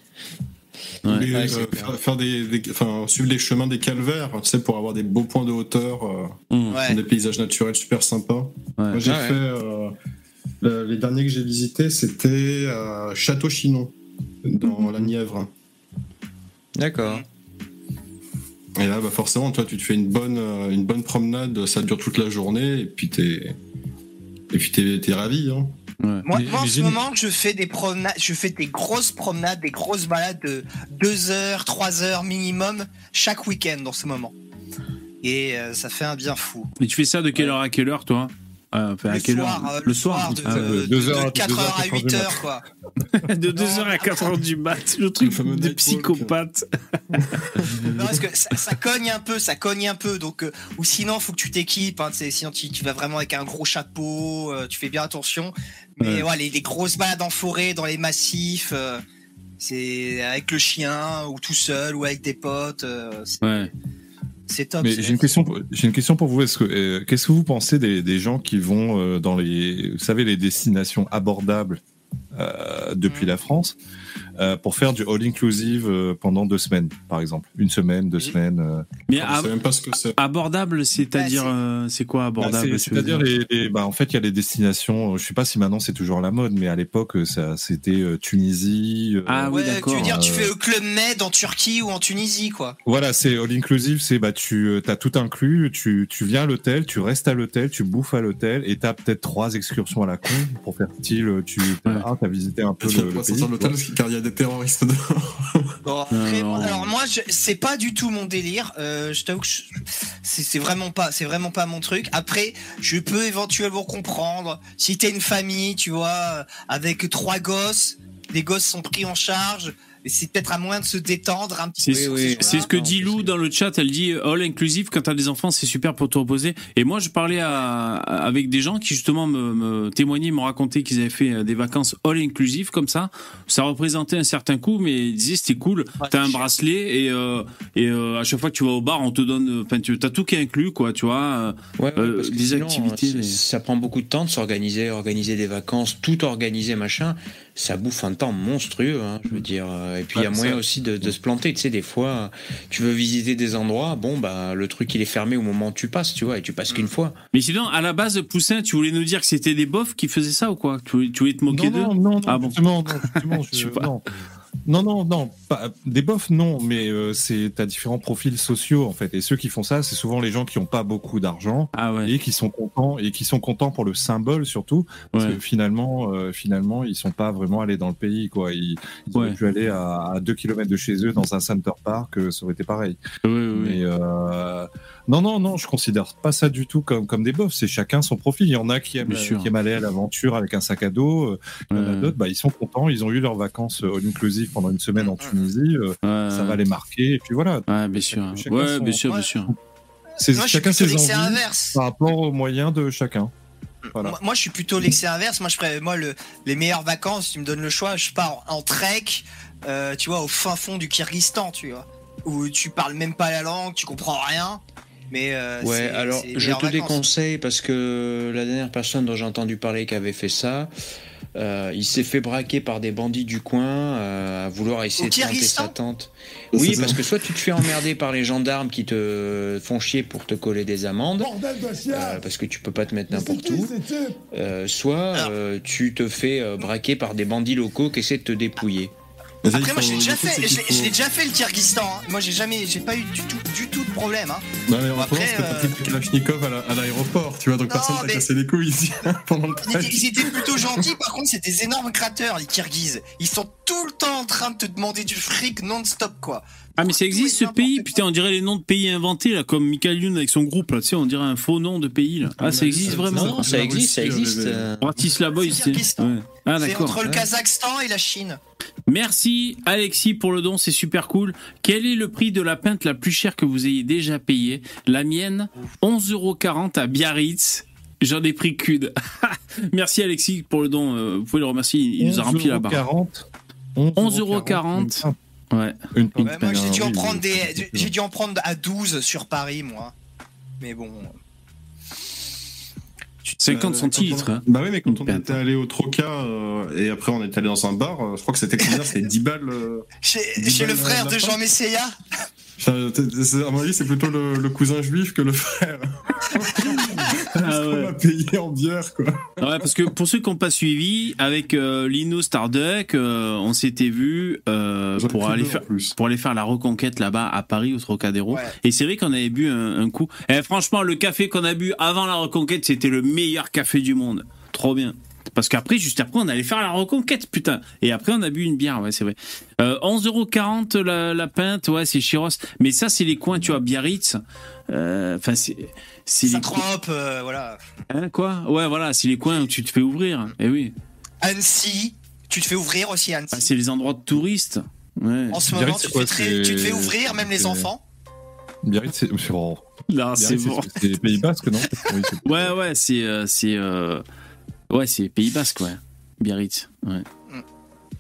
Ouais. Mais, Ouais, euh, c'est faire, faire des, des- enfin, suivre les chemins des calvaires, tu sais, pour avoir des beaux points de hauteur, euh, Mm. Ouais. des paysages naturels super sympas. Ouais. Moi, j'ai Ah ouais. fait. euh, le- les derniers que j'ai visités, c'était à Château-Chinon, dans la Nièvre. D'accord. Et là, bah, forcément, toi, tu te fais une bonne, euh, une bonne promenade, ça dure toute la journée, et puis t'es, et puis t'es, t'es ravi. Hein. Ouais. Moi, Mais- moi, en mais ce j'ai une- moment, je fais des promenades, je fais des grosses promenades, des grosses balades de deux heures, trois heures minimum chaque week-end en ce moment. Et euh, ça fait un bien fou. Et tu fais ça de quelle heure à quelle heure, toi? Ah, enfin, à Le quelle soir, heure? euh, Le soir. de, Ah, de, ouais. Deux heures à- quatre deux heures, heures à quatre heures huit du heures, mat. quoi. De deux heures à quatre heures du mat. Le truc Le fameux des night walk. psychopathes. Non, parce que ça, ça cogne un peu, ça cogne un peu. Donc, euh, ou sinon, faut que tu t'équipes. Hein, tu sais, sinon, tu, tu vas vraiment avec un gros chapeau. euh, tu fais bien attention. Mais Ouais. ouais, les, les grosses balades en forêt, dans les massifs, euh, C'est avec le chien ou tout seul ou avec des potes. euh, c'est, Ouais. c'est top. Mais c'est- j'ai une question, pour- j'ai une question pour vous. Est-ce que, euh, qu'est-ce que vous pensez des, des gens qui vont euh, dans les, vous savez, les destinations abordables euh, depuis Mhm. la France euh, pour faire du all-inclusive euh, pendant deux semaines, par exemple, une semaine, deux Oui. semaines. euh. Mais Je ab- sais même pas ce que c'est. abordable, c'est-à-dire, Bah, c'est- euh, c'est quoi Bah, abordable c'est- tu veux c'est-à-dire dire les, les- bah, en fait, il y a les destinations. euh, Je sais pas si maintenant c'est toujours la mode, mais à l'époque, euh, ça, c'était euh, Tunisie. euh, Ah oui, Ouais, d'accord. tu veux dire, tu euh, fais le Club Med en Turquie ou en Tunisie, quoi. Voilà, c'est all inclusive, c'est bah tu as tout inclus, tu tu viens à l'hôtel, tu restes à l'hôtel, tu bouffes à l'hôtel et t'as peut-être trois excursions à la con pour faire style tu Ouais. ah, t'as visité un peu Tu le, vas le pas pays. sortir de l'hôtel tu vois. parce qu'il- car il y a des terroristes dehors. Bon, après, Non. bon, alors moi, je, c'est pas du tout mon délire. Euh, je t'avoue que je- c'est, c'est vraiment pas, c'est vraiment pas mon truc. Après, je peux éventuellement comprendre si t'es une famille, tu vois, euh, avec trois gosses, les gosses sont pris en charge. Et c'est peut-être à moins de se détendre un petit C'est peu. Oui, sur oui, ces oui. jours-là. c'est ce que non, dit c'est Lou sûr. dans le chat. Elle dit all inclusive quand t'as des enfants, c'est super pour te reposer. Et moi, je parlais à, avec des gens qui justement me, me témoignaient, me racontaient qu'ils avaient fait des vacances all inclusive comme ça. Ça représentait un certain coût, mais ils disaient c'était cool. Ouais, T'as un c'est cher. bracelet et euh, et euh, à chaque fois que tu vas au bar, on te donne. Enfin, tu t'as tout qui est inclus, quoi. Tu vois. Ouais, ouais, Euh, parce que des sinon, activités, euh, les- ça prend beaucoup de temps de s'organiser, organiser des vacances, tout organiser, machin. Ça bouffe un temps monstrueux, hein, je veux dire. euh, Et puis il y a Ouais, moyen ça- aussi de, de se planter. Tu sais, des fois, tu veux visiter des endroits, bon, bah, le truc il est fermé au moment où tu passes, tu vois, et tu passes qu'une fois. Mais sinon, à la base, Poussin, tu voulais nous dire que c'était des bofs qui faisaient ça ou quoi? Tu voulais, tu voulais te moquer d'eux? Non, non, non, Ah bon. justement, non, justement, je- Je sais pas. non. Non, non, non, pas, des bofs, non, mais euh, c'est t'as différents profils sociaux en fait, et ceux qui font ça, c'est souvent les gens qui ont pas beaucoup d'argent Ah ouais. et qui sont contents et qui sont contents pour le symbole surtout, parce Ouais. que finalement, euh, finalement, ils sont pas vraiment allés dans le pays, quoi. Ils, ils auraient Ouais. pu aller à, à deux kilomètres de chez eux dans un Center Park, euh, ça aurait été pareil. Oui, oui, oui. Mais euh, non, non, non, je considère pas ça du tout comme comme des bofs. C'est chacun son profil. Il y en a qui aiment, Bien sûr. qui aiment aller à l'aventure avec un sac à dos. euh, Il y en a Ouais. d'autres, bah, ils sont contents. Ils ont eu leurs vacances all inclusive pendant une semaine en Tunisie. euh, Ouais. Ça va les marquer. Et puis voilà. Ouais, bien sûr. Chacun Ouais, son- bien sûr, bien Ouais. sûr. C'est Moi, je suis chacun plutôt ses l'excès envies inverse. par rapport aux moyens de chacun. Voilà. Moi, moi, je suis plutôt l'excès inverse. Moi, je ferais, moi, le, les meilleures vacances, tu me donnes le choix, je pars en trek, euh, tu vois, au fin fond du Kyrgyzstan, tu vois, où tu parles même pas la langue, tu comprends rien. Mais euh, Ouais, c'est- alors c'est les je meilleures te vacances. déconseille parce que la dernière personne dont j'ai entendu parler qui avait fait ça, euh, il s'est fait braquer par des bandits du coin euh, à vouloir essayer Au de tenter Kyrgyzstan sa tente. C'est Oui, ça. parce que soit tu te fais emmerder par les gendarmes qui te font chier pour te coller des amendes, euh, parce que tu peux pas te mettre n'importe où, euh, soit Alors- euh, tu te fais euh, braquer par des bandits locaux qui essaient de te dépouiller. Mais ça, il Après, moi, faut- j'ai le déjà truc, fait, c'est je qu'il l'ai- je faut- l'ai déjà fait le Kyrgyzstan. hein. Moi, j'ai jamais, j'ai pas eu du tout, du tout de problème. Hein. Non, mais en Bon, attendant, après, c'était pas euh, pris de Kalachnikov à la- à l'aéroport, tu vois, donc Non, personne t'a mais- cassé les couilles ici pendant le Ils trek. étaient, ils étaient plutôt gentils. Par contre, c'est des énormes cratères, les Kirghizes. Ils sont tout le temps en train de te demander du fric non-stop, quoi. Ah, mais ça existe ce pays? Putain, on dirait les noms de pays inventés, là, comme Michael Youn avec son groupe, là. Tu sais, on dirait un faux nom de pays, là. Ah, ça existe vraiment? Non, non, ça la existe, ça Russie, existe. euh, euh, Bratislava, C'est il s'est- Kyrgyzstan. ouais. Ah, C'est d'accord. entre le ouais. Kazakhstan et la Chine. Merci, Alexis, pour le don, c'est super cool. Quel est le prix de la pinte la plus chère que vous ayez déjà payée? La mienne, onze euros quarante à Biarritz. J'en ai pris qu'une. Merci, Alexis, pour le don. Euh, Vous pouvez le remercier, il nous a rempli la barre. quarante. onze euros quarante. Ouais. Une pinte. Ouais, moi, j'ai dû en Oui, prendre oui, des, oui. j'ai dû en prendre à douze sur Paris, moi. Mais bon. cinquante Euh, centilitres. quand on- hein. Bah oui, mais quand on Une pinte. était allé au Troca euh, et après on est allé dans un bar, euh, je crois que c'était combien? C'était dix balles. euh, Chez, dix chez le balles frère la de pinte. Jean Messia. Enfin, t- c'est- à mon avis, c'est plutôt le, le cousin juif que le frère. Ah On ouais. m'a payé en bière, quoi. Ouais, parce que pour ceux qui n'ont pas suivi, avec euh, Lino Starduck, euh, on s'était vu euh, J'en ai pour pris aller deux, en faire plus. pour aller faire la reconquête là-bas à Paris au Trocadéro. Ouais. Et c'est vrai qu'on avait bu un, un coup. Et franchement, le café qu'on a bu avant la reconquête, c'était le meilleur café du monde. Trop bien. Parce qu'après, juste après, on allait faire la reconquête, putain. Et après, on a bu une bière, ouais, c'est vrai. Euh, onze euros quarante la, la pinte, ouais, c'est Chiros. Mais ça, c'est les coins, tu vois, Biarritz. Euh, Enfin, c'est c'est les coins. Saint-Trope, euh, voilà. Hein, quoi? Ouais, voilà, c'est les coins où tu te fais ouvrir. Eh oui. Annecy. Tu te fais ouvrir aussi à Annecy. Ah, c'est les endroits de touristes. Ouais. En ce Biarritz, moment, c'est tu te, quoi, fais très- tu te fais c'est- ouvrir, même les c'est- enfants. Biarritz, c'est c'est bon. Là, c'est Biarritz, bon. c'est- c'est les Pays Basques, non? Oui, c'est- Ouais, ouais, c'est. euh, c'est euh, ouais, c'est Pays Basque, ouais. Biarritz. Ouais.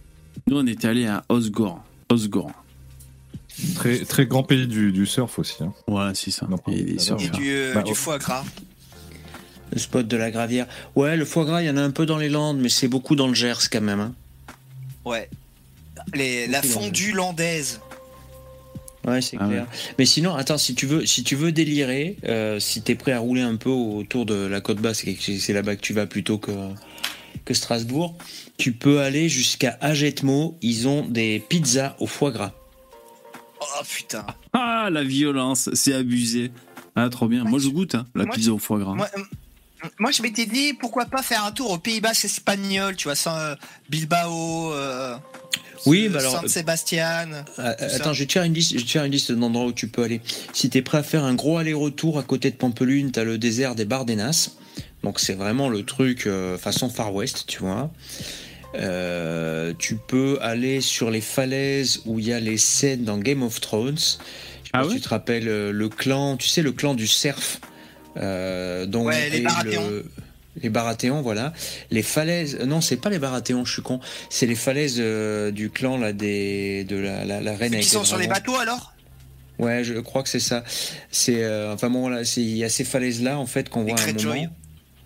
Nous, on était allé à Osgore. Osgore. Très, très grand pays du, du surf aussi. Hein. Voilà, c'est ça. Non, Et les et surfeurs. Et du, euh, Bah, du oh. foie gras. Le spot de la Gravière. Ouais, le foie gras, il y en a un peu dans les Landes, mais c'est beaucoup dans le Gers quand même. Hein. Ouais. Les, la Beaucoup dans fondue landaise. Ouais, c'est Ah clair. ouais. Mais sinon, attends, si tu veux, si tu veux délirer, euh, si t'es prêt à rouler un peu autour de la côte basse, c'est, c'est là-bas que tu vas plutôt que, que Strasbourg, tu peux aller jusqu'à Agetmo. Ils ont des pizzas au foie gras. Oh putain. Ah, la violence, c'est abusé. Ah, trop bien. Moi, je goûte hein, la Moi, pizza au foie gras. Moi, euh, moi, je m'étais dit, pourquoi pas faire un tour au Pays Basque espagnol, tu vois, sans euh, Bilbao, euh, Oui, euh, bah alors, San Sebastian. Euh, Tout attends, ça. je vais te faire une liste, je vais te faire une liste d'endroits où tu peux aller. Si t'es prêt à faire un gros aller-retour à côté de Pampelune, t'as le désert des Bardenas. Donc c'est vraiment le truc euh, façon Far West, tu vois. Euh, tu peux aller sur les falaises où il y a les scènes dans Game of Thrones. Je sais Ah pas si ouais tu te rappelles euh, le clan, tu sais le clan du cerf. Euh, dont Ouais, les est Baratheons. le- Les Baratheons, voilà. Les falaises, non, c'est pas les Baratheons, je suis con. C'est les falaises euh, du clan là des de la, la, la reine Ceux avec qui sont sur les dragons. bateaux alors? Ouais, je crois que c'est ça. C'est euh, enfin bon là, c'est il y a ces falaises là en fait qu'on Les voit à un Greyjoy. moment.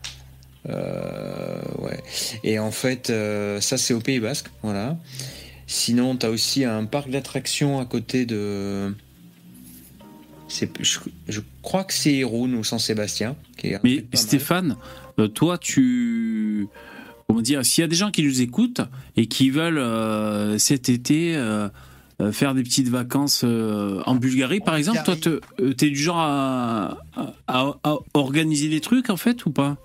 Euh, ouais. Et en fait, euh, ça c'est au Pays Basque, voilà. Sinon, t'as aussi un parc d'attractions à côté de. C'est, je, je crois que c'est Héroun ou San Sébastien. Qui est un Mais truc pas mal. Stéphane, euh, toi, tu. Comment dire, s'il y a des gens qui nous écoutent et qui veulent euh, cet été euh, euh, faire des petites vacances euh, en Bulgarie, par exemple, toi, Bulgarie. te- euh, t'es du genre à, à- à organiser des trucs, en fait, ou pas?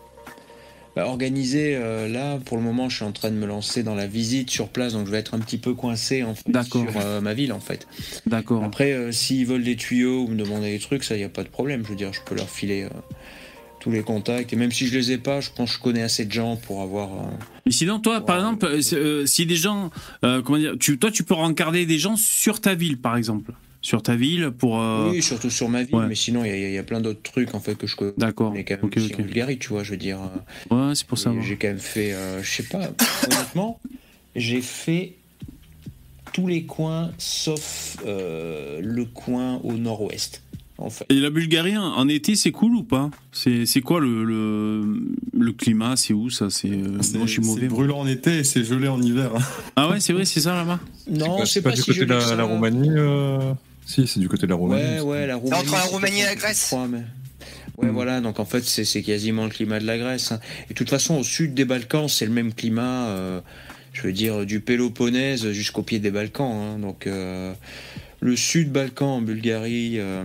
Bah, organisé, euh, là, pour le moment, je suis en train de me lancer dans la visite sur place, donc je vais être un petit peu coincé en fait, D'accord. sur euh, ma ville, en fait. D'accord. Après, euh, s'ils veulent des tuyaux ou me demander des trucs, ça, il n'y a pas de problème. Je veux dire, je peux leur filer euh, tous les contacts. Et même si je les ai pas, je pense que je connais assez de gens pour avoir. euh, Et sinon, toi, par Ouais. exemple, euh, c'est, euh, si des gens, euh, comment dire, tu, toi, tu peux rencarder des gens sur ta ville, par exemple, sur ta ville pour. euh, Oui, surtout sur ma ville, ouais. mais sinon, il y, a- il y a plein d'autres trucs en fait que je connais D'accord. quand même Ok, aussi ok. en Bulgarie, tu vois. Je veux dire, euh, Ouais, c'est pour ça. et j'ai quand même fait, euh, je sais pas, honnêtement, j'ai fait tous les coins sauf euh, le coin au nord-ouest, en fait. Et la Bulgarie, en en été, c'est cool ou pas? C'est c'est quoi le, le, le climat? C'est où ça? C'est euh, C'est moi, je suis mauvais. c'est moi. brûlant en été et c'est gelé en hiver. Ah ouais, c'est vrai, c'est ça là-bas. Non, Bah, c'est pas, pas, du si côté joli de que la, ça. la Roumanie. euh, Si, c'est du côté de la Roumanie. Ouais, ouais, la Roumanie. entre la c'est Roumanie et la pas Grèce. froid, mais- Ouais, Mm. voilà, donc en fait, c'est c'est quasiment le climat de la Grèce. hein. Et de toute façon, au sud des Balkans, c'est le même climat, euh, je veux dire, du Péloponnèse jusqu'au pied des Balkans. hein. Donc, euh, le sud Balkan en Bulgarie, euh,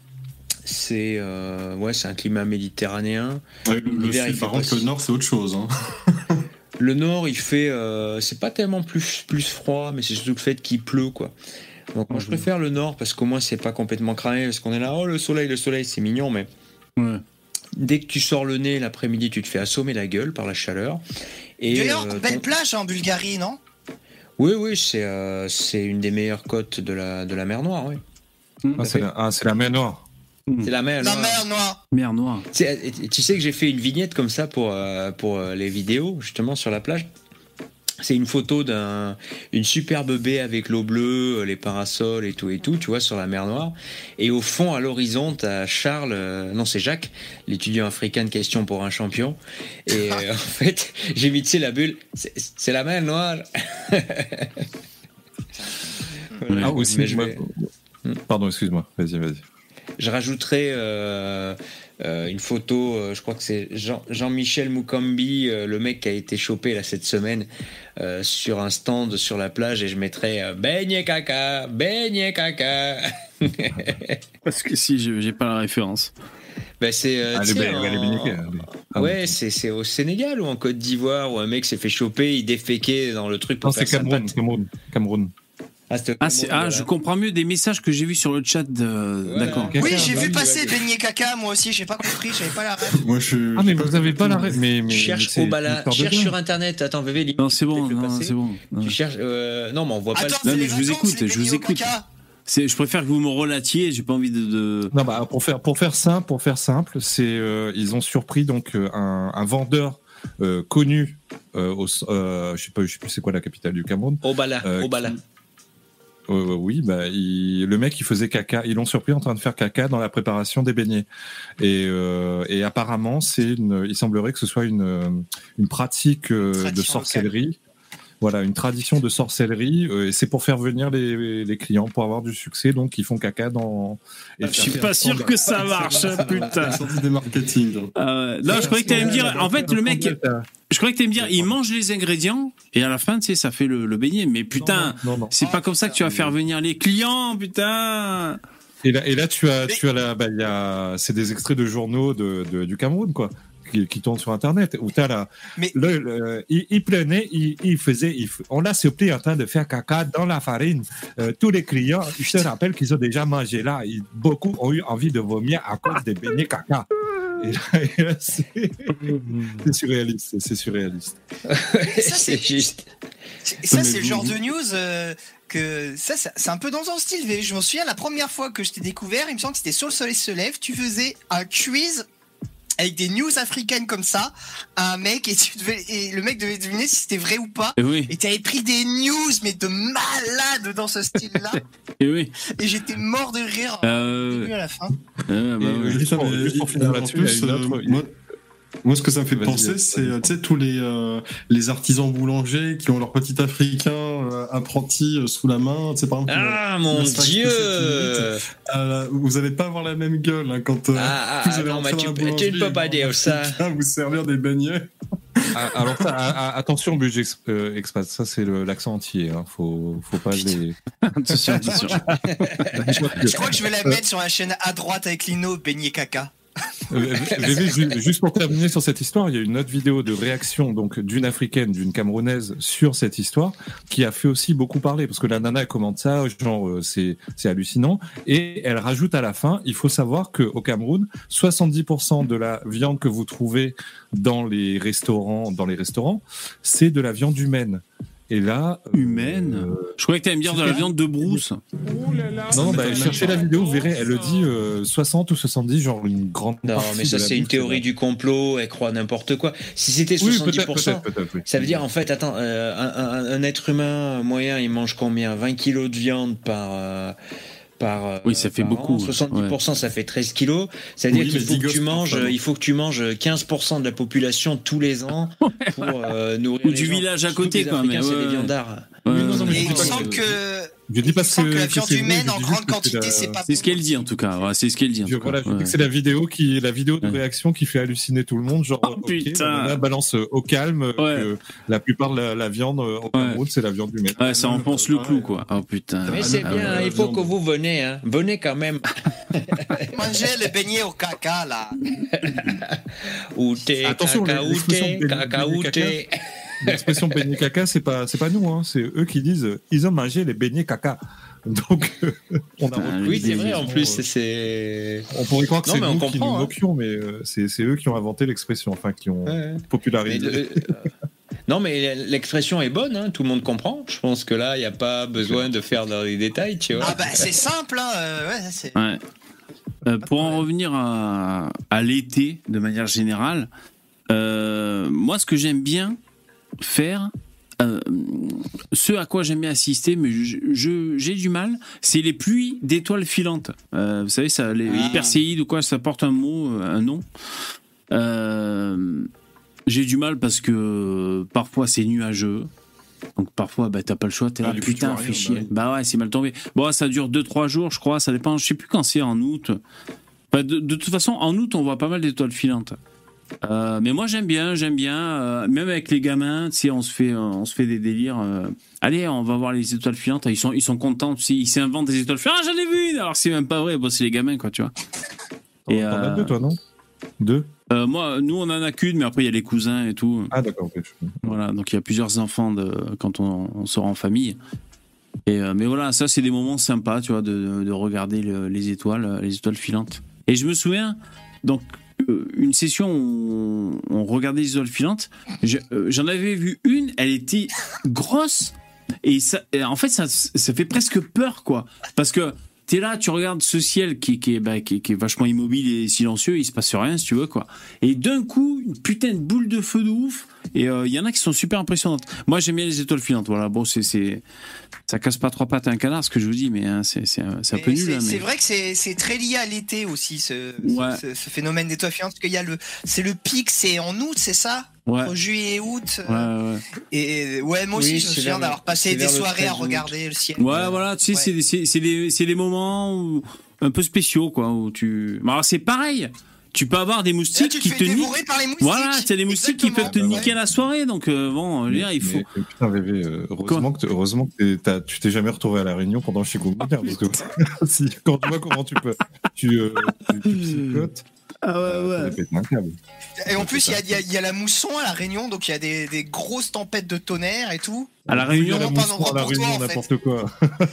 c'est euh, ouais, c'est un climat méditerranéen. Ouais, le, le L'hiver, il sud, par fait contre, pas le si- nord, c'est autre chose. Hein. Le nord, il fait, euh, c'est pas tellement plus, plus froid, mais c'est surtout le fait qu'il pleut, quoi. Donc moi, je préfère le nord parce qu'au moins, c'est pas complètement cramé, parce qu'on est là, oh le soleil, le soleil, c'est mignon, mais Ouais. dès que tu sors le nez l'après-midi, tu te fais assommer la gueule par la chaleur. Et D'ailleurs, euh, belle ton- plage en Bulgarie, non? Oui, oui, c'est euh, c'est une des meilleures côtes de la, de la mer Noire, oui. Ah, c'est la, ah, c'est la mer Noire. C'est la mer La Noire. mer Noire. Mer Noire. Tu sais, et- tu sais que j'ai fait une vignette comme ça pour, euh, pour euh, les vidéos, justement, sur la plage. C'est une photo d'un, une superbe baie avec l'eau bleue, euh, les parasols et tout et tout, tu vois, sur la mer Noire. Et au fond, à l'horizon, t'as Charles, euh, non, c'est Jacques, l'étudiant africain de question pour un champion. Et euh, en fait, j'ai mis, tu sais, la bulle, c'est, c'est la mer Noire. Voilà. Ah, aussi, Mais je moi- vais- Pardon, excuse-moi. Vas-y, vas-y. Je rajouterai euh, euh, une photo, euh, je crois que c'est Jean, Jean-Michel Moukambi, euh, le mec qui a été chopé là cette semaine euh, sur un stand sur la plage, et je mettrai euh, beignet caca, beignet caca. Parce que si, je- j'ai pas la référence. Ben c'est euh, Ah, tu les sais, ba- ouais, les en- béniquets, oui. Ah, ouais, oui. c'est c'est au Sénégal ou en Côte d'Ivoire où un mec s'est fait choper, il déféquait dans le truc pour Non, c'est faire sa Cameroun. patte. Cameroun. Cameroun. Ah, c'était au Ah, c'est- Cameroun, ah, voilà. je comprends mieux des messages que j'ai vus sur le chat. De... Voilà. D'accord. Quelqu'un Oui, a j'ai pas vu vu, passer ouais. beignet caca, moi aussi, j'ai pas compris, j'avais pas la rêve. Moi, je. Ah, mais je vous avez pas la ré- mais, mais, Tu cherches mais c'est au bala, une histoire de cherche dingue. sur internet. Attends, V V, limite, Non, c'est bon, peut-être le non, passer. c'est bon. Non. Tu cherches, euh, non, mais on voit pas. Attends, le- Non, c'est mais les je vous vacances, écoute, les je vous beignets au écoute. caca. C'est- Je préfère que vous me relatiez, j'ai pas envie de. de... Non, bah, pour faire pour faire simple, pour faire simple, c'est euh, ils ont surpris donc euh, un, un vendeur euh, connu, euh, au, euh, je sais pas, je sais plus c'est quoi la capitale du Cameroun. Obala, Euh, Obala. qui- Euh, oui, bah, il- le mec, il faisait caca. Ils l'ont surpris en train de faire caca dans la préparation des beignets. Et, euh, et apparemment, c'est une, il semblerait que ce soit une, une pratique euh, Tradition de sorcellerie. Voilà, une tradition de sorcellerie. Euh, et c'est pour faire venir les, les clients, pour avoir du succès. Donc, ils font caca dans. Et Je suis pas sûr que ça marche, putain. C'est sorti des marketing. donc. Euh, non, je croyais que t'allais me dire. En fait, le mec, je croyais que t'allais me dire, il mange les ingrédients et à la fin, tu sais, ça fait le, le beignet. Mais putain, Non, non, non. c'est pas comme ça que tu vas faire venir les clients, putain. Et là, et là, tu as, tu as la, bah, il y a, c'est des extraits de journaux de, de, du Cameroun, quoi, qui, qui tournent sur Internet, où t'as la, Mais- le, le- il, il prenait, il, il faisait, il, f- on l'a surpris en train de faire caca dans la farine. Euh, tous les clients, je te rappelle qu'ils ont déjà mangé là. Ils- beaucoup ont eu envie de vomir à cause des beignets caca. Et là, et là, c'est, c'est surréaliste, c'est, c'est surréaliste. Ça, c'est c'est- juste. C'est- Ça, Mais c'est le vous- genre vous- de news euh, que. Ça, ça- c'est un peu dans ton style, V. Je m'en souviens, la première fois que je t'ai découvert, il me semble que c'était Sur le soleil se lève, tu faisais un quiz avec des news africaines comme ça, à un mec, et, tu devais, et le mec devait deviner si c'était vrai ou pas. Et oui, Et t'avais pris des news, mais de malade dans ce style-là. et oui. Et j'étais mort de rire Euh, du début à la fin. euh, bah, Et, ouais. juste pour- Mais juste pour il- finir en là-dessus, il y a plus, une euh, autre- moi, moi, ce que ça me fait Vas-y, penser, vas-y. c'est euh, tu sais, tous les, euh, les artisans boulangers qui ont leur petit africain euh, apprenti euh, sous la main. Tu sais, par exemple, Ah, euh, mon le sac Dieu! de cette euh, vous allez pas avoir la même gueule hein, quand euh, Ah, ah, vous allez non, rentrer mais dans tu la peux- tu ne boulangerie peux pas et dire voir un ça. Africain vous servir des beignets. Ah, alors ça, ah, ah, attention budget ex- euh, expat, ça c'est le- l'accent entier, hein. faut, faut pas les. Attention, attention. Je crois que je vais la mettre sur la chaîne à droite avec Lino, beignet caca. Euh, V V, ju- juste pour terminer sur cette histoire, il y a une autre vidéo de réaction donc d'une africaine, d'une camerounaise sur cette histoire qui a fait aussi beaucoup parler parce que la nana elle commente ça, genre euh, c'est c'est hallucinant et elle rajoute à la fin, il faut savoir que au Cameroun, soixante-dix pour cent de la viande que vous trouvez dans les restaurants, dans les restaurants, c'est de la viande humaine. Et là, euh, Humaine. Je croyais que t'allais me dire de la viande de brousse. non, non, bah, cherchez la vidéo, vous verrez, elle le dit euh, soixante ou soixante-dix, genre une grande Non, partie mais ça, de la c'est une bouffe, théorie c'est du complot, elle croit n'importe quoi. Si c'était Oui, soixante-dix peut-être, pour cent, peut-être, peut-être, oui. ça veut dire, en fait, attends, euh, un, un- un être humain moyen, il mange combien? vingt kilos de viande par. euh, par euh, Oui, ça fait par beaucoup, an. soixante-dix pour cent, ouais. ça fait treize kilos. C'est-à-dire Oui, qu'il mais faut que Digos, tu manges, pardon. il faut que tu manges quinze pour cent de la population tous les ans pour euh, nourrir Ou les du gens. village à Surtout côté, que les quoi, Africains, mais c'est ouais, des ouais. viandards. Ouais, Oui, non, non, mais Et je il dis me pas semble que- que. Je dis pas Il me semble que la que viande c'est vrai, humaine je en dis grande juste que c'est quantité, la- c'est pas C'est ce qu'elle dit en tout cas. Ouais, c'est ce qu'elle dit en Je, tout cas. voilà, je dis Ouais. que c'est la vidéo qui, la vidéo de Ouais. réaction qui fait halluciner tout le monde. Genre, Oh, ok, putain. la nana balance euh, au calme euh, Ouais. que la plupart de la, la viande euh, au Cameroun, c'est la viande humaine. Ouais, ça enfonce le clou, quoi. Oh putain. Mais Ah, c'est non, bien, euh, il faut viande. que vous venez, hein. Venez quand même. Manger le beignet au caca, là. Outé, Attention, l'expression cacaouté, beignet- cacaouté. L'expression beignet caca, c'est pas, c'est pas nous, hein, c'est eux qui disent euh, ils ont mangé les beignets caca. Donc, euh, on a Putain, repris Oui, c'est des vrai, en raisons, plus, euh, c'est. On pourrait croire que Non, c'est mais on nous qui comprend, nous hein. moquions, mais euh, c'est, c'est eux qui ont inventé l'expression, enfin qui ont Ouais. Mais popularisé. le- euh, non, mais l'expression est bonne, hein, tout le monde comprend. Je pense que là, il n'y a pas besoin de faire dans les détails, tu vois. Ah bah c'est simple, hein. euh, ouais, c'est. Ouais. Euh, pour en revenir à, à l'été, de manière générale, euh, moi, ce que j'aime bien faire, euh, ce à quoi j'aime bien assister, mais je, je- j'ai du mal, c'est les pluies d'étoiles filantes. Euh, vous savez, ça, les Ah. Perséides ou quoi, ça porte un mot, un nom. Euh, j'ai du mal parce que parfois c'est nuageux. Donc parfois, bah, t'as pas le choix, t'es Ah, là, du coup, tu putain, vois fais rien, chier. bah oui. Bah ouais, c'est mal tombé. Bon, ça dure deux trois jours, je crois, ça dépend, je sais plus quand c'est, en août. Enfin, de, de toute façon, en août, on voit pas mal d'étoiles filantes. Euh, mais moi, j'aime bien, j'aime bien, euh, même avec les gamins, tu sais, on se fait, euh, on se fait des délires. euh, allez, on va voir les étoiles filantes, ils sont, ils sont contents, tu sais, ils s'inventent des étoiles filantes. Ah, j'en ai vu une. Alors c'est même pas vrai, bon, c'est les gamins, quoi, tu vois. T'en, et, t'en as euh, deux, toi, non Deux Euh, moi, nous, on en a qu'une, mais après, il y a les cousins et tout. Ah, d'accord, ok. je- Voilà, donc il y a plusieurs enfants de, quand on, on sort en famille. Et, euh, mais voilà, ça, c'est des moments sympas, tu vois, de, de regarder le- les étoiles, les étoiles filantes. Et je me souviens, donc, euh, une session où on, on regardait les étoiles filantes, je- euh, j'en avais vu une, elle était grosse, et, ça, et en fait, ça, ça fait presque peur, quoi. Parce que t'es là, tu regardes ce ciel qui, qui, est, bah, qui, qui est vachement immobile et silencieux, il se passe rien si tu veux quoi. Et d'un coup, une putain de boule de feu de ouf. Et il euh, y en a qui sont super impressionnantes. Moi, j'aime bien les étoiles filantes. Voilà, bon, c'est, c'est, ça casse pas trois pattes à un canard, ce que je vous dis, mais hein, c'est, c'est, c'est un peu nul. C'est, hein, mais... c'est vrai que c'est, c'est très lié à l'été aussi, ce, ouais. ce, ce phénomène d'étoiles filantes, parce qu'il y a le, c'est le pic, c'est en août, c'est ça? Ouais. Entre juillet et août. Ouais, ouais. Et ouais, moi aussi, Oui, je me c'est souviens vers d'avoir le- passé c'est des vers le soirées à treize août. regarder le ciel. Ouais, voilà, tu sais, Ouais. c'est, c'est, c'est, les, c'est les moments où, un peu spéciaux, quoi, où tu. Mais alors, c'est pareil. Tu peux avoir des Là, moustiques tu te qui fais te niquent. dévorer par les moustiques. Voilà, t'as des moustiques qui peuvent te Exactement. niquer la soirée, donc euh, bon, je veux dire, il faut. Mais, mais putain, Vévé, euh, heureusement, que, t- heureusement que t'es- t'as- tu t'es jamais retrouvé à la Réunion pendant le chikungunya, parce que si, quand tu vois comment tu peux, tu, euh, tu, tu psychotes, Ah euh, t'as pété un câble. Et en plus, il y a, il y a- il y a la mousson à la Réunion, donc il y a des, des grosses tempêtes de tonnerre et tout. À la Réunion, Vraiment la pas mousson, d'endroit à la pour toi, Réunion, en fait. n'importe quoi.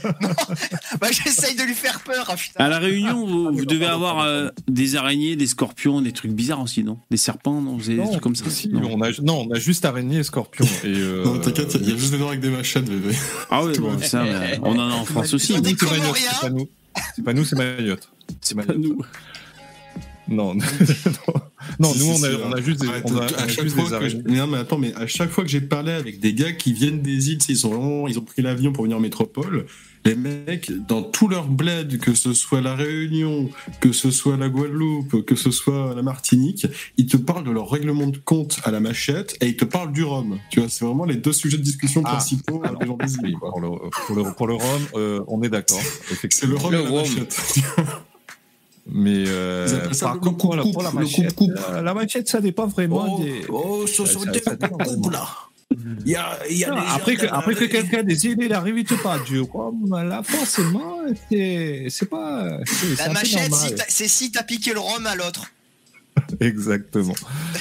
Bah, j'essaye de lui faire peur, ah, putain. à la Réunion, vous, vous devez avoir euh, des araignées, des scorpions, des trucs bizarres aussi, non? Des serpents, non? Vous avez des Non, trucs comme ça? si, Non. on a, non, on a juste araignées et scorpions. Et, euh, Non, t'inquiète, il y a juste des gens avec des machettes, bébé. Ah ouais, bon, ça, mais on en a en France aussi. Des nous, c'est Comoriens. Mayotte, c'est pas nous. C'est pas nous, c'est Mayotte. C'est pas nous. Non, non, non, Si, nous, si, on si, a, on a euh, juste des, arrête, on a, à on a chaque juste fois des que araignées. je- Non, mais attends, mais à chaque fois que j'ai parlé avec des gars qui viennent des îles, ils sont vraiment, ils ont pris l'avion pour venir en métropole. Les mecs, dans tout leur bled, que ce soit la Réunion, que ce soit la Guadeloupe, que ce soit la Martinique, ils te parlent de leur règlement de compte à la machette et ils te parlent du rhum. Tu vois, c'est vraiment les deux sujets de discussion Ah, principaux des gens des Oui, îles. quoi. pour le, pour le, pour le rhum, euh, on est d'accord. C'est Effectivement. le rhum Le et la rhum. machette. Mais euh, Ils appellent ça par le contre, pour la, coupe-coupe, pour la le machette, coupe-coupe. euh, la machette, ça dépend vraiment Oh, des. oh, ce Ça- sont ça- des ça dépend coupes vraiment. là. Il y a, il y a Non, des gens après que, dans après la- que quelqu'un des îles, il arrive, il te parle du rhum, là, forcément, c'est, c'est pas. C'est, c'est La un peu machette, normal. si t'as- c'est si t'as piqué le rhum à l'autre. Exactement.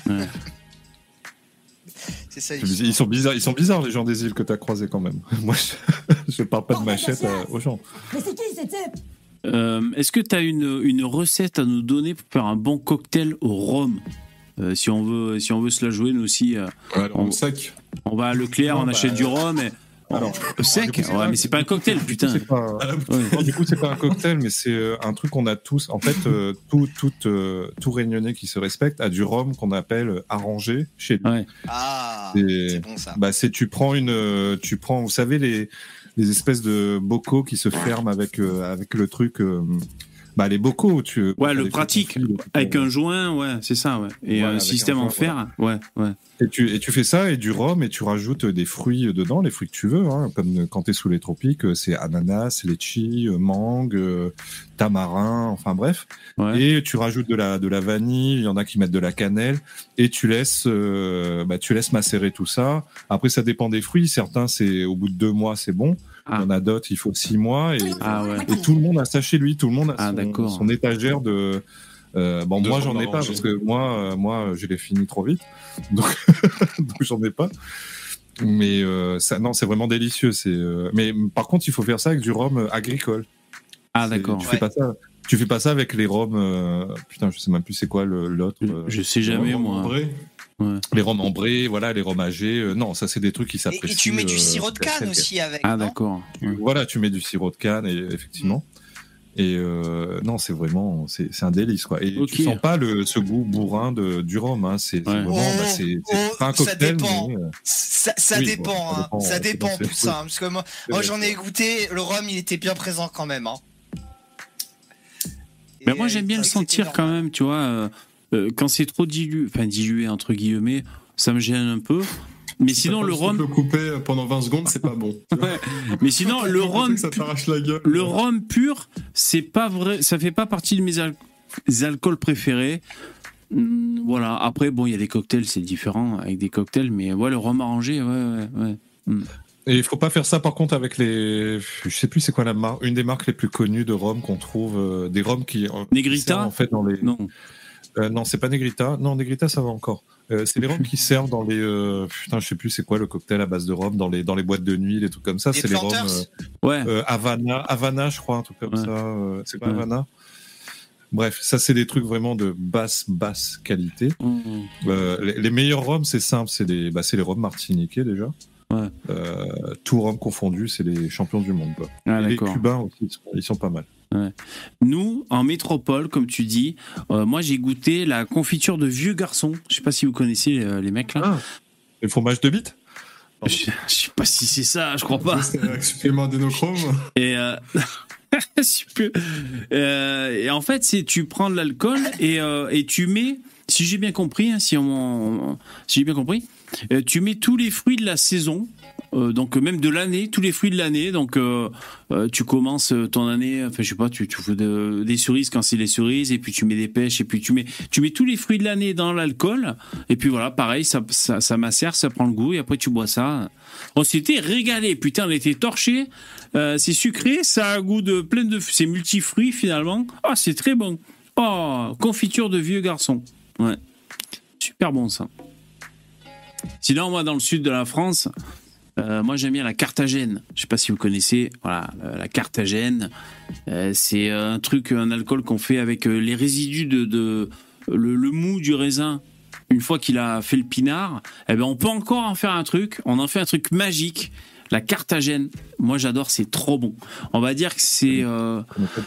C'est ça. Ils sont bizarres, ils sont bizarres les gens des îles que t'as croisés quand même. Moi, je, je parle pas de machette euh, aux gens. Mais c'est qui ce type? Euh, est-ce que tu as une, une recette à nous donner pour faire un bon cocktail au rhum? Euh, si on veut, si on veut se la jouer, nous aussi, euh, Ouais, alors, on sac. on va à Leclerc, Non, on bah, achète du rhum. Et... Alors, sec, du coup, c'est ouais, pas- mais c'est pas un cocktail, putain. C'est pas, À la- Ouais. non, du coup, c'est pas un cocktail, mais c'est euh, un truc qu'on a tous. En fait, euh, tout, tout, euh, tout Réunionnais qui se respecte a du rhum qu'on appelle euh, arrangé chez lui. Ouais. Ah, Et- c'est bon ça. Bah, c'est tu prends une, euh, tu prends, vous savez les, les espèces de bocaux qui se ferment avec euh, avec le truc. euh, bah, les bocaux, tu. Ouais, t'as le des pratique. trucs confits, Avec euh, un joint, ouais, c'est ça, ouais. Et Voilà, un avec système un en joint, fer, ouais, ouais. Et tu, et tu fais ça et du rhum et tu rajoutes des fruits dedans, les fruits que tu veux, hein, comme quand t'es sous les tropiques, euh, c'est ananas, litchi, euh, mangue, euh, tamarin, enfin bref. Ouais. Et tu rajoutes de la de la vanille, il y en a qui mettent de la cannelle et tu laisses euh, bah, tu laisses macérer tout ça. Après ça dépend des fruits, certains c'est au bout de deux mois c'est bon, Ah. il y en a d'autres il faut six mois et, Ah ouais. et tout le monde a ça chez lui, tout le monde a Ah, son, d'accord. son étagère de euh, bon, De moi rhum j'en ai pas arrangé. parce que moi, euh, moi, je l'ai fini trop vite, donc, donc j'en ai pas. Mais euh, ça, non, c'est vraiment délicieux. C'est, euh, mais par contre, il faut faire ça avec du rhum euh, agricole. Ah, C'est- d'accord. Tu Ouais. fais pas ça. Tu fais pas ça avec les rhums. euh, putain, je sais même plus c'est quoi le, l'autre. euh, Je sais jamais, Vraiment, moi. en vrai. les rhums ambrés, voilà, les rhums âgés. euh, non, ça c'est des trucs qui Et, s'apprécient. et tu mets du euh, sirop de tel canne quel. aussi avec. Ah, non d'accord. Tu- Voilà, tu mets du sirop de canne, et, effectivement. Et euh, non, c'est vraiment, c'est, c'est un délice, quoi. Et Ok. tu sens pas le, ce goût bourrin de, du rhum, hein. C'est, c'est Ouais. vraiment, Oh, bah, c'est, c'est oh, pas un ça cocktail, dépend. mais euh, Ça, ça Oui, dépend, bon, ça hein. dépend, ça ça dépend, dépend, c'est- plus ça. hein, Parce que moi, c'est moi vrai, j'en c'est ai goûté, le rhum il était bien présent quand même. Hein. Mais Et, moi, euh, j'aime bien le c'est vrai que sentir c'était quand normal. même, tu vois. euh, euh, quand c'est trop dilué, enfin dilué entre guillemets, ça me gêne un peu. Mais sinon, le Tu rhum. peux couper pendant vingt secondes, c'est pas bon. Ouais. Mais sinon, le rhum, Ça t'arrache la gueule. le rhum pur, c'est pas vrai, ça fait pas partie de mes al- alcools préférés. Hum, Voilà. Après, bon, il y a des cocktails, c'est différent avec des cocktails, mais ouais, le rhum arrangé, ouais, ouais, ouais. Hum. Et il faut pas faire ça par contre avec les, je sais plus c'est quoi la marque, une des marques les plus connues de rhum qu'on trouve, euh, des rhums qui. euh, Negrita qui servent, en fait dans les. Non. Euh, non, c'est pas Negrita. Non, Negrita ça va encore. Euh, c'est les rhums qui servent dans les. Euh, putain, je sais plus c'est quoi le cocktail à base de rhum dans les dans les boîtes de nuit, les trucs comme ça. Les C'est les rhums. Planters euh, Ouais. euh, Havana, Havana, je crois, un truc comme Ouais. ça. euh, c'est pas Ouais. Havana. Bref, ça c'est des trucs vraiment de basse basse qualité. Hum. Euh, les, les meilleurs rhums, c'est simple, c'est des, bah, c'est les rhums martiniquais déjà. Ouais. Euh, tout rhum confondu, c'est les champions du monde. Quoi. Ah, Et les d'accord. Cubains aussi, ils sont, ils sont pas mal. Ouais. Nous, en métropole, comme tu dis, euh, moi j'ai goûté la confiture de vieux garçons. Je sais pas si vous connaissez euh, les mecs là. Ah, le fromage de bite. Je, je sais pas si c'est ça, je crois pas. C'est un supplément adénochrome. Et euh... super. Euh, et en fait, c'est tu prends de l'alcool et, euh, et tu mets, si j'ai bien compris, hein, si on, si j'ai bien compris, euh, tu mets tous les fruits de la saison. Euh, donc même de l'année, tous les fruits de l'année. Donc euh, euh, tu commences ton année, enfin je sais pas, tu, tu fais de, des cerises quand c'est les cerises, et puis tu mets des pêches, et puis tu mets tu mets tous les fruits de l'année dans l'alcool, et puis voilà, pareil, ça ça, ça macère, ça prend le goût, et après tu bois ça. On s'était régalé, putain, on était torchés. Euh, c'est sucré, ça a un goût de plein de, c'est multifruits finalement. Ah, c'est très bon. Oh, confiture de vieux garçon. Ouais, super bon ça. Sinon moi dans le sud de la France. Euh, moi j'aime bien la Carthagène. Je sais pas si vous connaissez. Voilà, euh, la Carthagène, euh, c'est un truc, un alcool qu'on fait avec euh, les résidus de, de le, le mou du raisin. Une fois qu'il a fait le pinard, eh ben on peut encore en faire un truc. On en fait un truc magique. La Carthagène. Moi j'adore, c'est trop bon. On va dire que c'est, euh,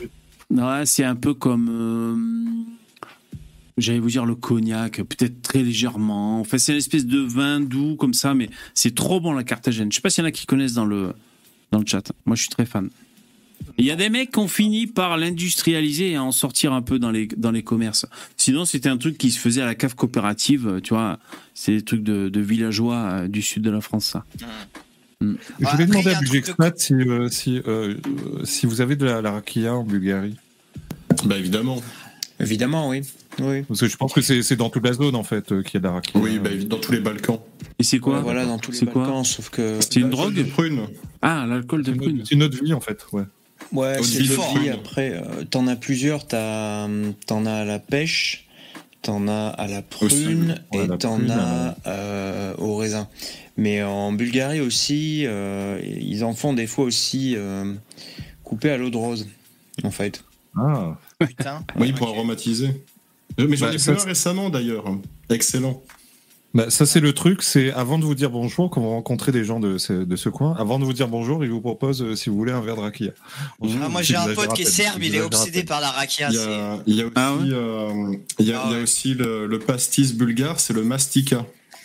ouais, c'est un peu comme. Euh, J'allais vous dire le cognac, peut-être très légèrement. Enfin, c'est une espèce de vin doux comme ça, mais c'est trop bon la Carthagène. Je sais pas s'il y en a qui connaissent dans le, dans le chat. Moi, je suis très fan. Il y a des mecs qui ont fini par l'industrialiser et à en sortir un peu dans les, dans les commerces. Sinon, c'était un truc qui se faisait à la cave coopérative, tu vois. C'est des trucs de, de villageois du sud de la France, ça. Mmh. Je Après, vais demander il y a à un Budget truc de- Expat si, euh, si, euh, si vous avez de la, la rakia en Bulgarie. Bah évidemment. Évidemment, oui. oui. Parce que je pense que c'est c'est dans toute la zone en fait euh, qu'il y a de la rakia. Oui, bah dans tous les Balkans. Et c'est quoi? Ouais, voilà, dans tous les C'est quoi Balkans, sauf que. C'est une L'alcool drogue de prune. Ah, l'alcool de C'est une, prune. autre- c'est une autre vie en fait. Ouais. Ouais, Eau de c'est vie de fort, vie. hein. Après, euh, t'en as plusieurs. T'as, hum, t'en as à la pêche, t'en as à la prune Aussi, ouais, et la t'en prune, as euh, au raisin. Mais en Bulgarie aussi, euh, ils en font des fois aussi euh, coupés à l'eau de rose, en fait. Ah. Putain. Oui, pour aromatiser. Mais j'en Bah, ai ça, plus un c'est- récemment d'ailleurs. Excellent. Bah, ça c'est le truc, c'est avant de vous dire bonjour, quand vous rencontrez des gens de ce, de ce coin, avant de vous dire bonjour, ils vous proposent euh, si vous voulez un verre de rakia. Ah, moi j'ai un pote qui est serbe, il est J'exagère à obsédé peine. par la rakia. Il y c'est- a, il y a aussi, Ah ouais euh, il y a, Ah il y a ouais. aussi le, le pastis bulgare, c'est le mastika.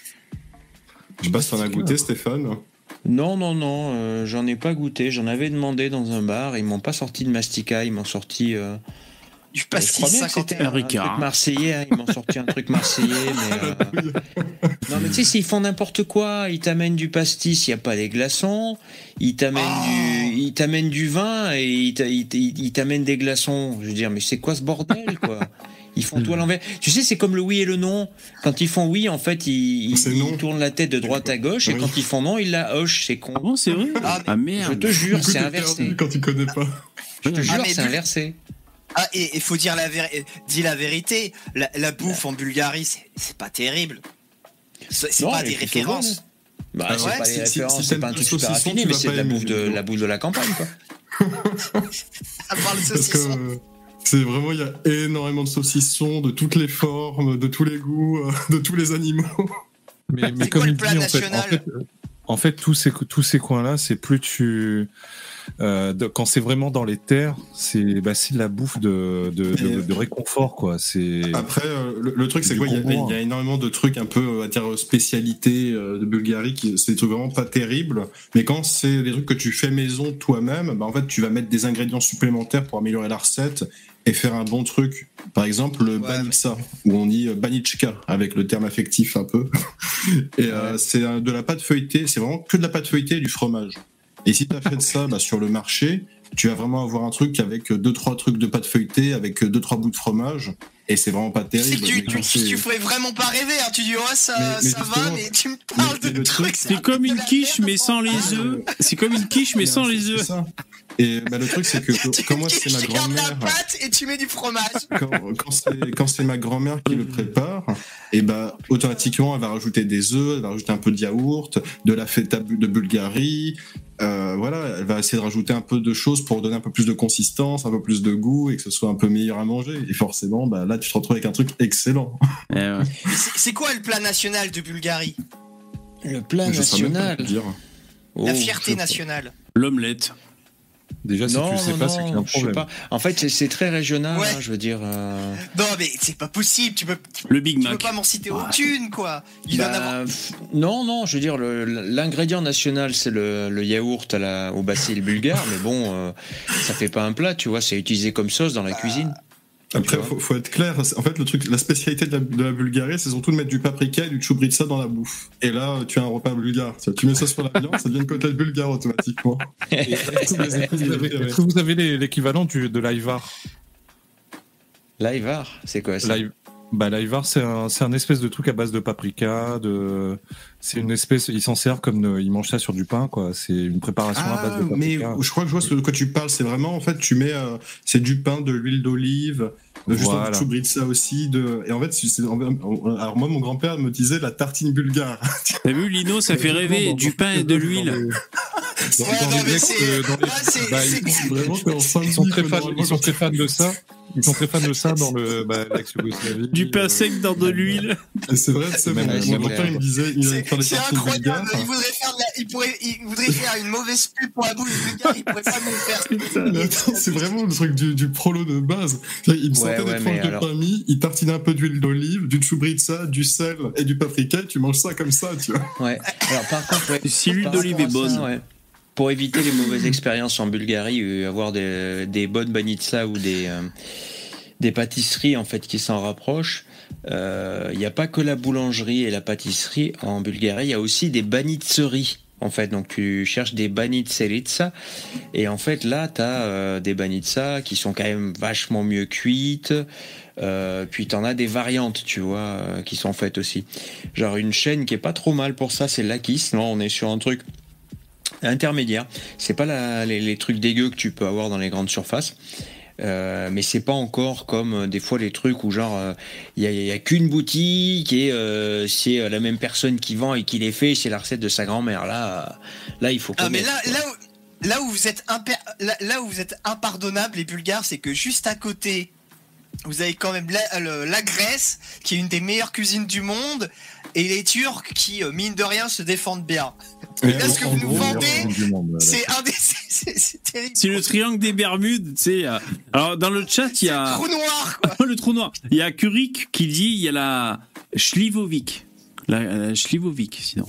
Je sais pas si t'en as goûté, Stéphane. Non, non, non, euh, j'en ai pas goûté. J'en avais demandé dans un bar. Ils m'ont pas sorti de mastica, ils m'ont sorti. Euh, Du je crois pastis bien que cinquante et c'était un. un, un Ricard. truc marseillais. Hein, ils m'ont sorti un truc marseillais, mais. euh, Non, mais tu sais, s'ils font n'importe quoi, ils t'amènent du pastis, il n'y a pas des glaçons, ils t'amènent Oh. du, ils t'amènent du vin et ils t'a- ils t'a- ils t'amènent des glaçons. Je veux dire, mais c'est quoi ce bordel, quoi? Ils font tout à l'envers. Tu sais, c'est comme le oui et le non. Quand ils font oui, en fait, ils, ils, C'est ils non. tournent la tête de droite à gauche, et Oui. quand ils font non, ils la hochent. C'est con. Ah bon, c'est vrai? Ah, mais- Ah Je merde. te jure, Du coup, c'est t'es inversé. perdu quand tu connais pas. Je te Ah, jure, mais c'est bu- inversé. Ah, et il faut dire la vérité. Dis la vérité. La, la bouffe en Bulgarie, c'est c'est pas terrible. C'est c'est Non, pas elle des est plutôt références. Bah, Ah c'est ouais, pas si- des si- références, si c'est t'aimes pas un le truc super saucisson, raffiné, tu mais vas c'est de pas la aimer, bouffe de mais la bouffe de la campagne, quoi. À part le Parce que saucisson. euh, c'est vraiment, il y a énormément de saucissons, de toutes les formes, de tous les goûts, euh, de tous les animaux. Mais, mais C'est comme quoi le il plat dit, en fait, en national fait, euh, en fait, tous ces tous ces coins-là, c'est plus tu euh, de- quand c'est vraiment dans les terres, c'est bah, c'est de la bouffe de de, de, Et- de réconfort quoi. C'est Après, euh, le, le truc, c'est Du quoi il y, a, concours. il y a énormément de trucs un peu, on va dire, spécialités euh, de Bulgarie, qui c'est des trucs vraiment pas terribles. Mais quand c'est des trucs que tu fais maison toi-même, bah, en fait, tu vas mettre des ingrédients supplémentaires pour améliorer la recette et faire un bon truc. Par exemple, le Ouais, banitsa, où on dit euh, banichka, avec le terme affectif un peu. Et euh, c'est euh, de la pâte feuilletée, c'est vraiment que de la pâte feuilletée et du fromage. Et si tu as fait de ça bah, sur le marché, tu vas vraiment avoir un truc avec deux trois trucs de pâte feuilletée, avec deux trois bouts de fromage, et c'est vraiment pas Si terrible. tu, Mais tu, quand c'est- tu ferais vraiment pas rêver, hein. Tu dis, oh, ça, Mais- mais ça va, justement, mais tu me parles mais de le trucs. truc, C'est comme une quiche, mais sans les Ah, œufs. C'est comme une quiche, mais sans c'est- les c'est œufs. ça. Et bah, le truc, c'est que Tu, comme moi, tu- c'est ma tu gardes la grand-mère. pâte et tu mets du fromage. Quand, quand c'est quand c'est ma grand-mère qui le prépare, et bah automatiquement elle va rajouter des œufs, elle va rajouter un peu de yaourt, de la feta bu- de Bulgarie, euh, voilà, elle va essayer de rajouter un peu de choses pour donner un peu plus de consistance, un peu plus de goût et que ce soit un peu meilleur à manger. Et forcément, bah là tu te retrouves avec un truc excellent. Eh ouais. C'est c'est quoi le plat national de Bulgarie? Le plat Je saurais même pas national. te dire. Oh, La fierté je- nationale. L'omelette. Déjà, si non, tu le sais non, pas, c'est qu'il y a un non, je sais problème. pas. En fait, c'est, c'est très régional, Ouais. hein, je veux dire. euh, Non, mais c'est pas possible. Tu peux, tu Le Big peux Mac. pas m'en citer Ah. aucune, quoi. Il doit en bah, avoir. pff, non, non, je veux dire, le- l'ingrédient national, c'est le, le yaourt à la, au bacille bulgare, mais bon, euh, ça fait pas un plat, tu vois, c'est utilisé comme sauce dans la Bah, cuisine. Après, Tu vois. faut, faut être clair. En fait, le truc, la spécialité de la, de la Bulgarie, c'est surtout de mettre du paprika et du choubrita dans la bouffe. Et là, tu as un repas bulgare. Tu vois, tu mets ça sur la viande, ça devient une côtelette bulgare automatiquement. Et- Est-ce que vous avez, est-ce que vous avez les- l'équivalent du, de l'Aivar? L'Aivar, c'est quoi ça? L'Ai- Bah, l'Aivar, c'est un, c'est un espèce de truc à base de paprika. De... C'est une espèce. Ils s'en servent comme. de- Ils mangent ça sur du pain, quoi. C'est une préparation à Ah, base de mais paprika. je crois que je vois ce de quoi tu parles. C'est vraiment, en fait, tu mets, euh, c'est du pain, de l'huile d'olive, de juste Voilà. un peu de choubrita aussi. De... Et en fait, c'est, alors moi, mon grand-père me disait la tartine bulgare. T'as vu, Lino, ça fait rêver, du pain et de l'huile. Dans, Ouais, dans non, les mais mecs, c'est- euh, dans les- ouais, c'est- bah, c'est- ils, Vraiment, t'es en fin de ils sont vie, très quoi, fans, normalement, ils sont quand très tu fans de fais ça. Ils sont très fans de ça dans le bah, l'ex-Yougoslavie. Du pain euh, sec dans de l'huile. Et c'est vrai, c'est Même- mon, même mon grand-père, clair. il me disait, il allait C'est, faire des c'est tartines incroyable. bulgares. Il voudrait faire de la, il pourrait, il voudrait faire une mauvaise pub pour la bouffe bulgare. Il pourrait pas nous le faire. Mais attends, c'est vraiment le truc du, du prolo de base. C'est-à-dire, Il me sortait Ouais, ouais, des mais tranches de alors- pain mis, il tartinait un peu d'huile d'olive, du choubrita, du sel et du paprika, et tu manges ça comme ça, tu vois. Ouais. Alors par contre, ouais, Si l'huile par d'olive rapport est à ça, bonne. ouais, pour éviter les mauvaises expériences en Bulgarie, euh, avoir des, des bonnes banitsa ou des euh, des pâtisseries en fait qui s'en rapprochent. Il n'y a pas que la boulangerie et la pâtisserie en Bulgarie, il y a aussi des banitseries. En fait, donc tu cherches des banitserica et en fait là tu as euh, des banitsa qui sont quand même vachement mieux cuites. Euh, puis t'en as des variantes, tu vois, euh, qui sont faites aussi. Genre une chaîne qui est pas trop mal pour ça, c'est Lakis. Non, on est sur un truc intermédiaire. C'est pas la, les, les trucs dégueux que tu peux avoir dans les grandes surfaces. Euh, mais c'est pas encore comme euh, des fois les trucs où genre il euh, y, a, y a qu'une boutique et euh, c'est euh, la même personne qui vend et qui les fait, c'est la recette de sa grand-mère. Là, euh, là il faut. Ah, mais connaître, là, quoi. là où, là où vous êtes imper- là, là où vous êtes impardonnables, les Bulgares, c'est que juste à côté, vous avez quand même la, le- la Grèce, qui est une des meilleures cuisines du monde, et les Turcs qui, euh, mine de rien, se défendent bien. Et là, ce que en vous nous gros, vendez, meilleur du monde, voilà. C'est un des, c'est, c'est- c'est terrible. C'est le triangle des Bermudes, tu sais. euh. Alors, dans le chat, il y a. Trou noir, quoi. Le trou noir. Il y a Kurik qui dit il y a la Schlivovic. La, la Schlivovic, sinon.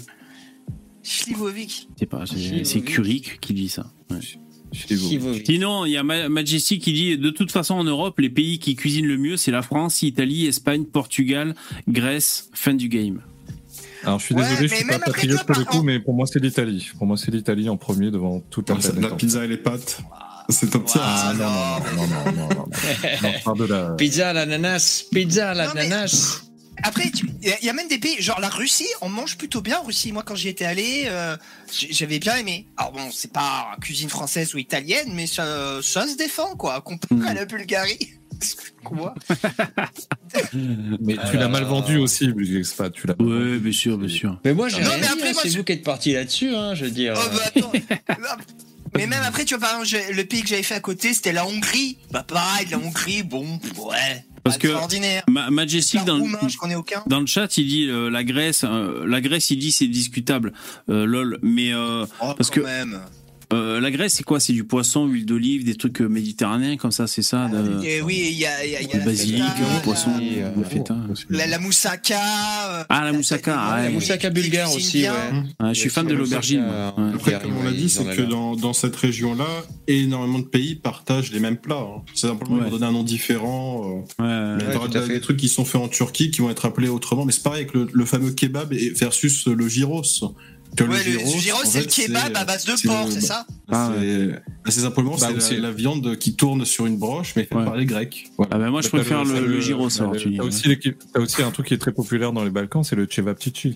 Schlivovic. Je sais pas, c'est, Schlivovic. c'est Kurik qui dit ça. Ouais. Chez vous. Chivovic. Sinon, il y a Ma- Majesty qui dit de toute façon en Europe, les pays qui cuisinent le mieux, c'est la France, Italie, Espagne, Portugal, Grèce, fin du game. Alors je suis Ouais, désolé, je mais suis pas même après, patriote toi, pour le par coup, contre- mais pour moi c'est l'Italie. Pour moi c'est l'Italie en premier devant toute la Comme ça, planète. la pizza et les pâtes, c'est top tier. Ah non, non, non, non, non, non, non, non. Non, je parle de la... Pizza à l'ananas, pizza à Non, mais- l'ananas. Après, il y, y a même des pays, genre la Russie, on mange plutôt bien en Russie. Moi, quand j'y étais allé, euh, j- j'avais bien aimé. Alors bon, c'est pas cuisine française ou italienne, mais ça, ça se défend, quoi, comparé à la Bulgarie. Quoi? Mais tu l'as mal vendu aussi, Expat. Tu l'as. Ouais, bien sûr, bien sûr. Mais moi j'ai Non, rien mais dit, après, hein, moi, c'est je- vous qui êtes parti là-dessus, hein, je veux dire. Oh, bah, attends. Mais même après, tu vois, par exemple, j'ai- le pays que j'avais fait à côté, c'était la Hongrie. Bah pareil, la Hongrie, bon, ouais. Parce pas que extraordinaire. Ma- Majestic dans, roumain, le- je connais aucun. dans le chat, il dit euh, la Grèce, euh, la Grèce, il dit c'est discutable, euh, lol. Mais euh, Oh, parce quand que- même. euh, la Grèce, c'est quoi? C'est du poisson, huile d'olive, des trucs euh, méditerranéens comme ça, c'est ça de... Et oui, il y a, il y a, il y a Le la basilic, feta, le la- poisson, euh, la feta. La, la moussaka. euh, Ah, la moussaka, la- ouais. La Ouais, moussaka les bulgare cuisines aussi, bien. ouais. Ouais, je suis fan de l'aubergine. moi. Ouais. Après, comme on l'a dit, c'est que dans, dans cette région-là, énormément de pays partagent les mêmes plats. Hein. C'est simplement Ouais. ils vont donner un nom différent. euh, Ouais, mais Ouais, t'auras tout à des fait. trucs qui sont faits en Turquie qui vont être appelés autrement. Mais c'est pareil avec le, le fameux kebab et- versus le gyros. Que Ouais, le gyros, gyros, en c'est le fait, kebab à base de c'est porc, le- c'est ça? Ah, c'est bah, c'est simplement Bah, c'est la- aussi. la, viande qui tourne sur une broche, mais faite Ouais. par les Grecs. Voilà. Ah ben moi je T'as préfère le, t'as le gyros, t'as alors, le- tu dis. T'as aussi, l'équipe- t'as aussi un truc qui est très populaire dans les Balkans, c'est le cevapcici.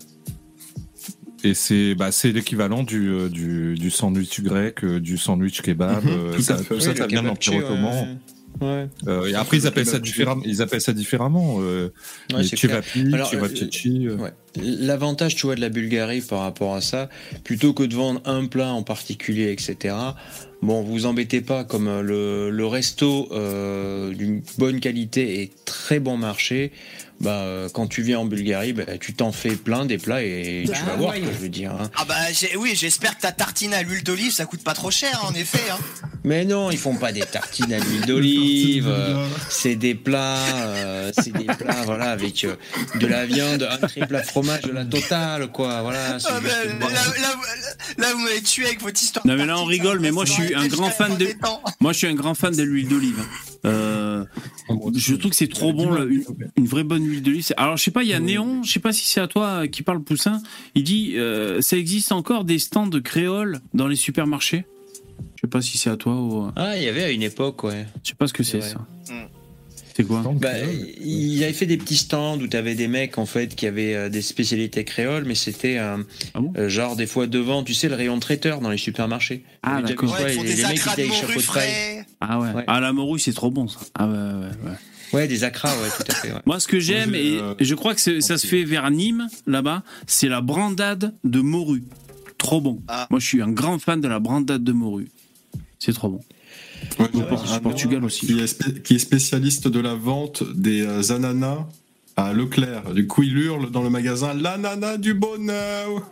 Et c'est bah, c'est l'équivalent du, euh, du, du sandwich grec, euh, du sandwich kebab. Mhm, euh, tout à ça, fait. tout ça, ça vient de l'Empire ottoman. Ouais. Euh, et après, ils appellent ça Kebab, différemment. Ils appellent ça différemment. Euh, Ouais, les c'est clair. cevapi, Alors, cevapcici. euh. Ouais. L'avantage, tu vois, de la Bulgarie par rapport à ça, plutôt que de vendre un plat en particulier, et cetera. Bon, vous embêtez pas, comme le, le resto euh, d'une bonne qualité et très bon marché. Bah, quand tu viens en Bulgarie, bah, tu t'en fais plein des plats et Bah, tu vas voir, ouais. quoi, je veux dire. Hein. Ah bah j'ai, oui, j'espère que ta tartine à l'huile d'olive, ça coûte pas trop cher, en effet. Hein. Mais non, ils font pas des tartines à l'huile d'olive. euh, c'est des plats, euh, c'est des plats, voilà, avec euh, de la viande, un triple à fromage, de la totale, quoi. Voilà. C'est Ah juste bah, une là, bonne- là, là, là, vous m'avez tué avec votre histoire. Non mais là on tartine, rigole, ça, mais moi je ça suis aurait un été grand jusqu'à la fan fin de. des temps. Moi je suis un grand fan de l'huile d'olive. Euh, je trouve que c'est trop bon là, une, une vraie bonne huile d'olive. C'est- Alors je sais pas, il y a Néon, je sais pas si c'est à toi qui parle Poussin. Il dit euh, ça existe encore des stands de créoles dans les supermarchés. Je sais pas si c'est à toi ou. Ah, il y avait à une époque, ouais. Je sais pas ce que c'est Ouais. ça. Mm. C'est quoi? Bah, il avait fait des petits stands où tu avais des mecs en fait qui avaient euh, des spécialités créoles, mais c'était euh, Ah bon euh, genre des fois devant, tu sais, le rayon traiteur dans les supermarchés. Ah, J'avais déjà d'accord. vu ça, Ouais, ils et font les, des les mecs qui acras de étaient avec morue chapeau de paille. frais. Ah ouais. Ouais. Ah la morue c'est trop bon ça. Ah ouais ouais ouais. Ouais, des acras, ouais, tout à fait. Ouais. Moi ce que j'aime Moi, j'ai, et euh, je crois que c'est- ça se fait vers Nîmes là-bas, c'est la brandade de morue. Trop bon. Ah. Moi je suis un grand fan de la brandade de morue. C'est trop bon. Ouais, Au ouais, Por- un Portugal homme aussi. Qui est, spé- qui est spécialiste de la vente des euh, ananas à Leclerc. Du coup, il hurle dans le magasin l'ananas du bonheur.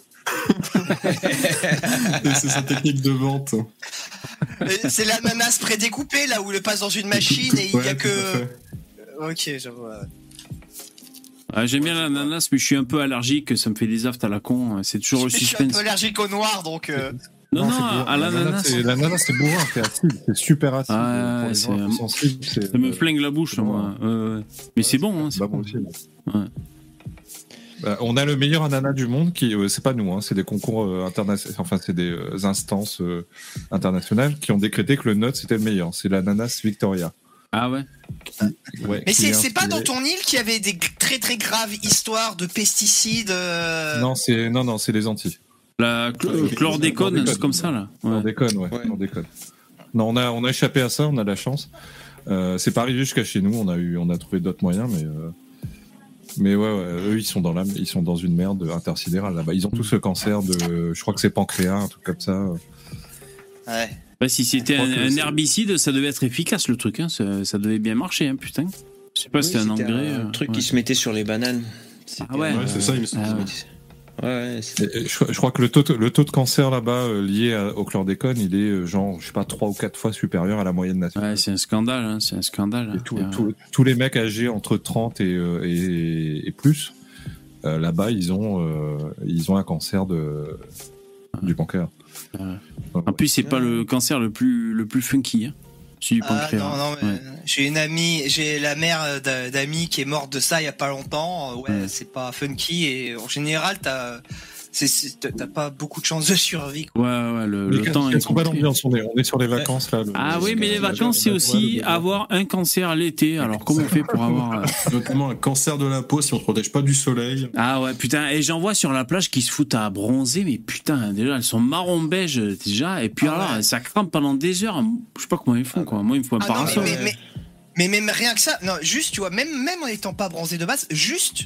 Et c'est sa technique de vente. Euh, C'est l'ananas prédécoupé, là où il le passe dans une machine et il y Ouais, a tout à que. fait. Ok, je vois. Ah, j'aime bien l'ananas, mais je suis un peu allergique, ça me fait des aftes à la con. C'est toujours le Je suis un suspense. peu allergique au noir, donc. euh, Non, non, c'est bourrin. à l'ananas. c'est- L'ananas, c'est bourrin, c'est acide, c'est super acide. Ah, Pour les c'est gens un peu un- sensibles, c'est- Ça me flingue la bouche, c'est bon, moi. Ouais, ouais. Mais c'est bon, hein, c'est Bah, bon. moi aussi. Ouais. Bah, on a le meilleur ananas du monde qui, euh, c'est pas nous, hein, c'est des concours euh, internationaux, enfin c'est des euh, instances euh, internationales qui ont décrété que le nôtre c'était le meilleur. C'est l'ananas Victoria. Ah ouais. Ouais, Mais qui c'est est c'est pas dans inspiré- ton île qu'il y avait des g- très très graves histoires de pesticides. euh, Non, c'est non non, c'est les Antilles. La cl- Ouais, euh, chlordécone, chlordécone. c'est comme ça, là. On Ouais. déconne, ouais, Ouais. on déconne. Non, on a on a échappé à ça, on a de la chance. Euh, c'est pas arrivé jusqu'à chez nous, on a eu on a trouvé d'autres moyens, mais euh, mais ouais, ouais, eux ils sont dans la ils sont dans une merde intersidérale là-bas. Ils ont tous le cancer de, je crois que c'est pancréas, un truc comme ça. Ouais. Bah, si c'était Je un, crois que un c'est- herbicide, ça devait être efficace, le truc. Hein. Ça, ça devait bien marcher, hein, putain. Je sais pas si Oui, c'était un c'était engrais. un euh, truc ouais. qui se mettait sur les bananes. C'était, Ah ouais. Ouais, c'est ça, il me semble. Ah ouais. Ouais, ouais, c'est- Et- et Je, je crois que le taux, de- le taux de cancer là-bas euh, lié à- au chlordécone, il est euh, genre, je sais pas, trois ou quatre fois supérieur à la moyenne nationale. Ouais, c'est un scandale, hein, c'est un scandale. Et tout- hein. tout- tous les mecs âgés entre trente et, euh, et, et plus, euh, là-bas, ils ont, euh, ils ont un cancer de, du pancréas. Ouais. Donc, En plus, c'est pas le cancer le plus, le plus funky. Hein. C'est du Ah pancréas. non, non, mais Ouais. j'ai une amie, j'ai la mère d'a- d'amis qui est morte de ça il y a pas longtemps. Ouais, Ouais. c'est pas funky et en général, t'as c'est- c'est- t'as pas beaucoup de chances de survie. quoi. Ouais, ouais, le, Mais le quelle- temps quelle est sont pas compris. l'ambiance, on est, on est sur les vacances là. le- Ah le- oui, mais le- les le- vacances, c'est le- aussi le- avoir un cancer l'été. Alors, comment on fait pour avoir. euh, Notamment un cancer de la peau si on ne se protège pas du soleil. Ah ouais, putain, et j'en vois sur la plage qui se foutent à bronzer, mais putain, déjà, elles sont marron beige déjà, et puis Ah alors, ouais. ça crampe pendant des heures. Je sais pas comment ils font, quoi. Moi, il me faut un Ah non, mais, parasol. mais, mais, mais même rien que ça, non, juste, tu vois, même, même en étant pas bronzé de base, juste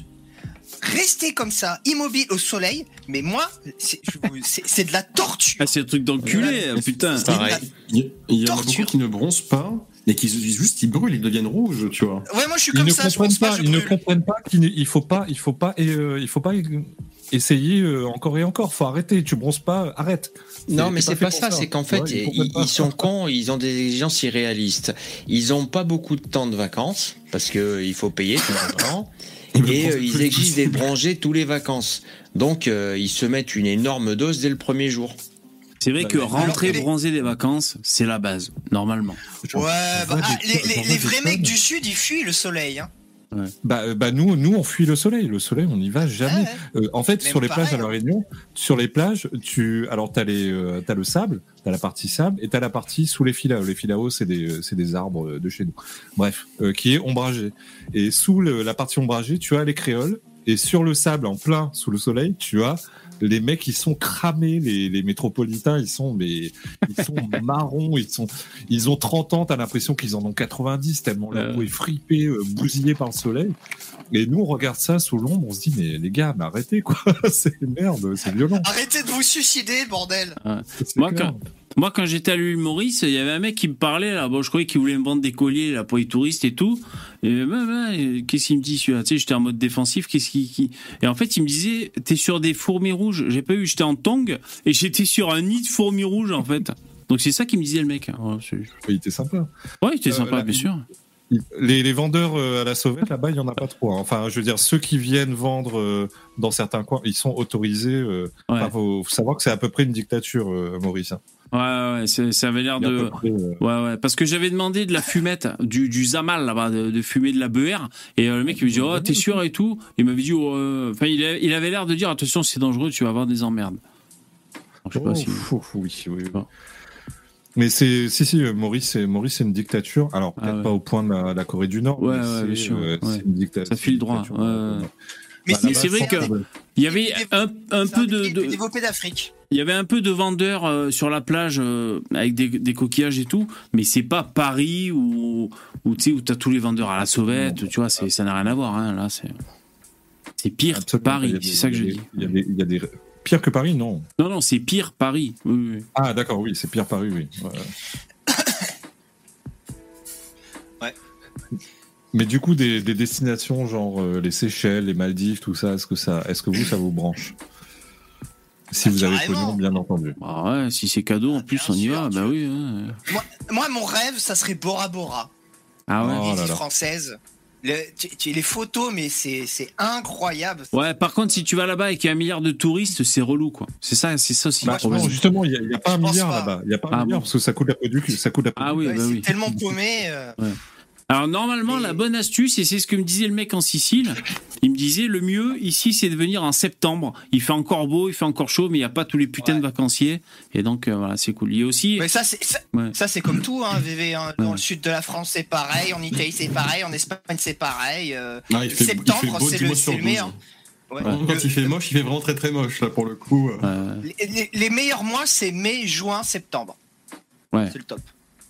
rester comme ça, immobile au soleil, mais moi, c'est je vous- c'est- c'est de la torture. Ah, c'est un truc d'enculé, Ouais. putain. C'est pareil. Il y, il y en a Torture. beaucoup qui ne bronzent pas, mais qui juste ils brûlent, ils deviennent rouges, tu vois. Ouais, moi je suis Ils comme ne ça, je comprennent pense pas, pas, je ils ne brûle. comprennent pas qu'il ne- il faut pas, il faut pas, et, euh, il faut pas essayer euh, encore et encore. Faut arrêter. Tu bronzes pas, arrête. Non, mais t'es c'est fait pas pour ça, c'est qu'en fait, Ouais, ils, comprennent pas. ils sont cons, ils ont des exigences irréalistes. Ils ont pas beaucoup de temps de vacances, parce que il faut payer tout simplement. Ils Et bronzent euh, ils plus exigent possible. d'être bronzés tous les vacances. Donc, euh, ils se mettent une énorme dose dès le premier jour. C'est vrai que Alors, rentrer les- bronzer des vacances, c'est la base, normalement. J'en- Ouais, j'en bah, vois ah, des- les, j'en les- vois les des vrais tonnes. mecs du sud, ils fuient le soleil. Hein. Bah, euh, bah nous, nous, on fuit le soleil. Le soleil, on n'y va jamais. Ouais, ouais. Euh, en fait, Même sur les pareil, plages à la Réunion, sur les plages, tu, alors t'as les, euh, t'as le sable, t'as la partie sable et t'as la partie sous les filaos. Les filaos, c'est des, euh, c'est des arbres euh, de chez nous. Bref, euh, qui est ombragé. Et sous le, la partie ombragée, tu as les créoles. Et sur le sable, en plein sous le soleil, tu as les mecs, ils sont cramés, les, les métropolitains, ils sont, mais, ils sont marrons, ils sont, ils ont trente ans, t'as l'impression qu'ils en ont quatre-vingt-dix, tellement leur peau est fripée, euh, bousillée par le soleil. Et nous, on regarde ça sous l'ombre, on se dit, mais les gars, mais arrêtez, quoi. C'est merde, c'est violent. Arrêtez de vous suicider, bordel. Ouais. Moi, quand, moi, quand j'étais à l'île Maurice, il y avait un mec qui me parlait, là. Bon, je croyais qu'il voulait me vendre des colliers, là, pour les touristes et tout. Et, bah, bah, qu'est-ce qu'il me dit, celui-là? Tu sais, j'étais en mode défensif, qu'est-ce qu'il, qui... Et en fait, il me disait, t'es sur des fourmis rouges. J'ai pas eu, j'étais en tongue, et j'étais sur un nid de fourmis rouges, en fait. Donc, c'est ça qu'il me disait, le mec. Ouais, c'est... Il était sympa. Ouais, il était Euh, sympa, la- bien sûr. Les, les vendeurs euh, à la sauvette, là-bas, il y en a pas trop. hein. Enfin, je veux dire, ceux qui viennent vendre euh, dans certains coins, ils sont autorisés. Euh, Ouais. enfin, faut, faut savoir que c'est à peu près une dictature, euh, Maurice. hein. Ouais, ouais, c'est- ça avait l'air Il y a à de. peu près, euh, Ouais, ouais, parce que j'avais demandé de la fumette, du, du Zamal là-bas, de, de fumer de la beurre, et euh, le mec il me dit, oh, t'es sûr et tout. Il m'avait dit, oh, euh, enfin, il, a- il avait l'air de dire, attention, c'est dangereux, tu vas avoir des emmerdes. Alors, je sais pas oh, si. fou, fou, oui, oui, oui. Bon. Mais c'est, si, si, euh, Maurice, c'est, Maurice, c'est une dictature. Alors, peut-être Ah ouais. pas au point de la, la Corée du Nord, Ouais, mais ouais, c'est, bien sûr, euh, ouais. c'est une dictature. Ça file droit, ouais, ouais. Mais Bah, Mais là-bas, c'est vrai que ouais. il y avait un, un peu de, de... de- développé d'Afrique. il y avait un peu de vendeurs euh, sur la plage euh, avec des, des coquillages et tout, mais c'est pas Paris où où tu sais où t'as tous les vendeurs à la sauvette, tu vois, c'est ça n'a rien à voir, hein, là c'est c'est pire que Absolument. Paris, Il y a des- c'est ça que je il y a dis. des- Il y a des, il y a des pire que Paris, non. Non non, c'est pire Paris. Oui, oui, oui. Ah, d'accord, oui, c'est pire Paris, oui. Ouais. Ouais. Mais du coup, des, des destinations genre euh, les Seychelles, les Maldives, tout ça, est-ce que ça, est-ce que vous, ça vous branche? Si Ah, vous avez carrément. pognon, bien entendu. Ah ouais, si c'est cadeau en Ah, plus bien on y sûr, va, tu bah veux- oui. hein. Moi, moi, mon rêve, ça serait Bora Bora, Ah ouais. Oh les là îles là. françaises. Le, tu, tu- les photos, mais c'est c'est incroyable. Ouais, par contre, si tu vas là-bas et qu'il y a un milliard de touristes, c'est relou, quoi. C'est ça, c'est ça aussi Bah, le problème. non, justement, il n'y a, a pas Je un pense milliard pas. là-bas. Il n'y a pas un Ah milliard bon parce que ça coûte la peau du cul. Ça coûte la peau Ah du oui, Ouais, bah c'est oui. tellement paumé. euh, Alors normalement, Mais- la bonne astuce, et c'est ce que me disait le mec en Sicile, il me disait le mieux ici, c'est de venir en septembre. Il fait encore beau, il fait encore chaud, mais il n'y a pas tous les putains Ouais. de vacanciers. Et donc euh, voilà, c'est cool. Il y a aussi. Mais ça, c'est ça, Ouais. ça, c'est comme tout, hein, V V. hein. Dans Ouais. le sud de la France, c'est pareil. En Italie, c'est pareil. En Espagne, c'est pareil. euh, Ah, il fait, il fait Septembre, beau c'est dix le- mois c'est sur le douze. meilleur. ouais. Par contre, Le- quand il fait moche, il fait vraiment très très moche là pour le coup. euh. euh, les, les- les meilleurs mois, c'est mai, juin, septembre. Ouais. C'est le top.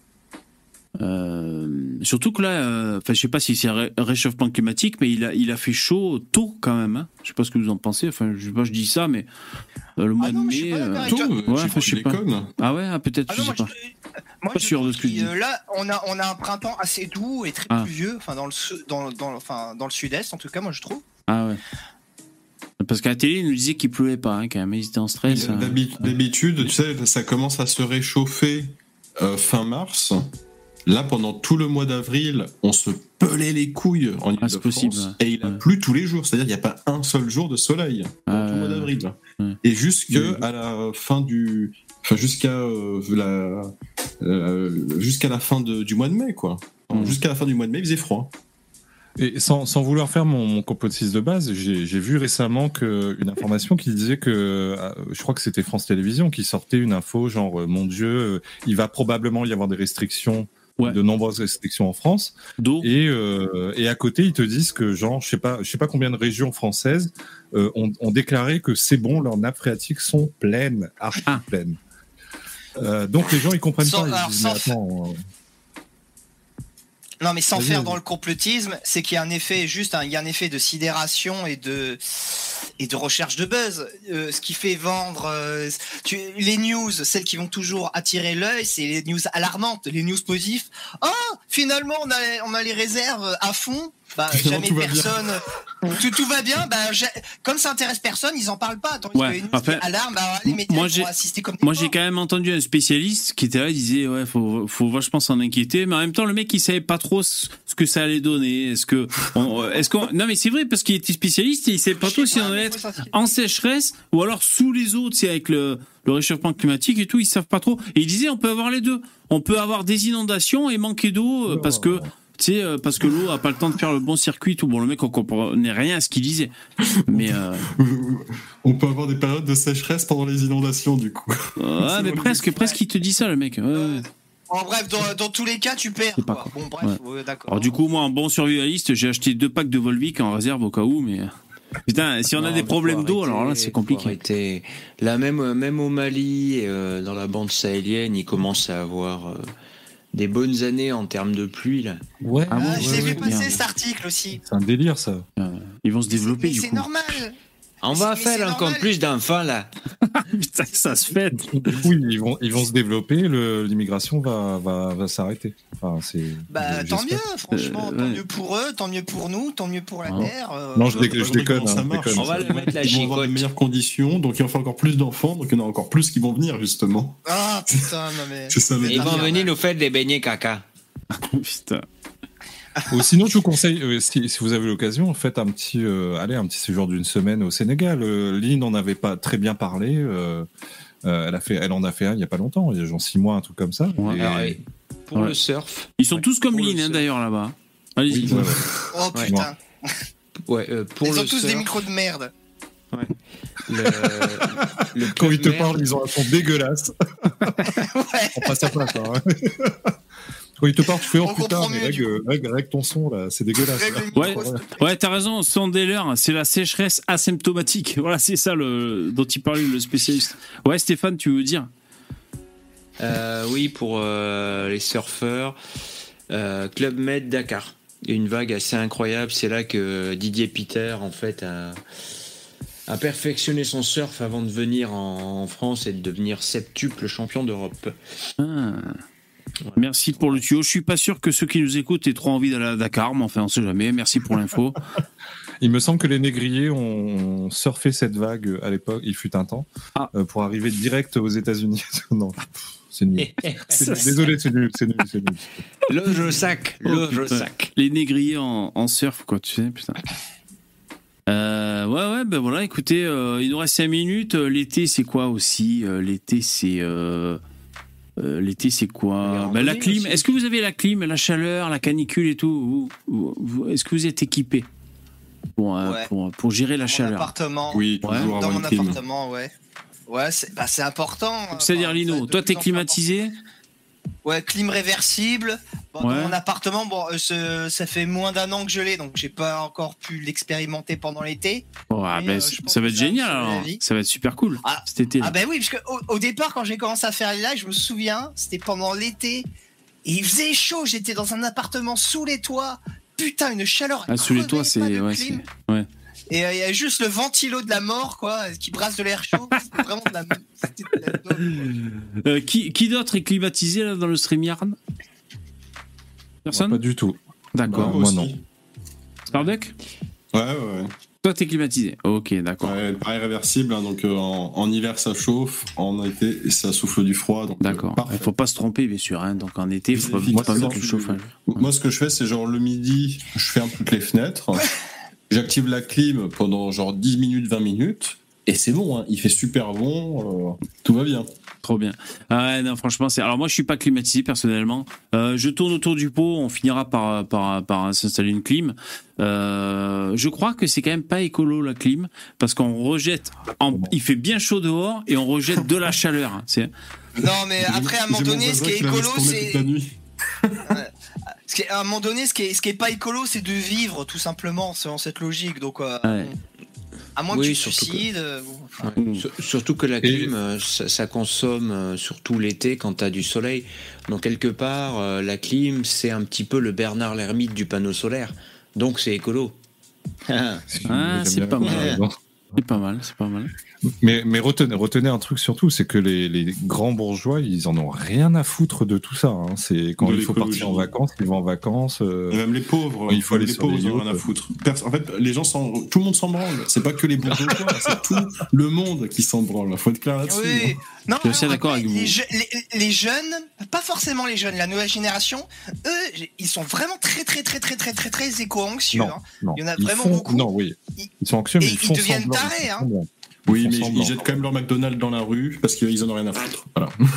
euh, surtout que là, euh, enfin, je sais pas si c'est un ré- réchauffement climatique, mais il a, il a fait chaud tôt quand même. Hein. Je sais pas ce que vous en pensez. Enfin, je sais pas, je dis ça, mais euh, le mois Ah non, de mais je suis mai. pas d'accord euh, avec Tôt, toi. euh, Ouais, j'ai enfin, pas je sais des pas. connes. Ah ouais, ah, peut-être, Ah je non, sais moi, pas. je, moi, Pas je sûr de trouve ce que je qu'il- dis. euh, Là, on a, on a un printemps assez doux et très Ah. pluvieux. Enfin, dans le, su- dans, dans, enfin, dans le sud-est, en tout cas, moi, je trouve. Ah ouais. Parce qu'à la télé, ils nous disaient qu'il pleuvait pas, hein, quand même. Ils étaient en stress. hein. D'habi- D'habitude, tu sais, ça commence à se réchauffer euh, fin mars. Là, pendant tout le mois d'avril, on se pelait les couilles en Ah, c'est Ile-de-France. possible, ouais. Et il a Ouais. plu tous les jours. C'est-à-dire qu'il n'y a pas un seul jour de soleil pendant Ah, tout le mois ouais. d'avril. Ouais. Et jusque Oui. à la fin du, enfin jusqu'à euh, la, euh, jusqu'à la fin de- du mois de mai, quoi. Mm. Jusqu'à la fin du mois de mai, il faisait froid. Et sans, sans vouloir faire mon, mon complotiste de base, j'ai j'ai vu récemment que, une information qui disait que, euh, je crois que c'était France Télévisions qui sortait une info genre, euh, mon Dieu, euh, il va probablement y avoir des restrictions, Ouais. de nombreuses restrictions en France. D'eau. Et, euh, et à côté, ils te disent que genre, je sais pas, je sais pas combien de régions françaises euh, ont, ont déclaré que c'est bon, leurs nappes phréatiques sont pleines, archi Ah. pleines. Euh, donc les gens ils comprennent Sans- pas. Ils alors, disent, sans mais attends, euh, Non, mais sans Vas-y, faire vas-y. dans le complotisme, c'est qu'il y a un effet, juste, un- il y a un effet de sidération et de et de recherche de buzz. Euh, ce qui fait vendre euh, tu- les news, celles qui vont toujours attirer l'œil, c'est les news alarmantes, les news positives. Oh, finalement, on a on a les réserves à fond. Bah, Finalement, jamais tout va bien. personne. Tout, tout va bien. Bah, j'ai- comme ça intéresse personne, ils en parlent pas. Tandis Ouais, que les news enfin, qui alarment, bah, les médias moi, ils j'ai- vont assister comme des Moi, j'ai porcs. quand même entendu un spécialiste qui était là, il disait, ouais, faut, faut vachement s'en inquiéter, mais en même temps, le mec, il savait pas trop ce ce que ça allait donner. Est-ce que, on- est-ce qu'on, non, mais c'est vrai, parce qu'il était spécialiste et il savait pas Je trop sais si pas, on allait mais être faut s'inquiéter. en sécheresse ou alors sous les eaux, tu sais, avec le, le réchauffement climatique et tout, ils savent pas trop. Et il disait, on peut avoir les deux. On peut avoir des inondations et manquer d'eau euh, parce que, tu sais, euh, parce que l'eau a pas le temps de faire le bon circuit. Tout bon, le mec, on comprenait rien à ce qu'il disait. Mais, euh, On peut avoir des périodes de sécheresse pendant les inondations, du coup. ouais, mais bon, presque, presque, il te dit ça, le mec. Ouais, ouais. En bref, dans, dans tous les cas, tu perds. C'est pas quoi. quoi. Bon, bref, Ouais. ouais, d'accord. Alors du coup, moi, en bon survivaliste, j'ai acheté deux packs de Volvic en réserve au cas où, mais Putain, si on Non, a des mais problèmes faut d'eau, arrêter, alors là, c'est faut compliqué. arrêter. Là, même, même au Mali, euh, dans la bande sahélienne, ils commencent à avoir euh, des bonnes années en termes de pluie. Là. Ouais, Ah bon, Ah, je ouais, l'ai ouais, vu passer bien. cet article aussi. c'est un délire ça. Ils vont se développer, Mais du c'est coup. normal. On Mais va c'est- mais faire c'est encore normal. plus d'enfants, là. Putain, ça se fait. Du coup, ils vont, ils vont se développer, le- l'immigration va, va, va s'arrêter. Enfin, c'est, Bah je- tant j'espère. mieux, franchement, Euh, tant ouais. mieux pour eux, tant mieux pour nous, tant mieux pour la Non. Terre. euh, Non, je, dé- Je sais pas je déconne. comment ça hein, je marche. déconne. On va le mettre la Ils vont avoir de gigotte. meilleures conditions, donc il en faut encore plus d'enfants, donc il y en a encore plus qui vont venir, justement. Ah putain, non mais. C'est ça le Ils vont Infernal. venir nous faire des beignets caca. Putain. Ou sinon, je vous conseille, euh, si, si vous avez l'occasion, faites un petit, euh, allez, un petit séjour d'une semaine au Sénégal. Euh, Lynn n'en avait pas très bien parlé. euh, euh, elle a fait, elle en a fait un il y a pas longtemps, il y a genre six mois, un truc comme ça. Ouais. Et- Alors, et pour Ouais. le surf, Ils sont Ouais. tous comme Pour le Lynn, hein, surf. d'ailleurs, là-bas. Allez-y. Oui, ouais, ouais. Oh Ouais. putain, ouais, euh, pour ils le ont tous des surf, micros de merde. le, le Quand ils te club parlent, merde, ils ont un son dégueulasse. Ouais. On passe à pas, ça. Hein. Quand ils te parlent, tu fais oh On putain, comprend mais mieux, règle, du règle, règle ton son là, c'est dégueulasse. Règle là. le micro, Ouais. s'il te plaît. Ouais, t'as raison, Sandeller, c'est la sécheresse asymptomatique. Voilà, c'est ça le, dont il parlait le spécialiste. Ouais, Stéphane, tu veux dire? euh, oui, pour euh, les surfeurs, euh, Club Med Dakar. Il y a une vague assez incroyable. C'est là que Didier Peter, en fait, a, a perfectionné son surf avant de venir en, en France et de devenir septuple champion d'Europe. Ah. Merci pour le tuyau. Je suis pas sûr que ceux qui nous écoutent aient trop envie d'aller à Dakar, mais enfin, on sait jamais. Merci pour l'info. Il me semble que les négriers ont surfé cette vague à l'époque, il fut un temps, Ah. euh, pour arriver direct aux États-Unis. Non, c'est nul. C'est nul. Désolé, c'est nul, c'est nul, c'est nul. Le jeu sac, Oh, le putain. jeu sac. Les négriers en, en surf, quoi, tu sais, putain. Euh, ouais, ouais, ben voilà, écoutez, euh, il nous reste cinq minutes. Euh, L'été, c'est quoi aussi? Euh, L'été, c'est. Euh, euh, L'été, c'est Les quoi? randonnées Ben, la clim. aussi. Est-ce que vous avez la clim, la chaleur, la canicule et tout? Vous- vous- Est-ce que vous êtes équipé pour, euh, Ouais. pour, pour gérer la Dans mon chaleur? appartement. Oui, Ouais. toujours Dans avoir mon une clim. appartement, ouais. Ouais, c'est bah, c'est important. C'est-à-dire, Enfin, Lino, ça, de toi, plus t'es en plus climatisé? Ouais, clim réversible. Bon, Ouais. Dans mon appartement, bon, euh, ce- ça fait moins d'un an que je l'ai, donc j'ai pas encore pu l'expérimenter pendant l'été. Oh, ah, Mais, ben, euh, c- je pense ça va que être ça va génial me sauver alors. la vie. Ça va être super cool Ah, cet été. Ah ben oui, parce que au, au départ, quand j'ai commencé à faire les lives, je me souviens, c'était pendant l'été, et il faisait chaud, j'étais dans un appartement sous les toits. Putain, une chaleur. Ah, sous les toits, crevée, pas c'est. de Ouais, clim. c'est- ouais. Et euh, il y a juste le ventilo de la mort, quoi, qui brasse de l'air chaud. C'était vraiment de la. C'était de la dope. Euh, qui qui d'autre est climatisé là, dans le StreamYard? Personne? Pas du tout. D'accord. Bah, moi, aussi. non. Starduck? Ouais, ouais, ouais. Toi, t'es climatisé. Ok, d'accord. Ouais, pareil réversible, hein, donc euh, en, en hiver ça chauffe, en été ça souffle du froid. donc, euh, D'accord. parfait. Il faut pas se tromper, bien sûr. Hein. Donc en été, il faut pas, Moi, faut pas c'est mettre le dans- chauffage. Moi ce que je fais c'est genre le midi, je ferme toutes les fenêtres, j'active la clim pendant genre dix minutes, vingt minutes, et c'est bon, hein, il fait super bon, euh, tout va bien. Trop bien. Ah ouais, non, franchement, c'est. Alors moi, je suis pas climatisé personnellement. Euh, je tourne autour du pot. On finira par par par s'installer une clim. Euh, je crois que c'est quand même pas écolo la clim parce qu'on rejette. en- Il fait bien chaud dehors et on rejette de la chaleur. Hein. C'est. Non, mais après, à un moment J'ai mon donné, ce voisin qui est la laisse écolo, tourner c'est. toute la nuit. Ce qui est- à un moment donné, ce qui est, ce qui est pas écolo, c'est de vivre, tout simplement, selon cette logique. Donc, euh, Ouais. à moins Oui, que tu te surtout que- suicides. euh, bon, enfin, Ouais. Mm. Sur- Surtout que la clim, euh, ça, ça consomme euh, surtout l'été quand tu as du soleil. Donc quelque part, euh, la clim, c'est un petit peu le Bernard l'ermite du panneau solaire. Donc c'est écolo. Ah, J'aime c'est bien pas la mal. comparaison. C'est pas mal. C'est pas mal. Mais, mais retenez, retenez un truc surtout, c'est que les, les grands bourgeois, ils en ont rien à foutre de tout ça. Hein. C'est quand De il faut l'écologie. partir en vacances, ils vont en vacances. euh, Et même les pauvres, Il faut aller les sur pauvres des ils ont rien à yachts. foutre. Pers- En fait, les gens s'en, tout le monde s'en branle. C'est pas que les bourgeois, c'est tout le monde qui s'en branle. Faut être clair là-dessus. Oui. hein. Non, Je suis assez alors, d'accord après, avec les, vous. je- les, les jeunes, pas forcément les jeunes, la nouvelle génération, eux, ils sont vraiment très, très, très, très, très, très, très éco-anxieux. Non, hein. non. Il y en a Ils vraiment font- beaucoup. Non, oui. Ils- Ils sont anxieux, mais et ils ils font deviennent semblant, tarés, ils font hein. semblant. Oui, Ils mais font ils semblant. jettent quand même leur McDonald's dans la rue parce qu'ils en ont rien à foutre. Voilà.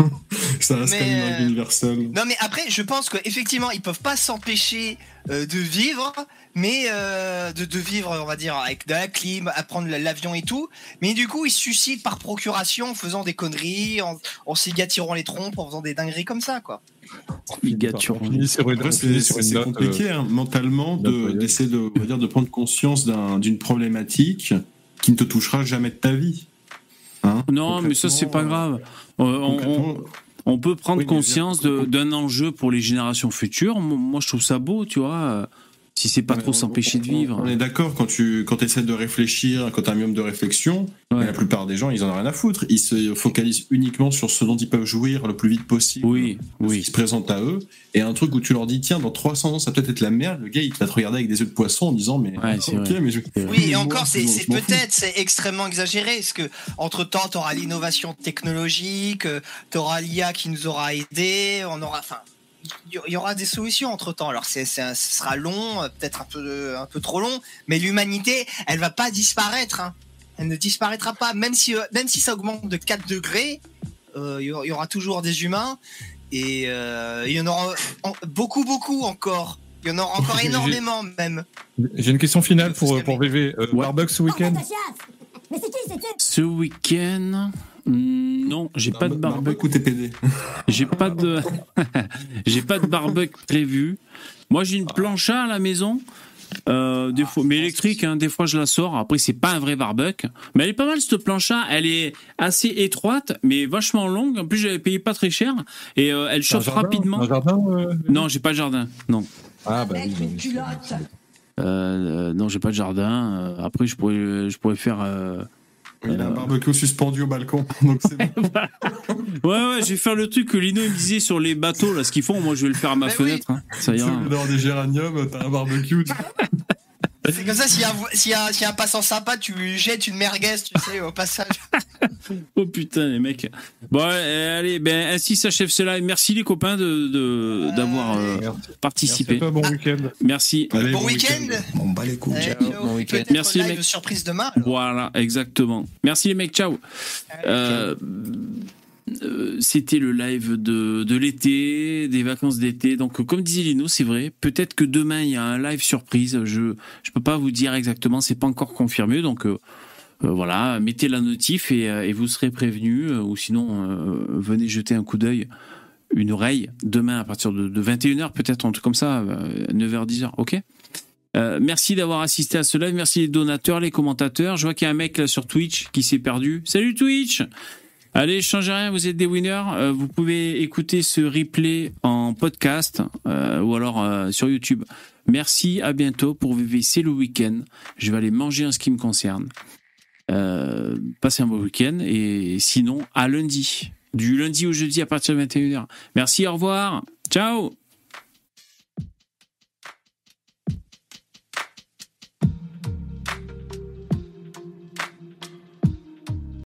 Ça reste Mais, quand même une euh, règle universelle. Non, mais après, je pense qu'effectivement, ils peuvent pas s'empêcher euh, de vivre, mais euh, de, de vivre, on va dire, avec de la clim, à prendre l'avion et tout. Mais du coup, ils se suicident par procuration en faisant des conneries, en, en s'égatirant les trompes, en faisant des dingueries comme ça, quoi. Ligature. On finit sur une, Après, on c'est finit sur une c'est note, compliqué euh, hein, mentalement note de- voyage. d'essayer de, on va dire, de prendre conscience d'un- d'une problématique qui ne te touchera jamais de ta vie. Hein, Non, mais ça, c'est pas concrètement, grave. Euh, on, on, concrètement, on peut prendre Oui, mais conscience je veux dire- de- d'un enjeu pour les générations futures. Moi, moi, je trouve ça beau, tu vois. euh, Si c'est pas Ouais, trop on- s'empêcher de on- vivre. On est d'accord, quand tu quand essaies de réfléchir, quand tu as un minimum de réflexion, Ouais. la plupart des gens, ils en ont rien à foutre. Ils se focalisent uniquement sur ce dont ils peuvent jouir le plus vite possible. Oui, de ce oui. qui se présente à eux. Et un truc où tu leur dis, tiens, dans trois cents ans, ça peut peut-être être la merde, le gars, il va te regarder avec des yeux de poisson en disant, mais Ouais, c'est ok, vrai. mais je. C'est vrai. Oui, et Mais moi, encore, c'est je- c'est je m'en fous. peut-être, c'est extrêmement exagéré, parce que entre temps, t'auras l'innovation technologique, euh, t'auras l'I A qui nous aura aidés, on aura, enfin, il y- y aura des solutions entre temps. Alors, c'est, c'est, un- ce sera long, euh, peut-être un peu, un peu trop long, mais l'humanité, elle va pas disparaître. Hein. Elle ne disparaîtra pas, même si, euh, même si ça augmente de quatre degrés, euh, il y aura- y aura toujours des humains, et euh, il y en aura en- beaucoup, beaucoup encore. Il y en aura encore J'ai- énormément, même. J'ai une question finale pour, Parce que- pour V V. Euh, Ouais. Barbecue ce week-end Ce week-end, hmm, non, j'ai pas de barbecue. ou T P D. J'ai pas de, j'ai pas de barbecue prévu. Moi, j'ai une plancha à la maison. Euh, des fois, mais électrique, hein, des fois je la sors. Après, c'est pas un vrai barbecue, mais elle est pas mal cette plancha. Elle est assez étroite, mais vachement longue. En plus, j'avais payé pas très cher et euh, elle C'est un chauffe jardin rapidement. Un jardin euh, Non, j'ai pas de jardin. Non, Ah, bah oui. bah oui. euh, euh, non, j'ai pas de jardin. Euh, après, je pourrais, je pourrais faire. euh, Il a un barbecue suspendu au balcon, donc c'est bon. Ouais, ouais, je vais faire le truc que Lino il me disait sur les bateaux, là, ce qu'ils font. Moi, je vais le faire à ma Mais fenêtre. hein. Ça Tu ira. veux dans des géraniums, t'as un barbecue. C'est comme ça, s'il y, a un vo- s'il y, a- s'il y a un passant sympa, tu lui jettes une merguez, tu sais, au passage. Oh putain, les mecs. Bon, euh, allez, ben, ainsi s'achève ce live. Merci les copains de, de- d'avoir euh, Merci. participé. Merci à toi, bon week-end. Merci. Allez, Bon week-end. On bat les couilles. Allez, Ciao, ciao. bon week-end. Peut-être Merci, les live mecs. surprise demain. Voilà, exactement. Merci les mecs, ciao. Euh, euh, c'était le live de, de l'été, des vacances d'été. Donc, comme disait Lino, c'est vrai. Peut-être que demain il y a un live surprise. Je je peux pas vous dire exactement. C'est pas encore confirmé. Donc euh, euh, voilà, mettez la notif et, euh, et vous serez prévenus. Euh, ou sinon, euh, venez jeter un coup d'œil, une oreille demain à partir de, de vingt et une heures, peut-être un truc comme ça, euh, neuf heures, dix heures. Ok. Euh, merci d'avoir assisté à ce live. Merci les donateurs, les commentateurs. Je vois qu'il y a un mec là sur Twitch qui s'est perdu. Salut Twitch. Allez, changez rien, vous êtes des winners. Euh, vous pouvez écouter ce replay en podcast euh, ou alors euh, sur YouTube. Merci, à bientôt pour V V. C'est le week-end. Je vais aller manger en ce qui me concerne. Euh, passez un bon week-end et sinon à lundi. Du lundi au jeudi à partir de vingt et une heures. Merci, au revoir. Ciao.